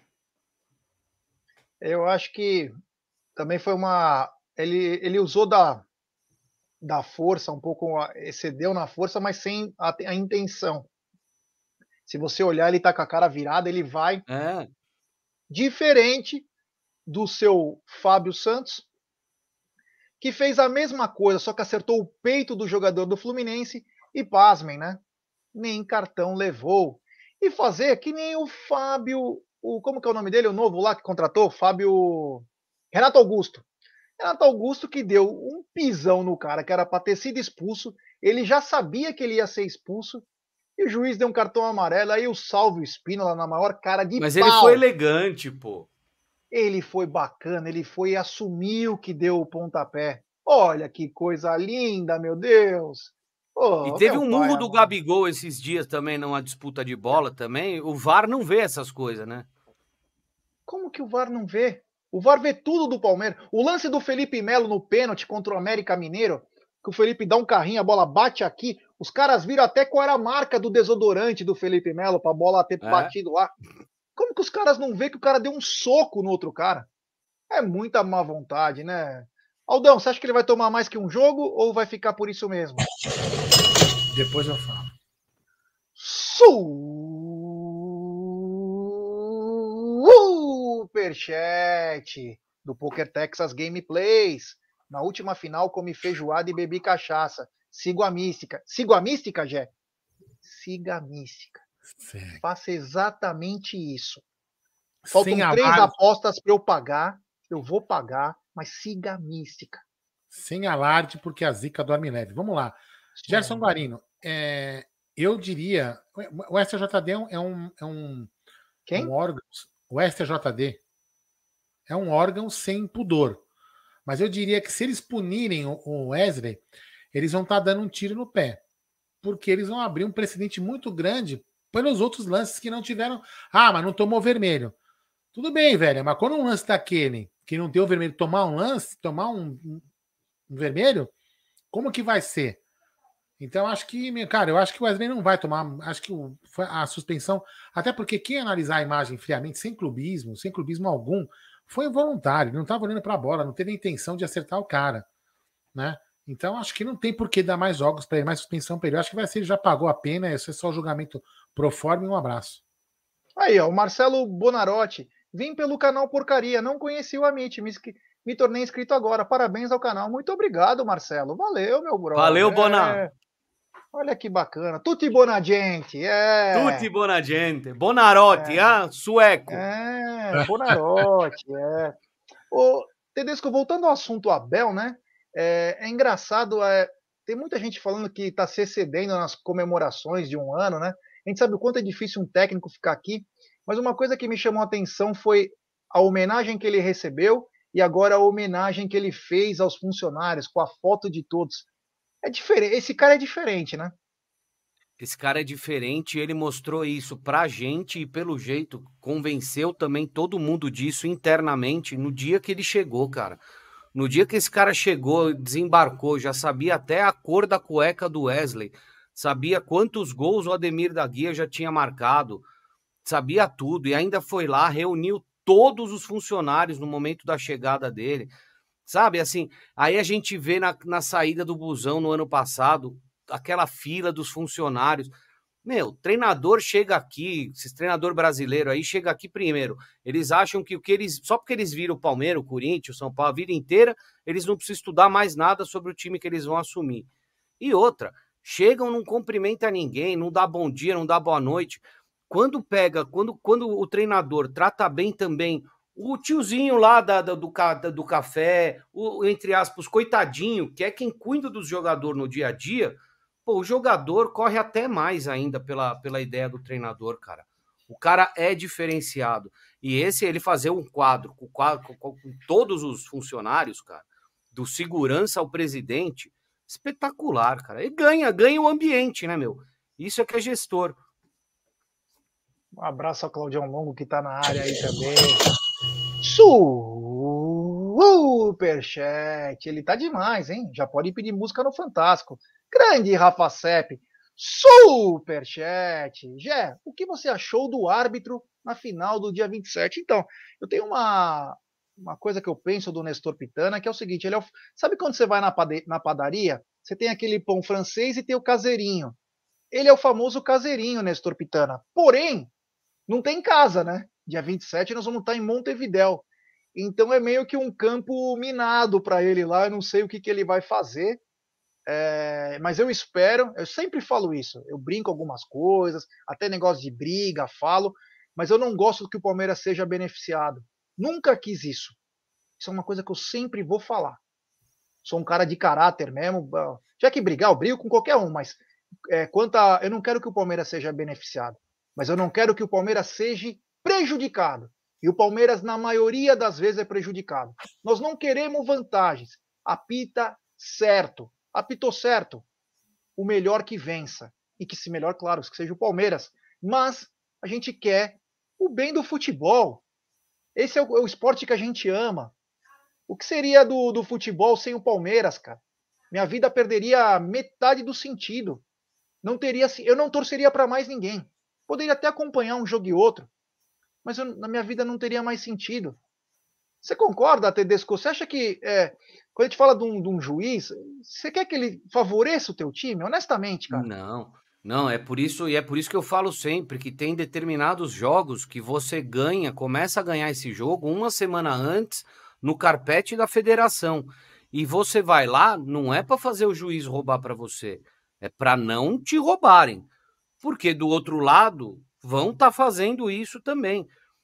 Eu acho que também foi uma... Ele, ele usou da, da força, um pouco, excedeu na força, mas sem a, a intenção. Se você olhar, ele tá com a cara virada, ele vai... É. Diferente do seu Fábio Santos, que fez a mesma coisa, só que acertou o peito do jogador do Fluminense e, pasmem, né? Nem cartão levou. E fazer que nem o Fábio, o, como que é o nome dele, o novo lá que contratou? Fábio... Renato Augusto. Renato Augusto que deu um pisão no cara, que era para ter sido expulso, ele já sabia que ele ia ser expulso, e o juiz deu um cartão amarelo, aí o Salvio Spínola na maior cara de Mas pau. ele foi elegante, pô. Ele foi bacana, ele foi e assumiu que deu o pontapé. Olha que coisa linda, meu Deus. Oh, e teve um murro do amor. Gabigol esses dias também, numa disputa de bola também. O V A R não vê essas coisas, né? Como que o V A R não vê? O V A R vê tudo do Palmeiras. O lance do Felipe Melo no pênalti contra o América Mineiro, que o Felipe dá um carrinho, a bola bate aqui. Os caras viram até qual era a marca do desodorante do Felipe Melo para a bola ter É. batido lá. Como que os caras não vê que o cara deu um soco no outro cara? É muita má vontade, né? Aldão, você acha que ele vai tomar mais que um jogo ou vai ficar por isso mesmo? Depois eu falo. Superchat do Poker Texas Gameplays. Na última final comi feijoada e bebi cachaça. Sigo a mística. Sigo a mística, Jé? Siga a mística. Sério. Faça exatamente isso. Faltam Sem três alarde, apostas para eu pagar. Eu vou pagar, mas siga a mística. sem alarde, porque a zica dorme leve. Vamos lá. Gerson Guarino, é, eu diria. O S T J D é um, é um, é um, Quem? um órgão. O S T J D é um órgão sem pudor. Mas eu diria que se eles punirem o, o Wesley, eles vão estar dando um tiro no pé. Porque eles vão abrir um precedente muito grande pelos outros lances que não tiveram. Ah, mas não tomou vermelho. Tudo bem, velho, mas quando um lance daquele que não deu vermelho tomar um lance, tomar um, um, um vermelho, como que vai ser? Então, acho que, cara, eu acho que o Wesley não vai tomar. Acho que o, a suspensão. Até porque quem analisar a imagem friamente, sem clubismo, sem clubismo algum, foi involuntário. Ele não estava olhando para a bola, não teve a intenção de acertar o cara, né? Então, acho que não tem por que dar mais jogos para ele, mais suspensão para ele. Eu acho que vai ser, ele já pagou a pena, esse é só o julgamento pro forma e um abraço. Aí, ó, o Marcelo Bonarotti. Vim pelo canal Porcaria, não conheci o Amit, me, me tornei inscrito agora. Parabéns ao canal. Muito obrigado, Marcelo. Valeu, meu brother. Valeu, Bonar. É... Olha que bacana. Tutti buona gente. É. Tutti buona gente. Bonarotti, é. ah, sueco. É, Bonarotti, é. Ô, Tedesco, voltando ao assunto Abel, né? É, é engraçado, é, tem muita gente falando que está se excedendo nas comemorações de um ano, né? A gente sabe o quanto é difícil um técnico ficar aqui, mas uma coisa que me chamou a atenção foi a homenagem que ele recebeu e agora a homenagem que ele fez aos funcionários, com a foto de todos. É diferente. Esse cara é diferente, né? Esse cara é diferente, ele mostrou isso pra gente e, pelo jeito, convenceu também todo mundo disso internamente no dia que ele chegou, cara. No dia que esse cara chegou, desembarcou, já sabia até a cor da cueca do Wesley, sabia quantos gols o Ademir da Guia já tinha marcado, sabia tudo e ainda foi lá, reuniu todos os funcionários no momento da chegada dele, sabe, assim, aí a gente vê na, na saída do busão no ano passado, aquela fila dos funcionários, meu, treinador chega aqui, esse treinador brasileiro aí chega aqui primeiro, eles acham que o que eles, só porque eles viram o Palmeiras, o Corinthians, o São Paulo a vida inteira, eles não precisam estudar mais nada sobre o time que eles vão assumir. E outra, chegam, não cumprimenta ninguém, não dá bom dia, não dá boa noite. Quando pega, quando, quando o treinador trata bem também o tiozinho lá da, da, do, da, do café, o, entre aspas, coitadinho, que é quem cuida dos jogadores no dia a dia, pô, o jogador corre até mais ainda pela, pela ideia do treinador, cara. O cara é diferenciado. E esse, ele fazer um quadro com, quadro, com, com todos os funcionários, cara, do segurança ao presidente, espetacular, cara. E ganha, ganha o ambiente, né, meu? Isso é que é gestor. Um abraço ao Claudião Longo, que tá na área aí também. Superchat. Ele tá demais, hein? Já pode pedir música no Fantástico. Grande Rafa Sepp. Superchat. Gé, o que você achou do árbitro na final do dia vinte e sete? Então, eu tenho uma, uma coisa que eu penso do Nestor Pitana, que é o seguinte, ele é o, sabe quando você vai na, pade, na padaria, você tem aquele pão francês e tem o caseirinho. Ele é o famoso caseirinho, Nestor Pitana. Porém, não tem casa, né? Dia vinte e sete nós vamos estar em Montevidéu. Então é meio que um campo minado para ele lá, eu não sei o que, que ele vai fazer. É, mas eu espero, eu sempre falo isso, eu brinco algumas coisas, até negócio de briga, falo, mas eu não gosto que o Palmeiras seja beneficiado. Nunca quis isso. Isso é uma coisa que eu sempre vou falar. Sou um cara de caráter mesmo. Já que brigar, eu brigo com qualquer um, mas é, quanto a, eu não quero que o Palmeiras seja beneficiado, mas eu não quero que o Palmeiras seja prejudicado. E o Palmeiras, na maioria das vezes, é prejudicado. Nós não queremos vantagens. Apita certo. Apitou certo, o melhor que vença. E que se melhor, claro, que seja o Palmeiras. Mas a gente quer o bem do futebol. Esse é o, é o esporte que a gente ama. O que seria do, do futebol sem o Palmeiras, cara? Minha vida perderia metade do sentido. Não teria, eu não torceria para mais ninguém. Poderia até acompanhar um jogo e outro. Mas eu, na minha vida não teria mais sentido. Você concorda, Tedesco? Você acha que, é, quando a gente fala de um, de um juiz, você quer que ele favoreça o teu time? Honestamente, cara. Não, não, é por isso, e é por isso que eu falo sempre que tem determinados jogos que você ganha, começa a ganhar esse jogo uma semana antes no carpete da federação. E você vai lá, não é para fazer o juiz roubar para você, é para não te roubarem. Porque do outro lado vão estar tá fazendo isso também.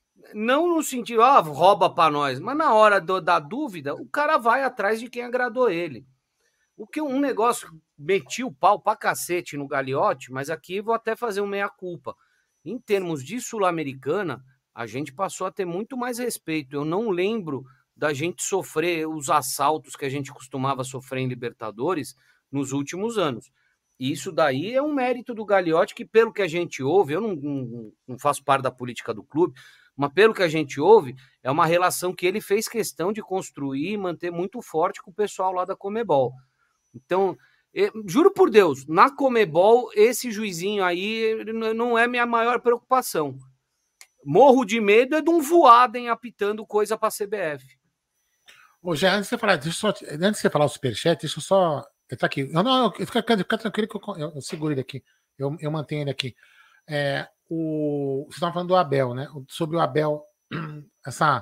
Não no sentido, ah, rouba para nós, mas na hora do, da dúvida, o cara vai atrás de quem agradou ele. O que um negócio, meti o pau pra cacete no Gagliotti, mas aqui vou até fazer um meia-culpa. Em termos de Sul-Americana, a gente passou a ter muito mais respeito. Eu não lembro da gente sofrer os assaltos que a gente costumava sofrer em Libertadores nos últimos anos. E isso daí é um mérito do Gagliotti, que pelo que a gente ouve, eu não, não, não faço parte da política do clube, mas pelo que a gente ouve, é uma relação que ele fez questão de construir e manter muito forte com o pessoal lá da Comebol. Então, eu, juro por Deus, na Comebol, esse juizinho aí não é minha maior preocupação. Morro de medo é de um Voaden apitando coisa para a C B F. Ô, já, antes de você falar, deixa eu só, antes de você falar o superchat, deixa eu só... Ele tá aqui. Não, não, fica, fica tranquilo que eu, eu, eu seguro ele aqui. Eu, eu mantenho ele aqui. É, o, vocês estavam falando do Abel, né? Sobre o Abel, essa,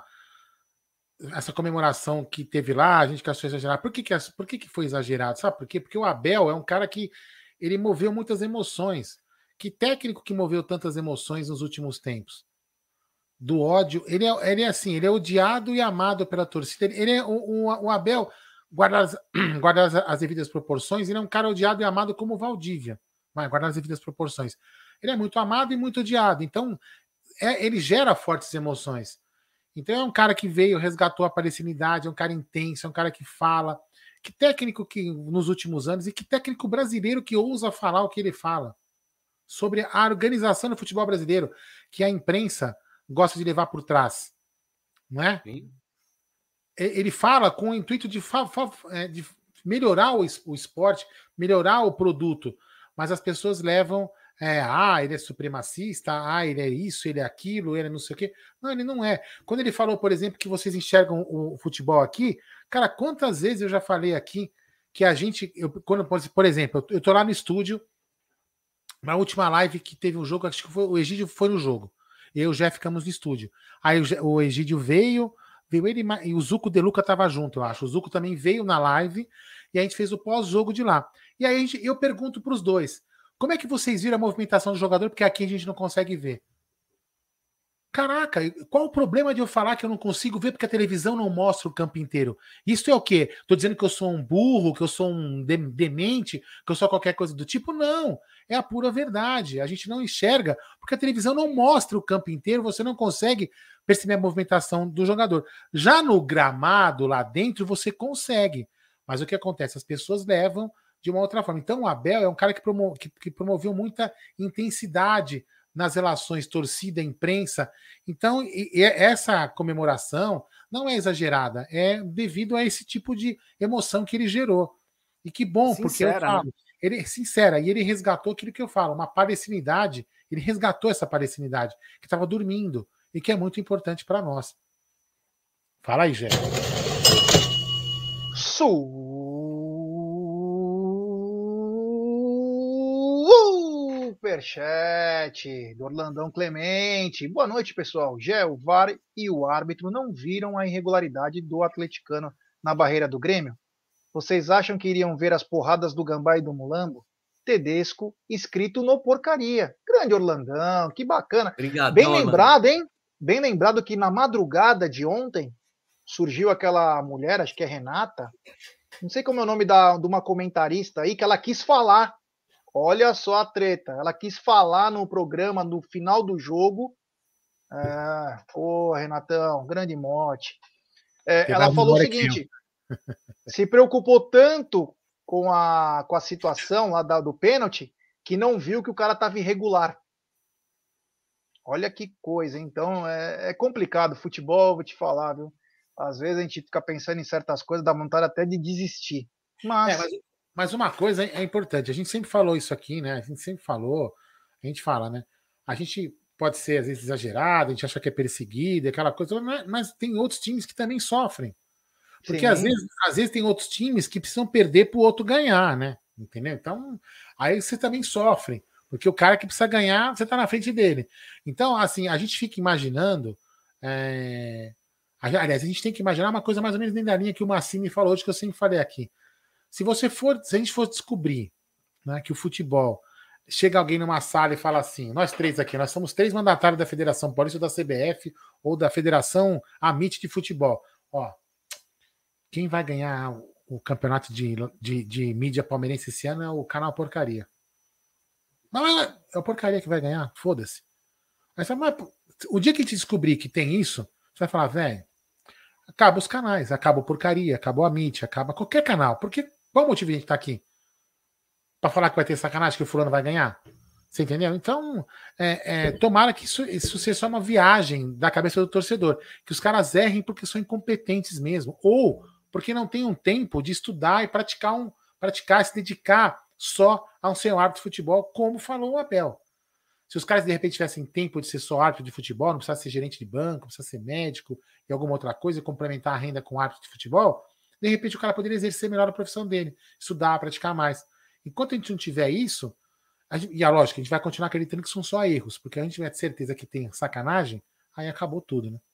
essa comemoração que teve lá, a gente que achou exagerado. Por que, que, por que, que foi exagerado? Sabe por quê? Porque o Abel é um cara que ele moveu muitas emoções. Que técnico que moveu tantas emoções nos últimos tempos? Do ódio. Ele é, ele é assim, ele é odiado e amado pela torcida. Ele é o, o, o Abel, guardar as, guardar as, as devidas proporções, ele é um cara odiado e amado como o Valdívia. Vai, guardar as devidas proporções. Ele é muito amado e muito odiado. Então, é, ele gera fortes emoções. Então, é um cara que veio, resgatou a palestinidade, é um cara intenso, é um cara que fala. Que técnico que, nos últimos anos, e que técnico brasileiro que ousa falar o que ele fala sobre a organização do futebol brasileiro, que a imprensa gosta de levar por trás. Não é? Sim. Ele fala com o intuito de, fa- fa- de melhorar o, o esporte, melhorar o produto, mas as pessoas levam, é, ah, ele é supremacista, ah, ele é isso, ele é aquilo, ele é não sei o quê. Não, ele não é. Quando ele falou, por exemplo, que vocês enxergam o futebol aqui, cara, quantas vezes eu já falei aqui que a gente, eu, quando, por exemplo, eu tô lá no estúdio, na última live que teve um jogo, acho que foi, o Egídio foi no jogo, eu e o Jé ficamos no estúdio. Aí o, o Egídio veio, veio ele e o Zuco De Luca tava junto, eu acho. O Zuco também veio na live e a gente fez o pós-jogo de lá. E aí a gente, eu pergunto para os dois, como é que vocês viram a movimentação do jogador? Porque aqui a gente não consegue ver. Caraca, qual o problema de eu falar que eu não consigo ver porque a televisão não mostra o campo inteiro? Isso é o quê? Tô dizendo que eu sou um burro, que eu sou um demente, que eu sou qualquer coisa do tipo? Não, é a pura verdade. A gente não enxerga porque a televisão não mostra o campo inteiro, você não consegue perceber a movimentação do jogador. Já no gramado, lá dentro, você consegue. Mas o que acontece? As pessoas levam de uma outra forma. Então o Abel é um cara que, promo, que, que promoveu muita intensidade nas relações torcida-imprensa. Então e, e essa comemoração não é exagerada, é devido a esse tipo de emoção que ele gerou. E que bom, sincera, porque eu falo, né? Ele é sincera, e ele resgatou aquilo que eu falo, uma palestinidade, ele resgatou essa palestinidade, que estava dormindo, e que é muito importante para nós. Fala aí, Gé. Superchat do Orlandão Clemente. Boa noite, pessoal. Gé, o V A R e o árbitro não viram a irregularidade do atleticano na barreira do Grêmio? Vocês acham que iriam ver as porradas do Gambá e do Mulambo? Tedesco, escrito no porcaria. Grande Orlandão, que bacana. Obrigadão, bem lembrado, hein? Bem lembrado que na madrugada de ontem surgiu aquela mulher, acho que é Renata, não sei como é o nome da, de uma comentarista aí, que ela quis falar. Olha só a treta. Ela quis falar no programa, no final do jogo. É, pô, Renatão, grande mote. É, ela falou o seguinte... Se preocupou tanto com a, com a situação lá da, do pênalti que não viu que o cara estava irregular. Olha que coisa, então é, é complicado. Futebol, vou te falar, viu? Às vezes a gente fica pensando em certas coisas, dá vontade até de desistir. Mas... É, mas, mas uma coisa é importante, a gente sempre falou isso aqui, né? A gente sempre falou, a gente fala, né? A gente pode ser às vezes exagerado, a gente acha que é perseguido, aquela coisa, mas tem outros times que também sofrem. Porque às vezes, às vezes tem outros times que precisam perder para o outro ganhar, né? Entendeu? Então, aí você também sofre. Porque o cara que precisa ganhar, você está na frente dele. Então, assim, a gente fica imaginando. É... Aliás, a gente tem que imaginar uma coisa mais ou menos dentro da linha que o Massini falou hoje, que eu sempre falei aqui. Se você for, se a gente for descobrir, né, que o futebol chega alguém numa sala e fala assim: nós três aqui, nós somos três mandatários da Federação Paulista, ou da C B F, ou da Federação Amit de Futebol. Ó. Quem vai ganhar o campeonato de, de, de mídia palmeirense esse ano é o canal Porcaria. Não, é, é o Porcaria que vai ganhar, foda-se. Mas, mas o dia que a gente descobrir que tem isso, você vai falar, velho, acaba os canais, acaba o Porcaria, acabou a mídia, acaba qualquer canal. Porque qual o motivo de a gente estar aqui? Pra falar que vai ter sacanagem, que o fulano vai ganhar? Você entendeu? Então, é, é, tomara que isso, isso seja só uma viagem da cabeça do torcedor. Que os caras errem porque são incompetentes mesmo. Ou porque não tem um tempo de estudar e praticar, um, praticar, se dedicar só a um ser árbitro de futebol, como falou o Abel. Se os caras de repente tivessem tempo de ser só árbitro de futebol, não precisa ser gerente de banco, não precisa ser médico e alguma outra coisa, e complementar a renda com árbitro de futebol, de repente o cara poderia exercer melhor a profissão dele, estudar, praticar mais. Enquanto a gente não tiver isso, a gente, e a lógica, a gente vai continuar acreditando que são só erros, porque a gente tiver certeza que tem sacanagem, aí acabou tudo, né?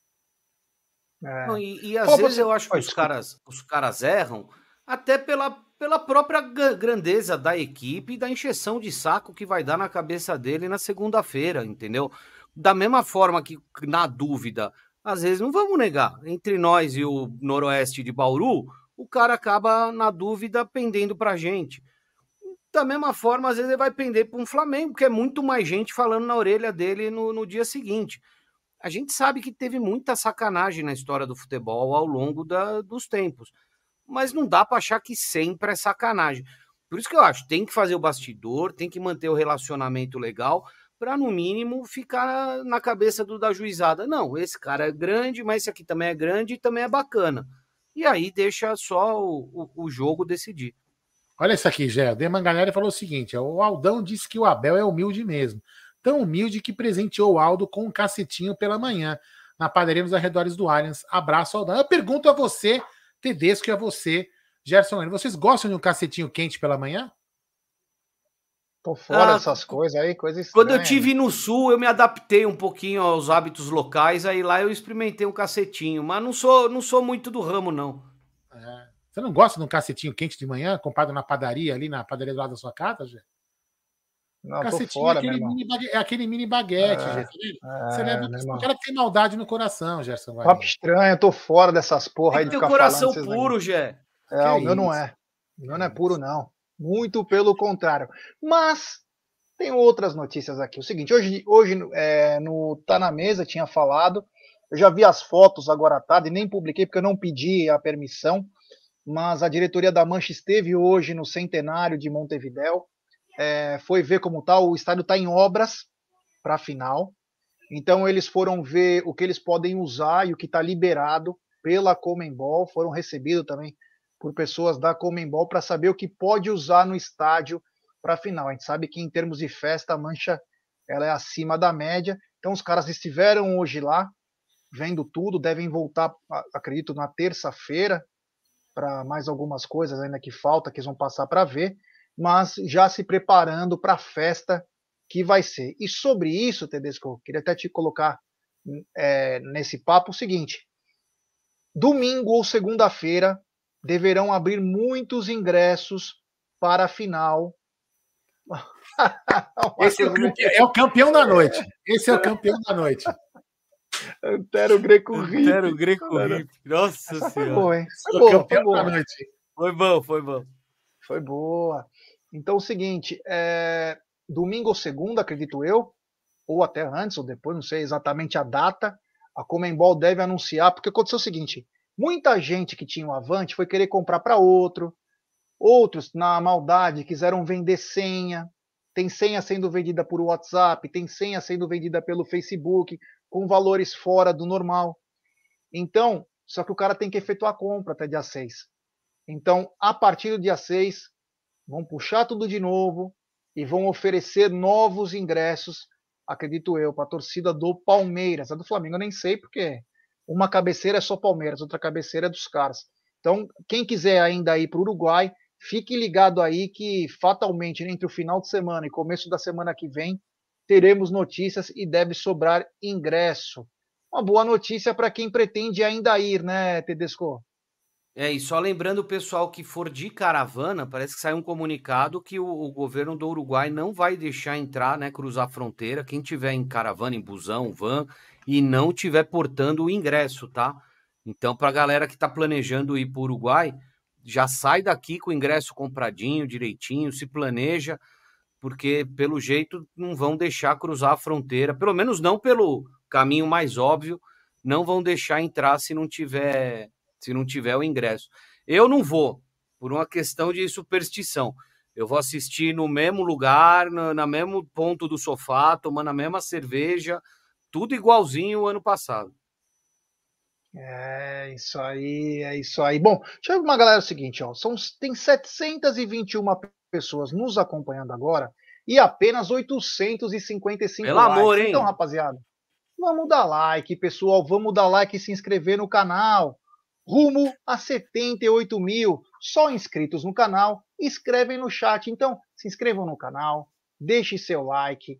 É. Não, e, e às Pô, vezes você... eu acho que os caras, os caras erram até pela, pela própria grandeza da equipe e da encheção de saco que vai dar na cabeça dele na segunda-feira, entendeu? Da mesma forma que, na dúvida, às vezes, não vamos negar, entre nós e o Noroeste de Bauru, o cara acaba, na dúvida, pendendo pra gente. Da mesma forma, às vezes ele vai pender para um Flamengo, que é muito mais gente falando na orelha dele no, no dia seguinte. A gente sabe que teve muita sacanagem na história do futebol ao longo da, dos tempos, mas não dá para achar que sempre é sacanagem. Por isso que eu acho, tem que fazer o bastidor, tem que manter o relacionamento legal, para no mínimo ficar na cabeça do, da juizada. Não, esse cara é grande, mas esse aqui também é grande e também é bacana. E aí deixa só o, o, o jogo decidir. Olha isso aqui, Gé. O Demanganelli falou o seguinte: o Aldão disse que o Abel é humilde mesmo. Tão humilde que presenteou o Aldo com um cacetinho pela manhã, na padaria nos arredores do Allianz. Abraço, Aldão. Eu pergunto a você, Tedesco, e a você, Gerson, vocês gostam de um cacetinho quente pela manhã? Tô fora ah, dessas coisas aí, coisa estranha. Quando eu estive no Sul, eu me adaptei um pouquinho aos hábitos locais, aí lá eu experimentei um cacetinho, mas não sou, não sou muito do ramo, não. É. Você não gosta de um cacetinho quente de manhã, comprado na padaria, ali na padaria do lado da sua casa, Gé? Não, tô fora, é aquele, mini baguete, é aquele mini baguete, é, Gerson. Você é, leva o cara que tem maldade no coração, Gerson. Papo estranho, eu tô fora dessas porra aí de ficar falando. Tem coração puro, Gé. É, que o é meu não é. O meu não é puro, não. Muito pelo contrário. Mas tem outras notícias aqui. O seguinte, hoje, hoje é, no Tá Na Mesa tinha falado, eu já vi as fotos agora à tarde, nem publiquei porque eu não pedi a permissão, mas a diretoria da Mancha esteve hoje no Centenário de Montevidéu, é, foi ver como está, o estádio está em obras para a final, então eles foram ver o que eles podem usar e o que está liberado pela Conmebol, foram recebidos também por pessoas da Conmebol para saber o que pode usar no estádio para a final. A gente sabe que em termos de festa, a Mancha ela é acima da média, então os caras estiveram hoje lá, vendo tudo, devem voltar, acredito, na terça-feira, para mais algumas coisas ainda que falta, que eles vão passar para ver, mas já se preparando para a festa que vai ser. E sobre isso, Tedesco, queria até te colocar é, nesse papo o seguinte: domingo ou segunda-feira deverão abrir muitos ingressos para a final. Esse é o, campeão, é o campeão da noite. Esse é o campeão da noite. Antero Greco Rip. Antero Greco Rip. Nossa Essa Senhora. foi boa, hein? Foi Foi boa, campeão foi boa. da noite. Foi bom, foi bom. Foi boa. Então, é o seguinte, é... domingo ou segunda, acredito eu, ou até antes ou depois, não sei exatamente a data, a Conmebol deve anunciar, porque aconteceu o seguinte, muita gente que tinha o Avante foi querer comprar para outro, outros, na maldade, quiseram vender senha, tem senha sendo vendida por WhatsApp, tem senha sendo vendida pelo Facebook, com valores fora do normal. Então, só que o cara tem que efetuar a compra até dia seis. Então, a partir do dia seis, vão puxar tudo de novo e vão oferecer novos ingressos, acredito eu, para a torcida do Palmeiras. A do Flamengo eu nem sei, porque uma cabeceira é só Palmeiras, outra cabeceira é dos caras. Então, quem quiser ainda ir para o Uruguai, fique ligado aí que fatalmente entre o final de semana e começo da semana que vem teremos notícias e deve sobrar ingresso. Uma boa notícia para quem pretende ainda ir, né, Tedesco? É, e só lembrando o pessoal que for de caravana, parece que saiu um comunicado que o, o governo do Uruguai não vai deixar entrar, né, cruzar a fronteira, quem tiver em caravana, em busão, van, e não tiver portando o ingresso, tá? Então, para a galera que está planejando ir para o Uruguai, já sai daqui com o ingresso compradinho, direitinho, se planeja, porque pelo jeito não vão deixar cruzar a fronteira, pelo menos não pelo caminho mais óbvio, não vão deixar entrar se não tiver, se não tiver o ingresso. Eu não vou, por uma questão de superstição. Eu vou assistir no mesmo lugar, no, no mesmo ponto do sofá, tomando a mesma cerveja, tudo igualzinho o ano passado. É isso aí, é isso aí. Bom, deixa eu ver uma galera o seguinte, ó, são, tem setecentas e vinte e uma pessoas nos acompanhando agora e apenas oitocentos e cinquenta e cinco Pelo likes. amor, hein? Então, rapaziada, vamos dar like, pessoal, vamos dar like e se inscrever no canal. Rumo a setenta e oito mil só inscritos no canal, escrevem no chat. Então, se inscrevam no canal, deixe seu like,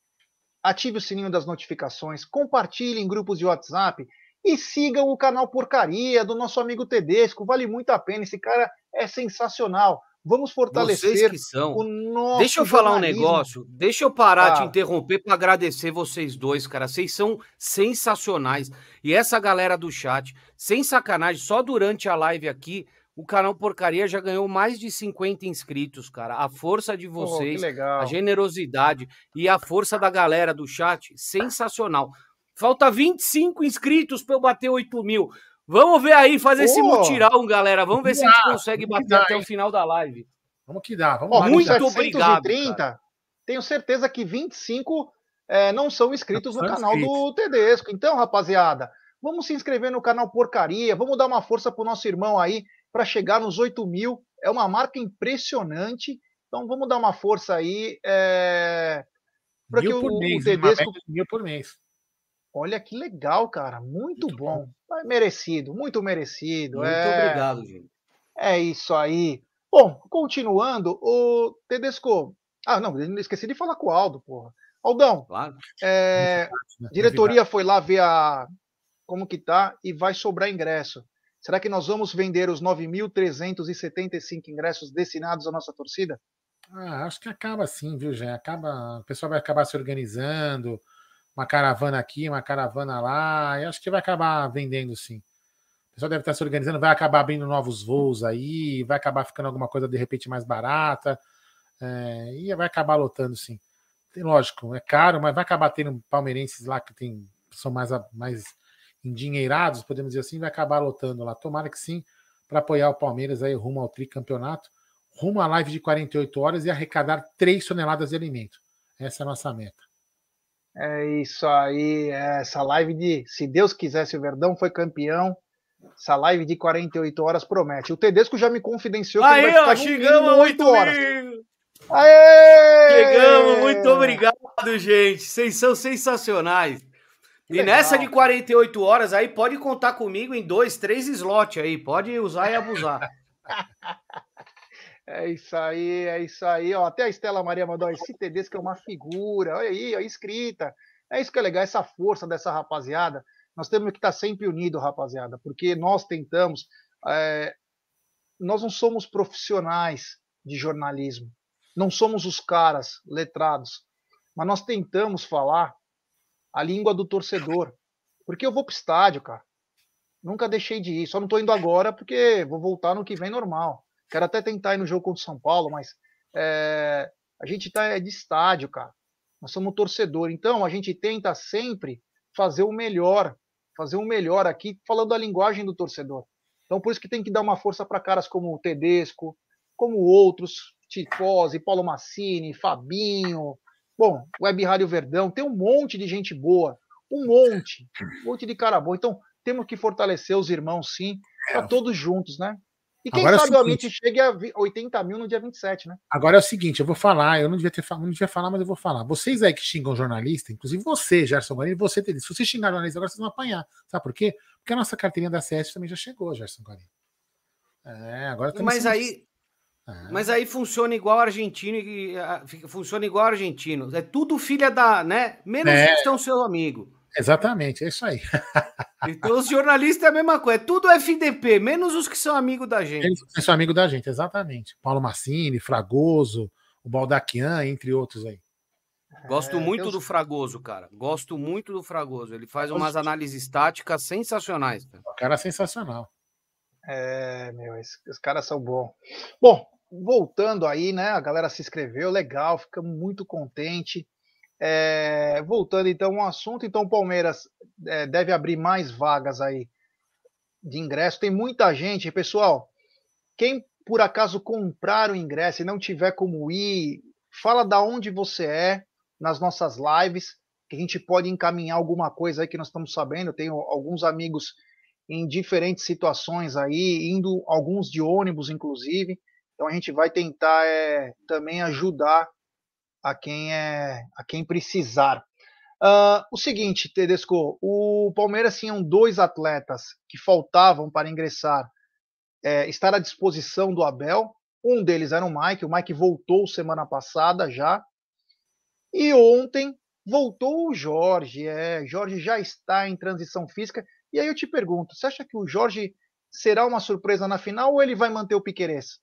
ative o sininho das notificações, compartilhe em grupos de WhatsApp e sigam o canal Porcaria do nosso amigo Tedesco. Vale muito a pena, esse cara é sensacional. Vamos fortalecer Vocês que são. o nosso Deixa eu falar um jornalismo. negócio. Deixa eu parar Ah. de interromper para agradecer vocês dois, cara. Vocês são sensacionais. E essa galera do chat, sem sacanagem, só durante a live aqui, o canal Porcaria já ganhou mais de cinquenta inscritos, cara. A força de Pô, que vocês, legal. a generosidade e a força da galera do chat, sensacional. Falta vinte e cinco inscritos para eu bater oito mil. Vamos ver aí, fazer esse Pô. mutirão, galera. Vamos ver se a gente Dá, consegue vamos que bater dá, até hein? o final da live. Vamos que dá, vamos Ó, lá. com muito setecentos obrigado, e trinta, tenho certeza que vinte e cinco é, não são inscritos Não no são canal inscritos. do Tedesco. Então, rapaziada, vamos se inscrever no canal Porcaria, vamos dar uma força pro nosso irmão aí para chegar nos oito mil. É uma marca impressionante. Então, vamos dar uma força aí é, para que Mil o, por o mês, uma Tedesco... média de mil por mês. Olha que legal, cara. Muito, Muito bom. É merecido, muito merecido. Muito é... obrigado, gente. É isso aí. Bom, continuando, o Tedesco. Ah, não, eu esqueci de falar com o Aldo, porra. Aldão, Claro. é, Né? diretoria foi lá ver a, como que tá e vai sobrar ingresso. Será que nós vamos vender os nove mil trezentos e setenta e cinco ingressos destinados à nossa torcida? Ah, acho que acaba assim, viu, Jé? Acaba, o pessoal vai acabar se organizando, uma caravana aqui, uma caravana lá, e acho que vai acabar vendendo sim. O pessoal deve estar se organizando, vai acabar abrindo novos voos aí, vai acabar ficando alguma coisa de repente mais barata, é, e vai acabar lotando sim. Tem, lógico, é caro, mas vai acabar tendo palmeirenses lá que tem, são mais, mais endinheirados, podemos dizer assim, vai acabar lotando lá. Tomara que sim, para apoiar o Palmeiras aí rumo ao tricampeonato, rumo à live de quarenta e oito horas e arrecadar três toneladas de alimento. Essa é a nossa meta. É isso aí, essa live de, se Deus quisesse, o Verdão foi campeão. Essa live de quarenta e oito horas promete. O Tedesco já me confidenciou que aí, ele vai ficar ó, no chegamos mínimo oito horas. Mil. Aê! Chegamos, muito obrigado, gente. Vocês são sensacionais. Que e legal. Nessa de quarenta e oito horas aí, pode contar comigo em dois, três slots aí. Pode usar e abusar. É isso aí, é isso aí. Ó, até a Estela Maria mandou esse Tedesco é uma figura. Olha aí, ó, escrita. É isso que é legal, essa força dessa rapaziada. Nós temos que estar sempre unidos, rapaziada, porque nós tentamos. É, nós não somos profissionais de jornalismo, não somos os caras letrados, mas nós tentamos falar a língua do torcedor, porque eu vou pro estádio, cara. Nunca deixei de ir, só não tô indo agora porque vou voltar no que vem normal. Quero até tentar ir no jogo contra o São Paulo, mas é, a gente tá é de estádio, cara. Nós somos torcedor, então a gente tenta sempre fazer o melhor, fazer o melhor aqui, falando a linguagem do torcedor. Então por isso que tem que dar uma força para caras como o Tedesco, como outros, Tifose, Paulo Massini, Fabinho, bom, Web Rádio Verdão, tem um monte de gente boa, um monte, um monte de cara boa. Então temos que fortalecer os irmãos, sim, para todos juntos, né? E quem Agora é o sabe a seguinte, Amit chegue a oitenta mil no dia vinte e sete, né? Agora é o seguinte, eu vou falar, eu não devia ter fa- não devia falar, mas eu vou falar. Vocês aí que xingam jornalista, inclusive você, Gerson Guarino, você, Tedesco, se você xingar jornalista agora, vocês vão apanhar. Sabe por quê? Porque a nossa carteirinha da C S também já chegou, Gerson Guarino. É, agora também Mas somos- aí, É. mas aí funciona igual argentino e ah, fica- funciona igual argentino. É tudo filha da, né? Menos É. os que são seu amigo. Exatamente, é isso aí. Então os jornalistas é a mesma coisa, é tudo F D P, menos os que são amigos da gente. Eles são amigo da gente, exatamente. Paulo Massini, Fragoso, o Baldaquian, entre outros aí. Gosto É, muito Deus- do Fragoso, cara. Gosto muito do Fragoso. Ele faz umas análises táticas sensacionais. Cara. O cara é sensacional. É, meu, esses, os caras são bons. Bom, voltando aí, né? A galera se inscreveu, legal, ficamos muito contente. É, voltando então ao assunto, então o Palmeiras é, deve abrir mais vagas aí de ingresso. Tem muita gente, pessoal. Quem por acaso comprar o ingresso e não tiver como ir, fala da onde você é nas nossas lives, que a gente pode encaminhar alguma coisa aí que nós estamos sabendo. Eu tenho alguns amigos em diferentes situações aí, indo alguns de ônibus, inclusive. Então a gente vai tentar é, também ajudar a quem é a quem precisar. Uh, o seguinte, Tedesco, o Palmeiras tinha dois atletas que faltavam para ingressar, é, estar à disposição do Abel. Um deles era o Mike, o Mike voltou semana passada já. E ontem voltou o Jorge, é, Jorge já está em transição física. E aí eu te pergunto, você acha que o Jorge será uma surpresa na final ou ele vai manter o Piquerez?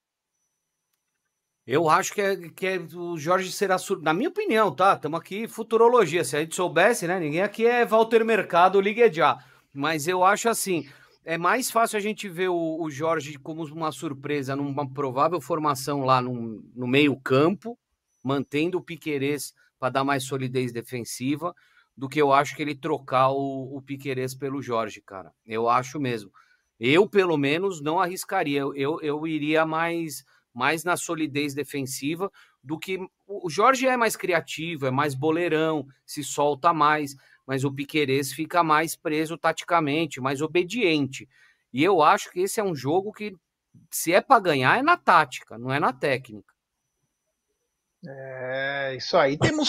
Eu acho que, é, que é, o Jorge será, sur... na minha opinião, tá? Estamos aqui futurologia. Se a gente soubesse, né? Ninguém aqui é Walter Mercado, ligue já. Mas eu acho assim, é mais fácil a gente ver o, o Jorge como uma surpresa numa provável formação lá no, no meio campo, mantendo o Piquerez para dar mais solidez defensiva, do que eu acho que ele trocar o, o Piquerez pelo Jorge, cara. Eu acho mesmo. Eu, pelo menos, não arriscaria. Eu, eu iria mais... mais na solidez defensiva do que... O Jorge é mais criativo, é mais boleirão, se solta mais, mas o Piquerez fica mais preso taticamente, mais obediente. E eu acho que esse é um jogo que, se é para ganhar, é na tática, não é na técnica. É, isso aí. Temos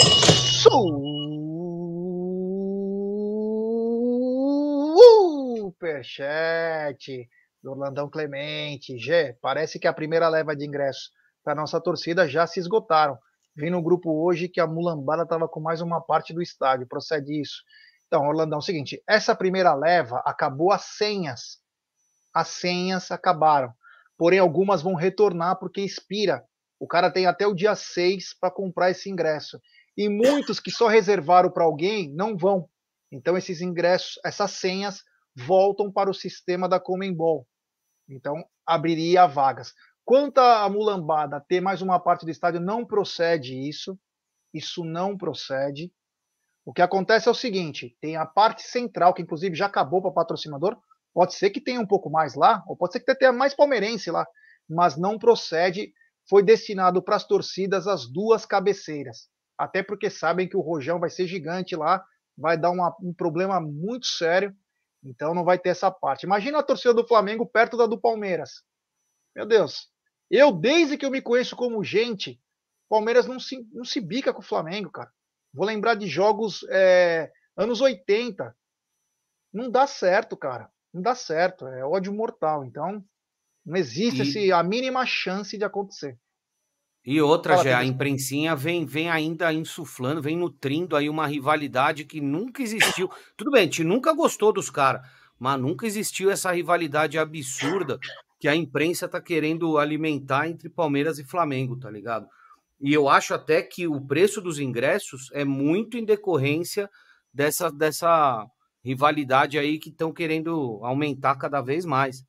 superchat do Orlandão Clemente. Gê, parece que a primeira leva de ingressos para nossa torcida já se esgotaram. Vi no grupo hoje que a mulambada estava com mais uma parte do estádio. Procede isso. Então, Orlandão, é o seguinte, essa primeira leva acabou as senhas. As senhas acabaram. Porém, algumas vão retornar porque expira. O cara tem até o dia seis para comprar esse ingresso. E muitos que só reservaram para alguém não vão. Então, esses ingressos, essas senhas, voltam para o sistema da Conmebol. Então, abriria vagas. Quanto à mulambada ter mais uma parte do estádio, não procede isso. Isso não procede. O que acontece é o seguinte, tem a parte central, que inclusive já acabou para patrocinador, Pode ser que tenha um pouco mais lá, ou pode ser que tenha mais palmeirense lá, mas não procede. Foi destinado para as torcidas as duas cabeceiras. Até porque sabem que o rojão vai ser gigante lá, vai dar uma, um problema muito sério, então não vai ter essa parte. Imagina a torcida do Flamengo perto da do Palmeiras. Meu Deus, eu desde que eu me conheço como gente, Palmeiras não se, não se bica com o Flamengo, cara. Vou lembrar de jogos é, anos oitenta. Não dá certo, cara. Não dá certo. É ódio mortal. Então, não existe E, esse, a mínima chance de acontecer. e outra, Fala, já a Tedesco. imprensinha vem, vem ainda insuflando, vem nutrindo aí uma rivalidade que nunca existiu. Tudo bem, a gente nunca gostou dos caras, mas nunca existiu essa rivalidade absurda que a imprensa tá querendo alimentar entre Palmeiras e Flamengo, tá ligado? E eu acho até que o preço dos ingressos é muito em decorrência dessa, dessa rivalidade aí que estão querendo aumentar cada vez mais.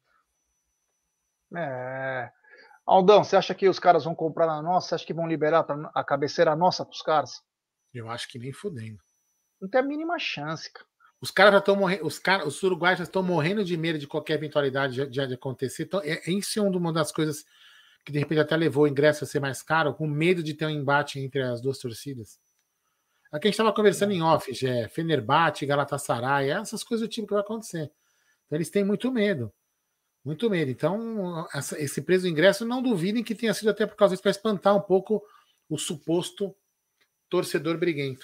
É. Aldão, você acha que os caras vão comprar na nossa? Você acha que vão liberar pra, a cabeceira nossa para os caras? Eu acho que nem fudendo. Não tem a mínima chance, cara. Os caras já estão morrendo, os, cara, os uruguaios já estão morrendo de medo de qualquer eventualidade de, de, de acontecer. Então, é, isso é uma das coisas que de repente até levou o ingresso a ser mais caro, com medo de ter um embate entre as duas torcidas. Aqui a gente estava conversando em off, já, Fenerbahçe, Galatasaray, essas coisas do tipo que vai acontecer. Então eles têm muito medo. Muito medo. Então, essa, esse preço do ingresso, não duvidem que tenha sido até por causa disso, para espantar um pouco o suposto torcedor briguento.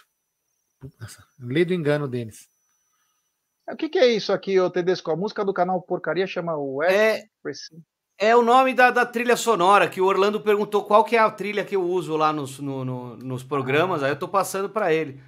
Lê do engano deles. O que, que é isso aqui, ô Tedesco? A música do canal Porcaria chama West. É, é o nome da, da trilha sonora, que o Orlando perguntou qual que é a trilha que eu uso lá nos, no, no, nos programas, ah. Aí eu tô passando para ele.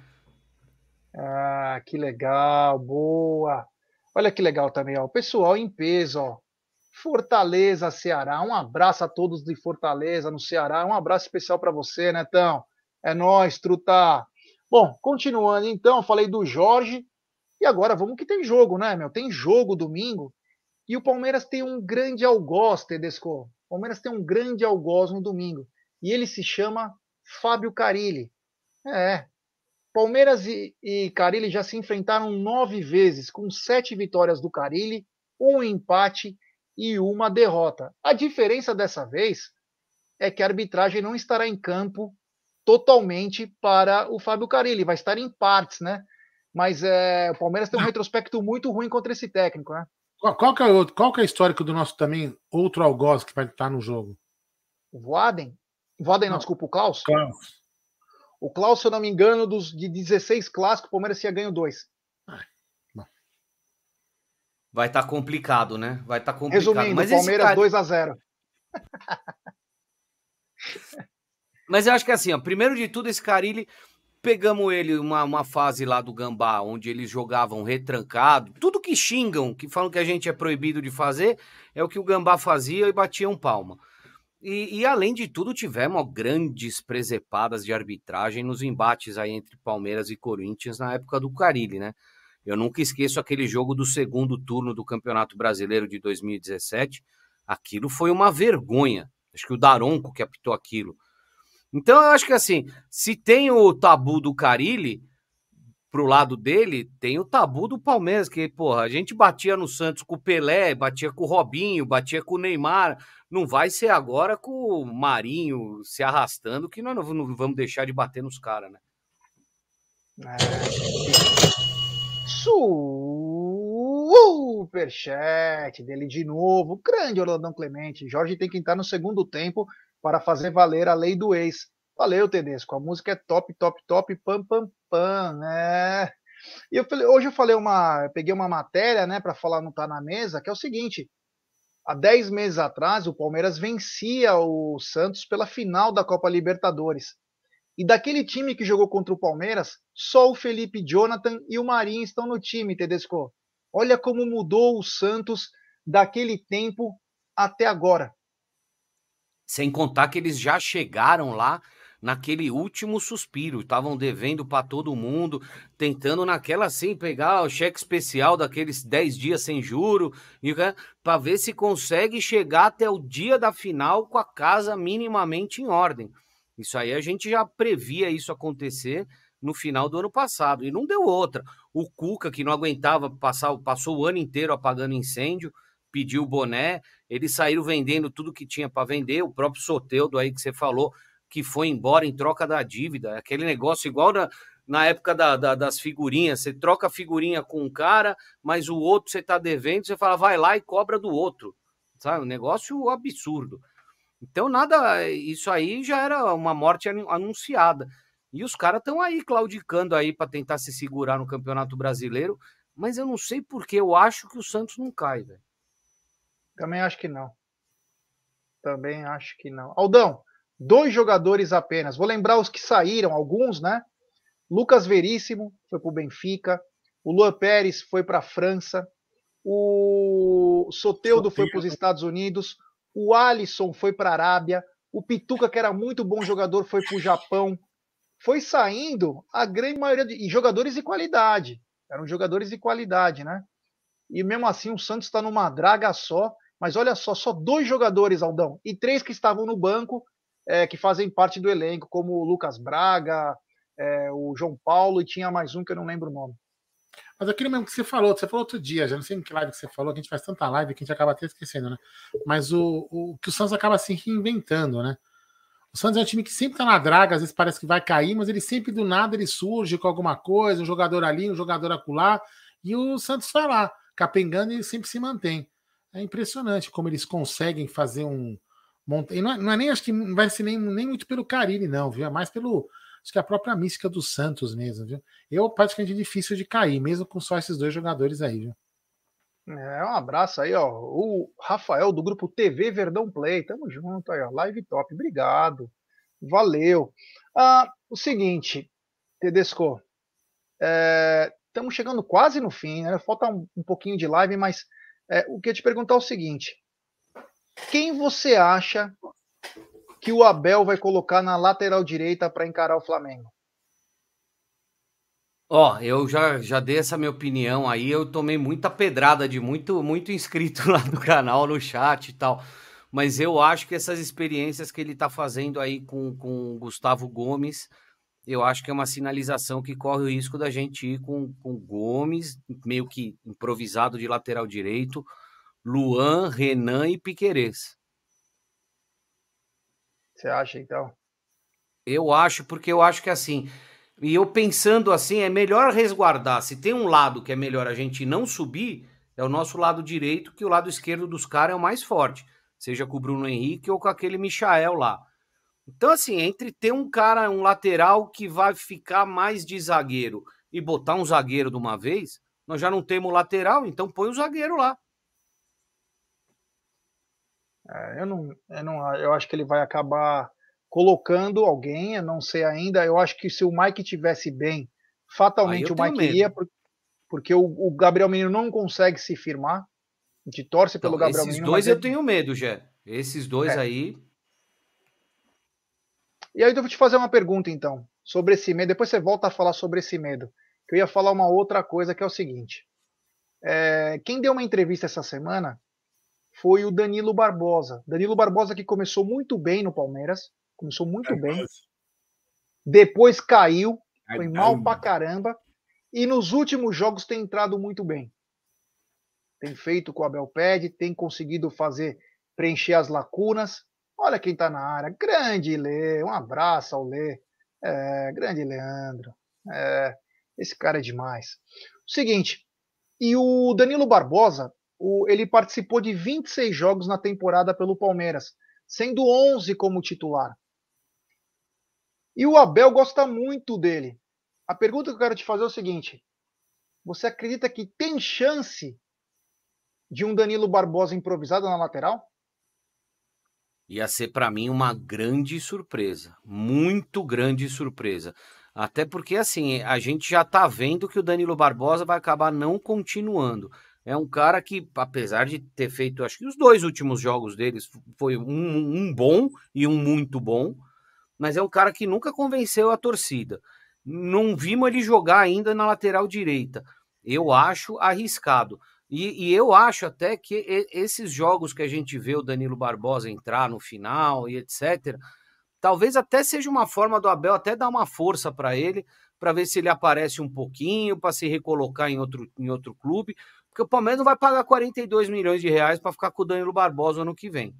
Ah, que legal, boa. Olha que legal também, ó. O pessoal em peso, ó. Fortaleza, Ceará. Um abraço a todos de Fortaleza, no Ceará. Um abraço especial para você, Netão. É nóis, truta. Bom, continuando então, eu falei do Jorge. E agora vamos que tem jogo, né, meu? Tem jogo domingo. E o Palmeiras tem um grande algoz, Tedesco. O Palmeiras tem um grande algoz no domingo. E ele se chama Fábio Carille. É. Palmeiras e, e Carille já se enfrentaram nove vezes, com sete vitórias do Carille, um empate e uma derrota. A diferença dessa vez é que a arbitragem não estará em campo totalmente para o Fábio Carille, vai estar em partes, né? Mas é, o Palmeiras tem um retrospecto muito ruim contra esse técnico, né? Qual, qual, que, é o, qual que é o histórico do nosso também outro algoz que vai estar no jogo? O Voaden? Voaden, não, não, desculpa, o Klaus? Klaus. O Klaus, se eu não me engano, dos, de dezesseis clássicos, o Palmeiras tinha ganho dois. Ah, bom. Vai estar tá complicado, né? Vai estar tá complicado. Resumindo, mas Palmeiras cara... dois a zero. Mas eu acho que assim, ó, primeiro de tudo, esse Carille, pegamos ele uma, uma fase lá do Gambá, onde eles jogavam retrancado, tudo que xingam, que falam que a gente é proibido de fazer, é o que o Gambá fazia e batiam palma. E, e além de tudo, tivemos grandes presepadas de arbitragem nos embates aí entre Palmeiras e Corinthians na época do Carille, né? Eu nunca esqueço aquele jogo do segundo turno do Campeonato Brasileiro de dois mil e dezessete. Aquilo foi uma vergonha. Acho que o Daronco que apitou aquilo. Então eu acho que assim, se tem o tabu do Carille pro lado dele, tem o tabu do Palmeiras, que, porra, a gente batia no Santos com o Pelé, batia com o Robinho, batia com o Neymar. Não vai ser agora com o Marinho se arrastando que nós não vamos deixar de bater nos caras, né? É. Superchat dele de novo. Grande Orlandão Clemente. Jorge tem que entrar no segundo tempo para fazer valer a lei do ex. Valeu, Tedesco. A música é top, top, top, pam, pam, pam, né? E eu falei, hoje eu falei uma, eu peguei uma matéria, né, para falar não tá na mesa, que é o seguinte: há dez meses atrás o Palmeiras vencia o Santos pela final da Copa Libertadores. E daquele time que jogou contra o Palmeiras, só o Felipe Jonathan e o Marinho estão no time, Tedesco. Olha como mudou o Santos daquele tempo até agora. Sem contar que eles já chegaram lá naquele último suspiro, estavam devendo para todo mundo, tentando naquela assim pegar o cheque especial daqueles dez dias sem juro, para ver se consegue chegar até o dia da final com a casa minimamente em ordem. Isso aí a gente já previa isso acontecer no final do ano passado, e não deu outra. O Cuca, que não aguentava passar, passou o ano inteiro apagando incêndio, pediu o boné, eles saíram vendendo tudo que tinha para vender, o próprio Soteldo aí que você falou, que foi embora em troca da dívida, aquele negócio igual na, na época da, da, das figurinhas, você troca a figurinha com um cara, mas o outro você tá devendo, você fala, vai lá e cobra do outro, sabe? Um negócio absurdo. Então, nada, isso aí já era uma morte anunciada. E os caras estão aí claudicando aí para tentar se segurar no Campeonato Brasileiro, mas eu não sei porque eu acho que o Santos não cai, velho. Também acho que não. Também acho que não. Aldão, dois jogadores apenas. Vou lembrar os que saíram, alguns, né? Lucas Veríssimo foi para o Benfica. O Luan Pérez foi para a França. O Soteldo foi para os Estados Unidos. O Alisson foi para a Arábia. O Pituca, que era muito bom jogador, foi para o Japão. Foi saindo a grande maioria de e jogadores de qualidade. Eram jogadores de qualidade, né? E mesmo assim o Santos está numa draga só. Mas olha só, só dois jogadores, Aldão, e três que estavam no banco, é, que fazem parte do elenco, como o Lucas Braga, é, o João Paulo, e tinha mais um que eu não lembro o nome. Mas aquilo mesmo que você falou, você falou outro dia, já não sei em que live que você falou, que a gente faz tanta live que a gente acaba até esquecendo, né? Mas o, o que o Santos acaba se reinventando, né? O Santos é um time que sempre tá na draga, às vezes parece que vai cair, mas ele sempre do nada ele surge com alguma coisa, um jogador ali, um jogador acolá, e o Santos vai lá, capengando e sempre se mantém. É impressionante como eles conseguem fazer um... E não é, não é nem, acho que não vai ser nem, nem muito pelo Carille, não, viu? É mais pelo... Acho que a própria mística do Santos mesmo, viu? Eu, praticamente, difícil de cair, mesmo com só esses dois jogadores aí, viu? É, um abraço aí, ó. O Rafael, do grupo T V Verdão Play. Tamo junto aí, ó. Live top. Obrigado. Valeu. Ah, o seguinte, Tedesco. Estamos é, chegando quase no fim, né? Falta um, um pouquinho de live, mas é, o que eu ia te perguntar é o seguinte. Quem você acha que o Abel vai colocar na lateral direita para encarar o Flamengo? Ó, oh, eu já, já dei essa minha opinião aí, eu tomei muita pedrada de muito, muito inscrito lá no canal, no chat e tal, mas eu acho que essas experiências que ele tá fazendo aí com, com o Gustavo Gomes, eu acho que é uma sinalização que corre o risco da gente ir com o Gomes, meio que improvisado de lateral direito, Luan, Renan e Piquerez. Você acha, então? Eu acho, porque eu acho que assim... E eu pensando assim, é melhor resguardar. Se tem um lado que é melhor a gente não subir, é o nosso lado direito, que o lado esquerdo dos caras é o mais forte. Seja com o Bruno Henrique ou com aquele Michael lá. Então, assim, entre ter um cara, um lateral que vai ficar mais de zagueiro e botar um zagueiro de uma vez, nós já não temos lateral, então põe o zagueiro lá. É, eu, não, eu, não, eu acho que ele vai acabar colocando alguém, eu não sei ainda. Eu acho que se o Mike tivesse bem, fatalmente o Mike iria, porque o, o Gabriel Menino não consegue se firmar. A gente torce pelo então, Gabriel esses Menino. Esses dois eu ele... tenho medo, Gé. Esses dois é. aí. E aí eu vou te fazer uma pergunta, então, sobre esse medo. Depois você volta a falar sobre esse medo. Eu ia falar uma outra coisa, que é o seguinte. É, quem deu uma entrevista essa semana foi o Danilo Barbosa. Danilo Barbosa, que começou muito bem no Palmeiras. Começou muito bem. Depois caiu. Foi mal pra caramba. E nos últimos jogos tem entrado muito bem. Tem feito com o Abel pede, tem conseguido fazer, preencher as lacunas. Olha quem tá na área. Grande Lê. Um abraço ao Lê. É, grande Leandro. É, esse cara é demais. O seguinte. E o Danilo Barbosa, o, ele participou de vinte e seis jogos na temporada pelo Palmeiras, sendo onze como titular. E o Abel gosta muito dele. A pergunta que eu quero te fazer é o seguinte. Você acredita que tem chance de um Danilo Barbosa improvisado na lateral? Ia ser para mim uma grande surpresa. Muito grande surpresa. Até porque, assim, a gente já tá vendo que o Danilo Barbosa vai acabar não continuando. É um cara que, apesar de ter feito, acho que os dois últimos jogos deles foi um, um bom e um muito bom, mas é um cara que nunca convenceu a torcida. Não vimos ele jogar ainda na lateral direita. Eu acho arriscado. E, e eu acho até que esses jogos que a gente vê o Danilo Barbosa entrar no final e etcétera, talvez até seja uma forma do Abel até dar uma força para ele, para ver se ele aparece um pouquinho, para se recolocar em outro, em outro clube, porque o Palmeiras não vai pagar quarenta e dois milhões de reais para ficar com o Danilo Barbosa ano que vem.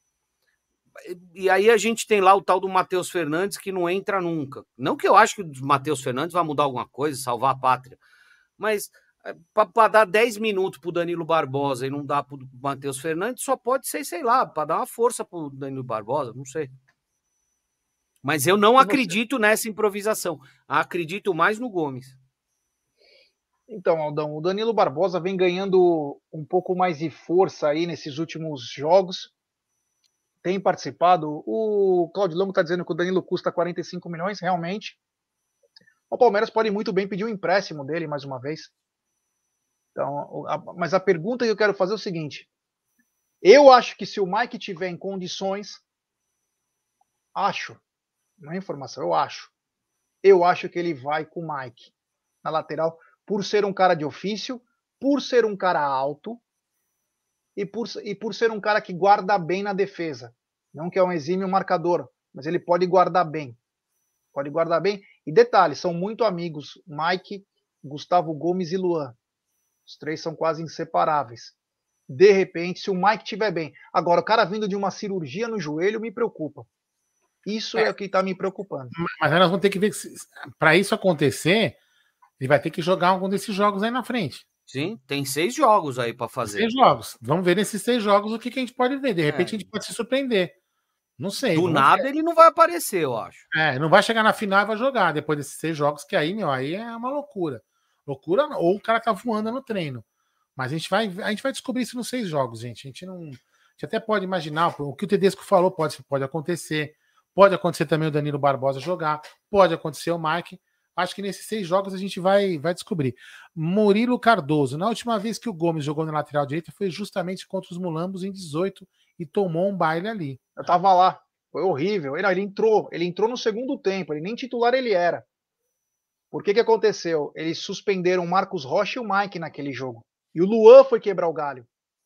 E aí a gente tem lá o tal do Matheus Fernandes que não entra nunca. Não que eu acho que o Matheus Fernandes vai mudar alguma coisa, salvar a pátria, mas para dar dez minutos pro Danilo Barbosa e não dar pro Matheus Fernandes, só pode ser, sei lá, para dar uma força pro Danilo Barbosa, não sei. Mas eu não acredito nessa improvisação. Acredito mais no Gomes. Então, Aldão, o Danilo Barbosa vem ganhando um pouco mais de força aí nesses últimos jogos. Tem participado. O Claudio Longo está dizendo que o Danilo custa quarenta e cinco milhões, realmente. O Palmeiras pode muito bem pedir um empréstimo dele mais uma vez. Então, a, mas a pergunta que eu quero fazer é o seguinte. Eu acho que se o Mike tiver em condições, acho, não é informação, eu acho. Eu acho que ele vai com o Mike na lateral, por ser um cara de ofício, por ser um cara alto e por, e por ser um cara que guarda bem na defesa. Não que é um exímio marcador, mas ele pode guardar bem. Pode guardar bem. E detalhe, são muito amigos, Mike, Gustavo Gomes e Luan. Os três são quase inseparáveis. De repente, se o Mike estiver bem. Agora, o cara vindo de uma cirurgia no joelho me preocupa. Isso é, é o que está me preocupando. Mas nós vamos ter que ver que, para isso acontecer, ele vai ter que jogar algum desses jogos aí na frente. Sim, tem seis jogos aí para fazer. Seis jogos. Vamos ver nesses seis jogos o que, que a gente pode ver. De repente, é. a gente pode se surpreender. Não sei. Do nada ver. Ele não vai aparecer, eu acho. É, não vai chegar na final e vai jogar depois desses seis jogos, que aí, meu, aí é uma loucura. Loucura, ou o cara tá voando no treino. Mas a gente vai, a gente vai descobrir isso nos seis jogos, gente. A gente não. A gente até pode imaginar, o que o Tedesco falou pode, pode acontecer. Pode acontecer também o Danilo Barbosa jogar. Pode acontecer o Mike. Acho que nesses seis jogos a gente vai, vai descobrir. Murilo Cardoso. Na última vez que o Gomes jogou na lateral direita foi justamente contra os Mulambos em dezoito e tomou um baile ali. Eu tava lá. Foi horrível. Ele, ele entrou. Ele entrou no segundo tempo. Ele nem titular ele era. Por que que aconteceu? Eles suspenderam o Marcos Rocha e o Mike naquele jogo. E o Luan foi quebrar o galho.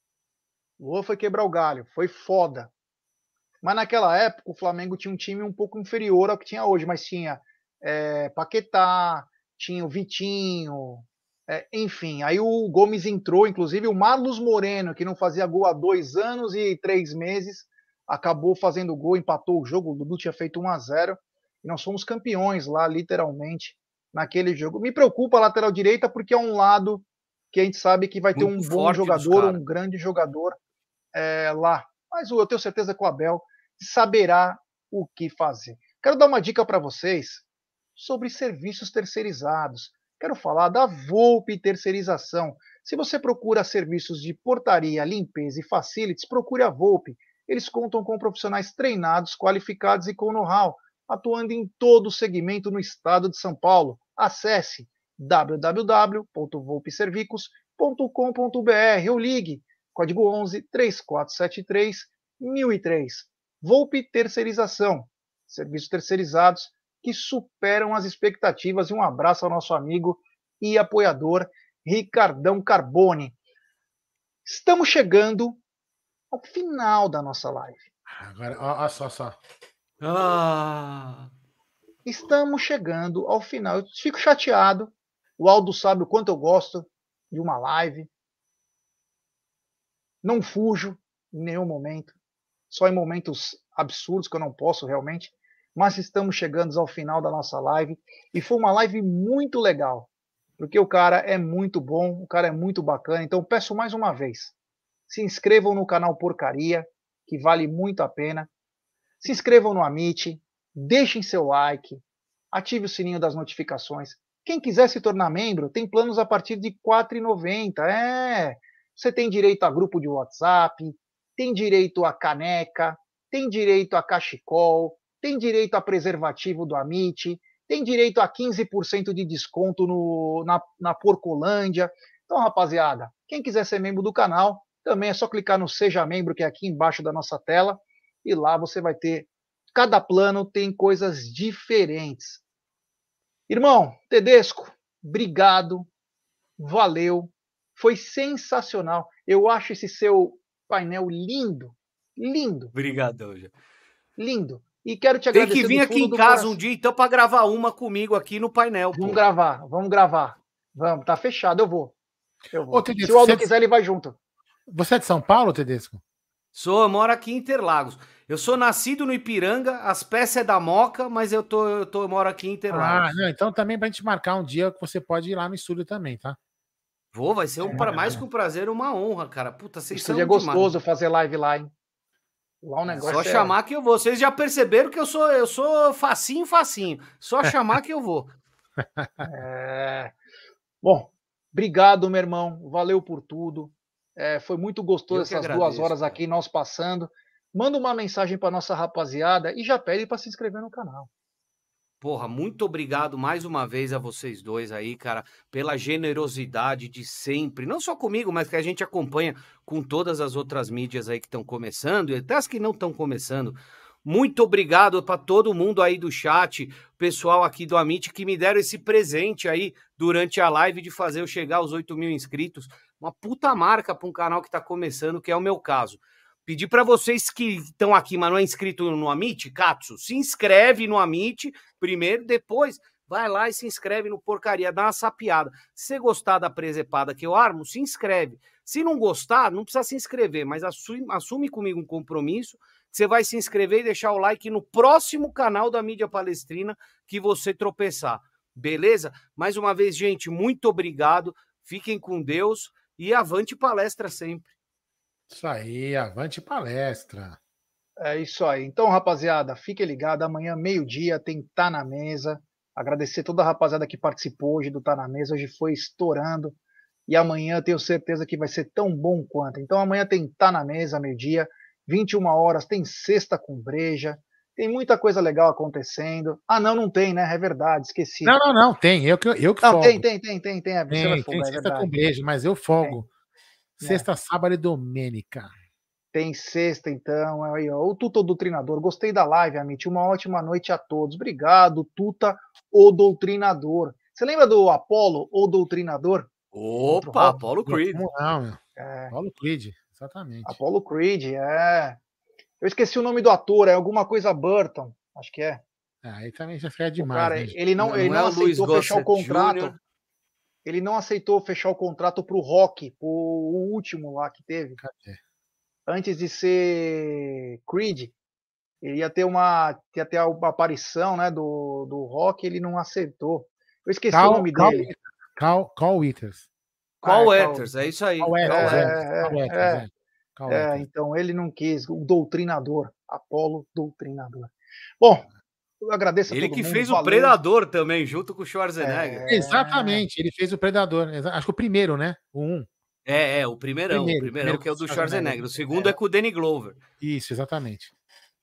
O Luan foi quebrar o galho. Foi foda. Mas naquela época o Flamengo tinha um time um pouco inferior ao que tinha hoje. Mas tinha é, Paquetá, tinha o Vitinho, é, enfim. Aí o Gomes entrou, inclusive o Marlos Moreno, que não fazia gol há dois anos e três meses, acabou fazendo gol, empatou o jogo. O Dudu tinha feito um a zero. E nós fomos campeões lá, literalmente, naquele jogo. Me preocupa a lateral direita porque é um lado que a gente sabe que vai ter um bom jogador, um grande jogador é, lá. Mas eu tenho certeza que o Abel saberá o que fazer. Quero dar uma dica para vocês sobre serviços terceirizados. Quero falar da Volpe Terceirização. Se você procura serviços de portaria, limpeza e facilities, procure a Volpe. Eles contam com profissionais treinados, qualificados e com know-how, atuando em todo o segmento no estado de São Paulo. Acesse w w w ponto volpe servicos ponto com ponto b r ou ligue código onze, três quatro sete três, mil e três. Volpe Terceirização. Serviços terceirizados que superam as expectativas. E um abraço ao nosso amigo e apoiador Ricardão Carbone. Estamos chegando ao final da nossa live. Agora, ó, ó, só, só. Ah. Estamos chegando ao final. Eu fico chateado. O Aldo sabe o quanto eu gosto de uma live. Não fujo em nenhum momento. Só em momentos absurdos que eu não posso realmente. Mas estamos chegando ao final da nossa live. E foi uma live muito legal. Porque o cara é muito bom. O cara é muito bacana. Então peço mais uma vez. Se inscrevam no canal Porcaria, que vale muito a pena. Se inscrevam no Amit. Deixem seu like. Ative o sininho das notificações. Quem quiser se tornar membro, tem planos a partir de quatro reais e noventa centavos. É, você tem direito a grupo de WhatsApp, tem direito a caneca, tem direito a cachecol, tem direito a preservativo do Amit, tem direito a quinze por cento de desconto no, na, na Porcolândia. Então, rapaziada, quem quiser ser membro do canal, também é só clicar no Seja Membro, que é aqui embaixo da nossa tela, e lá você vai ter, cada plano tem coisas diferentes. Irmão, Tedesco, obrigado, valeu, foi sensacional. Eu acho esse seu painel lindo, lindo. Obrigadão, já. Lindo. E quero te Tem agradecer que vir do aqui fundo em do casa coração. um dia, então, para gravar uma comigo aqui no painel. Vamos pô. gravar, vamos gravar. Vamos, tá fechado, eu vou. Eu vou. Ô, Tedesco, Se o Aldo você é de- quiser, ele vai junto. Você é de São Paulo, Tedesco? Sou, eu moro aqui em Interlagos. Eu sou nascido no Ipiranga, as peças é da Moca, mas eu, tô, eu, tô, eu moro aqui em Interlagos. Ah, não, então também pra gente marcar um dia que você pode ir lá no estúdio também, tá? Vou, vai ser um, É. pra mais que um prazer, uma honra, cara. Puta, O vocês são estúdio é demais. gostoso fazer live lá, hein? Lá o negócio Só é... chamar que eu vou. Vocês já perceberam que eu sou, eu sou facinho, facinho. Só chamar que eu vou. É... Bom, obrigado, meu irmão. Valeu por tudo. É, foi muito gostoso Eu que essas agradeço, duas horas cara. aqui, nós passando. Manda uma mensagem para nossa rapaziada e já pede para se inscrever no canal. Porra, muito obrigado mais uma vez a vocês dois aí, cara, pela generosidade de sempre. Não só comigo, mas que a gente acompanha com todas as outras mídias aí que estão começando e até as que não estão começando. Muito obrigado para todo mundo aí do chat, pessoal aqui do Amit que me deram esse presente aí durante a live de fazer eu chegar aos oito mil inscritos. Uma puta marca para um canal que está começando, que é o meu caso. Pedir para vocês que estão aqui, mas não é inscrito no Amit, Katsu, se inscreve no Amit primeiro, depois vai lá e se inscreve no Porcaria, dá uma sapiada. Se você gostar da presepada que eu armo, se inscreve. Se não gostar, não precisa se inscrever, mas assume, assume comigo um compromisso, que você vai se inscrever e deixar o like no próximo canal da Mídia Palestrina que você tropeçar. Beleza? Mais uma vez, gente, muito obrigado. Fiquem com Deus e avante palestra sempre. Isso aí, avante palestra. É isso aí. Então, rapaziada, fique ligado. Amanhã, meio-dia, tem Tá na Mesa. Agradecer toda a rapaziada que participou hoje do Tá na Mesa. Hoje foi estourando. E amanhã tenho certeza que vai ser tão bom quanto. Então, amanhã tem Tá na Mesa, meio-dia, vinte e uma horas. Tem Sexta com Breja. Tem muita coisa legal acontecendo. Ah, não, não tem, né? É verdade, esqueci. Não, não, não, tem. Eu que, eu que Não, folgo. tem, tem, tem, tem, tem. É, você vai Tem, folgar, tem é sexta verdade. com beijo, mas eu folgo. Tem. Sexta, sábado e domênica. Tem sexta, então. Aí, ó, o Tuta o Doutrinador. Gostei da live, Amit. Uma ótima noite a todos. Obrigado, Tuta o Doutrinador. Você lembra do Apollo o Doutrinador? Opa, Apollo Creed. Como não, meu? É, Apollo Creed, exatamente. Apollo Creed, é. Eu esqueci o nome do ator, é alguma coisa Burton, acho que é. Ah, aí também já fica demais. O cara, né, gente? ele não, Não, ele não não, é o Louis aceitou fechar o Gossett contrato. Júnior Ele não aceitou fechar o contrato pro Rock, pro o último lá que teve. Cadê? Antes de ser Creed, ele ia ter uma, ia ter uma aparição, né, do, do Rock, ele não aceitou. Eu esqueci Cal, o nome Cal, dele. Cal, Cal Withers. Qual Ah, é, Etters? É isso aí. Cal Withers, É, é, é, Cal Withers, é. é. Cal É, Withers. então ele não quis, o doutrinador, Apolo Doutrinador. Bom, eu agradeço a Ele todo que mundo, fez o valeu. Predador também, junto com o Schwarzenegger. É. Exatamente, ele fez o Predador. Acho que o primeiro, né? O um. É, é, o primeirão, Primeiro, o primeirão primeiro que é o do com o Schwarzenegger. Schwarzenegger. O segundo é com o Danny Glover. Isso, exatamente.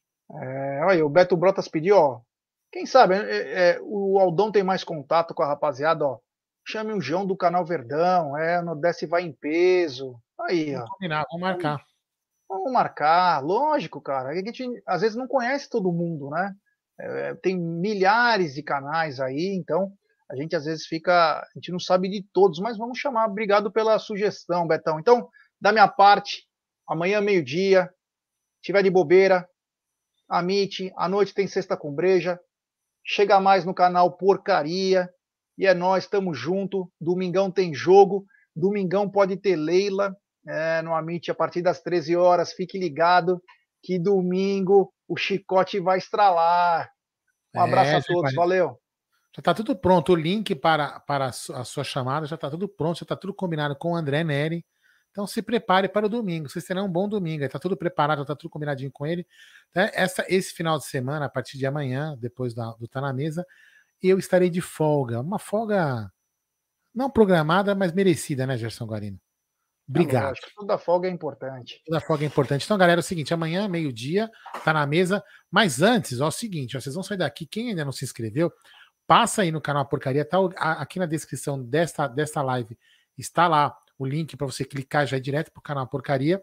É, olha, o Beto Brotas pediu, ó. Quem sabe, é, é, o Aldão tem mais contato com a rapaziada, ó. Chame o João do canal Verdão, é, no Desce Vai em Peso. Aí, ó. Vamos combinar, vamos marcar. Vamos marcar, lógico, cara. A gente às vezes não conhece todo mundo, né? É, tem milhares de canais aí, então a gente às vezes fica, a gente não sabe de todos, mas vamos chamar. Obrigado pela sugestão, Betão. Então, da minha parte, amanhã meio-dia, tiver de bobeira, Amit, à noite tem Sexta com Breja, chega mais no canal Porcaria, e é nós, tamo junto. Domingão tem jogo, domingão pode ter Leila, é, no Amit a partir das treze horas. Fique ligado que domingo o chicote vai estralar. Um abraço É, a todos, vai- valeu. Já está tudo pronto. O link para, para a su- a sua chamada já está tudo pronto, já está tudo combinado com o André Neri. Então se prepare para o domingo. Vocês terão um bom domingo. Está tudo preparado, está tudo combinadinho com ele. Né? Essa, esse final de semana, a partir de amanhã, depois da, do Tá na Mesa, eu estarei de folga. Uma folga não programada, mas merecida, né, Gerson Guarino? Obrigado. Acho que toda folga é importante. Toda folga é importante. Então, galera, é o seguinte: amanhã, meio-dia, tá na mesa. Mas antes, ó, é o seguinte: ó, vocês vão sair daqui. Quem ainda não se inscreveu, passa aí no canal Porcaria. Tá o- a- aqui na descrição desta, desta live está lá o link para você clicar já direto pro canal Porcaria.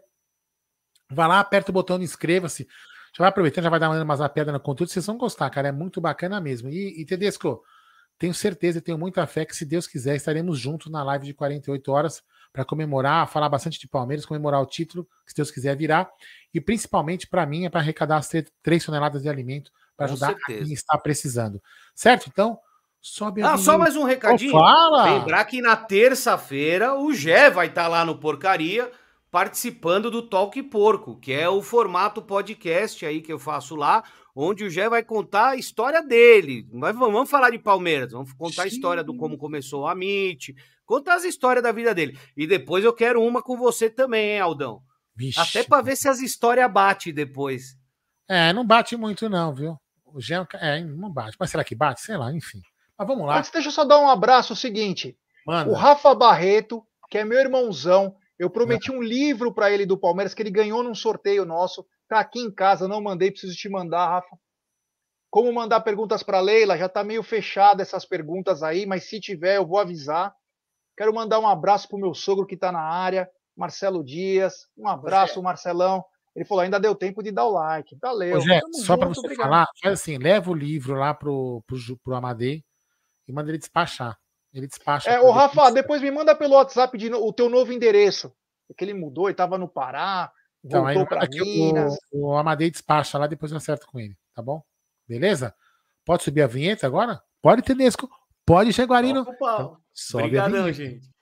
Vai lá, aperta o botão de inscreva-se. Já vai aproveitando, já vai dar umas zapiadas no conteúdo. Vocês vão gostar, cara. É muito bacana mesmo. E, e Tedesco, tenho certeza, tenho muita fé que, se Deus quiser, estaremos juntos na live de quarenta e oito horas para comemorar, falar bastante de Palmeiras, comemorar o título, que, se Deus quiser, virar. E principalmente, para mim, é para arrecadar as três toneladas de alimento para Com ajudar certeza. quem está precisando. Certo? Então, sobe a Ah, só vinheta. mais um recadinho. Oh, fala! Lembrar que na terça-feira o Gé vai estar lá no Porcaria participando do Talk Porco, que é o formato podcast aí que eu faço lá, onde o Gé vai contar a história dele. Mas vamos falar de Palmeiras, vamos contar a história do como começou o Amit, contar as histórias da vida dele. E depois eu quero uma com você também, hein, Aldão? Vixe. Até para ver se as histórias batem depois. É, não bate muito não, viu? O Jean, é, não bate. Mas será que bate? Sei lá, enfim. Mas vamos lá. Antes, deixa eu só dar um abraço. O seguinte, Manda. o Rafa Barreto, que é meu irmãozão, eu prometi um livro para ele do Palmeiras que ele ganhou num sorteio nosso. Tá aqui em casa, não mandei, preciso te mandar, Rafa. Como mandar perguntas para Leila? Já tá meio fechado essas perguntas aí, mas se tiver eu vou avisar. Quero mandar um abraço pro meu sogro que tá na área, Marcelo Dias. Um abraço, Marcelão. Ele falou, ainda deu tempo de dar o like. Valeu. Ô, Gé, Tamo só para junto, você obrigado. falar, faz assim, leva o livro lá pro, pro, Ju- pro Amadei e manda ele despachar. Ele despacha. É, ô Rafa, depois me manda pelo WhatsApp de no- o teu novo endereço. Porque ele mudou, ele tava no Pará, Então, aí voltou manda para que Minas. o, o Amadei despacha lá, depois eu acerto com ele, tá bom? Beleza? Pode subir a vinheta agora? Pode, Tedesco. Pode, Jaguarino. Toca o pau. Então, sobe Obrigadão, a vinheta. gente.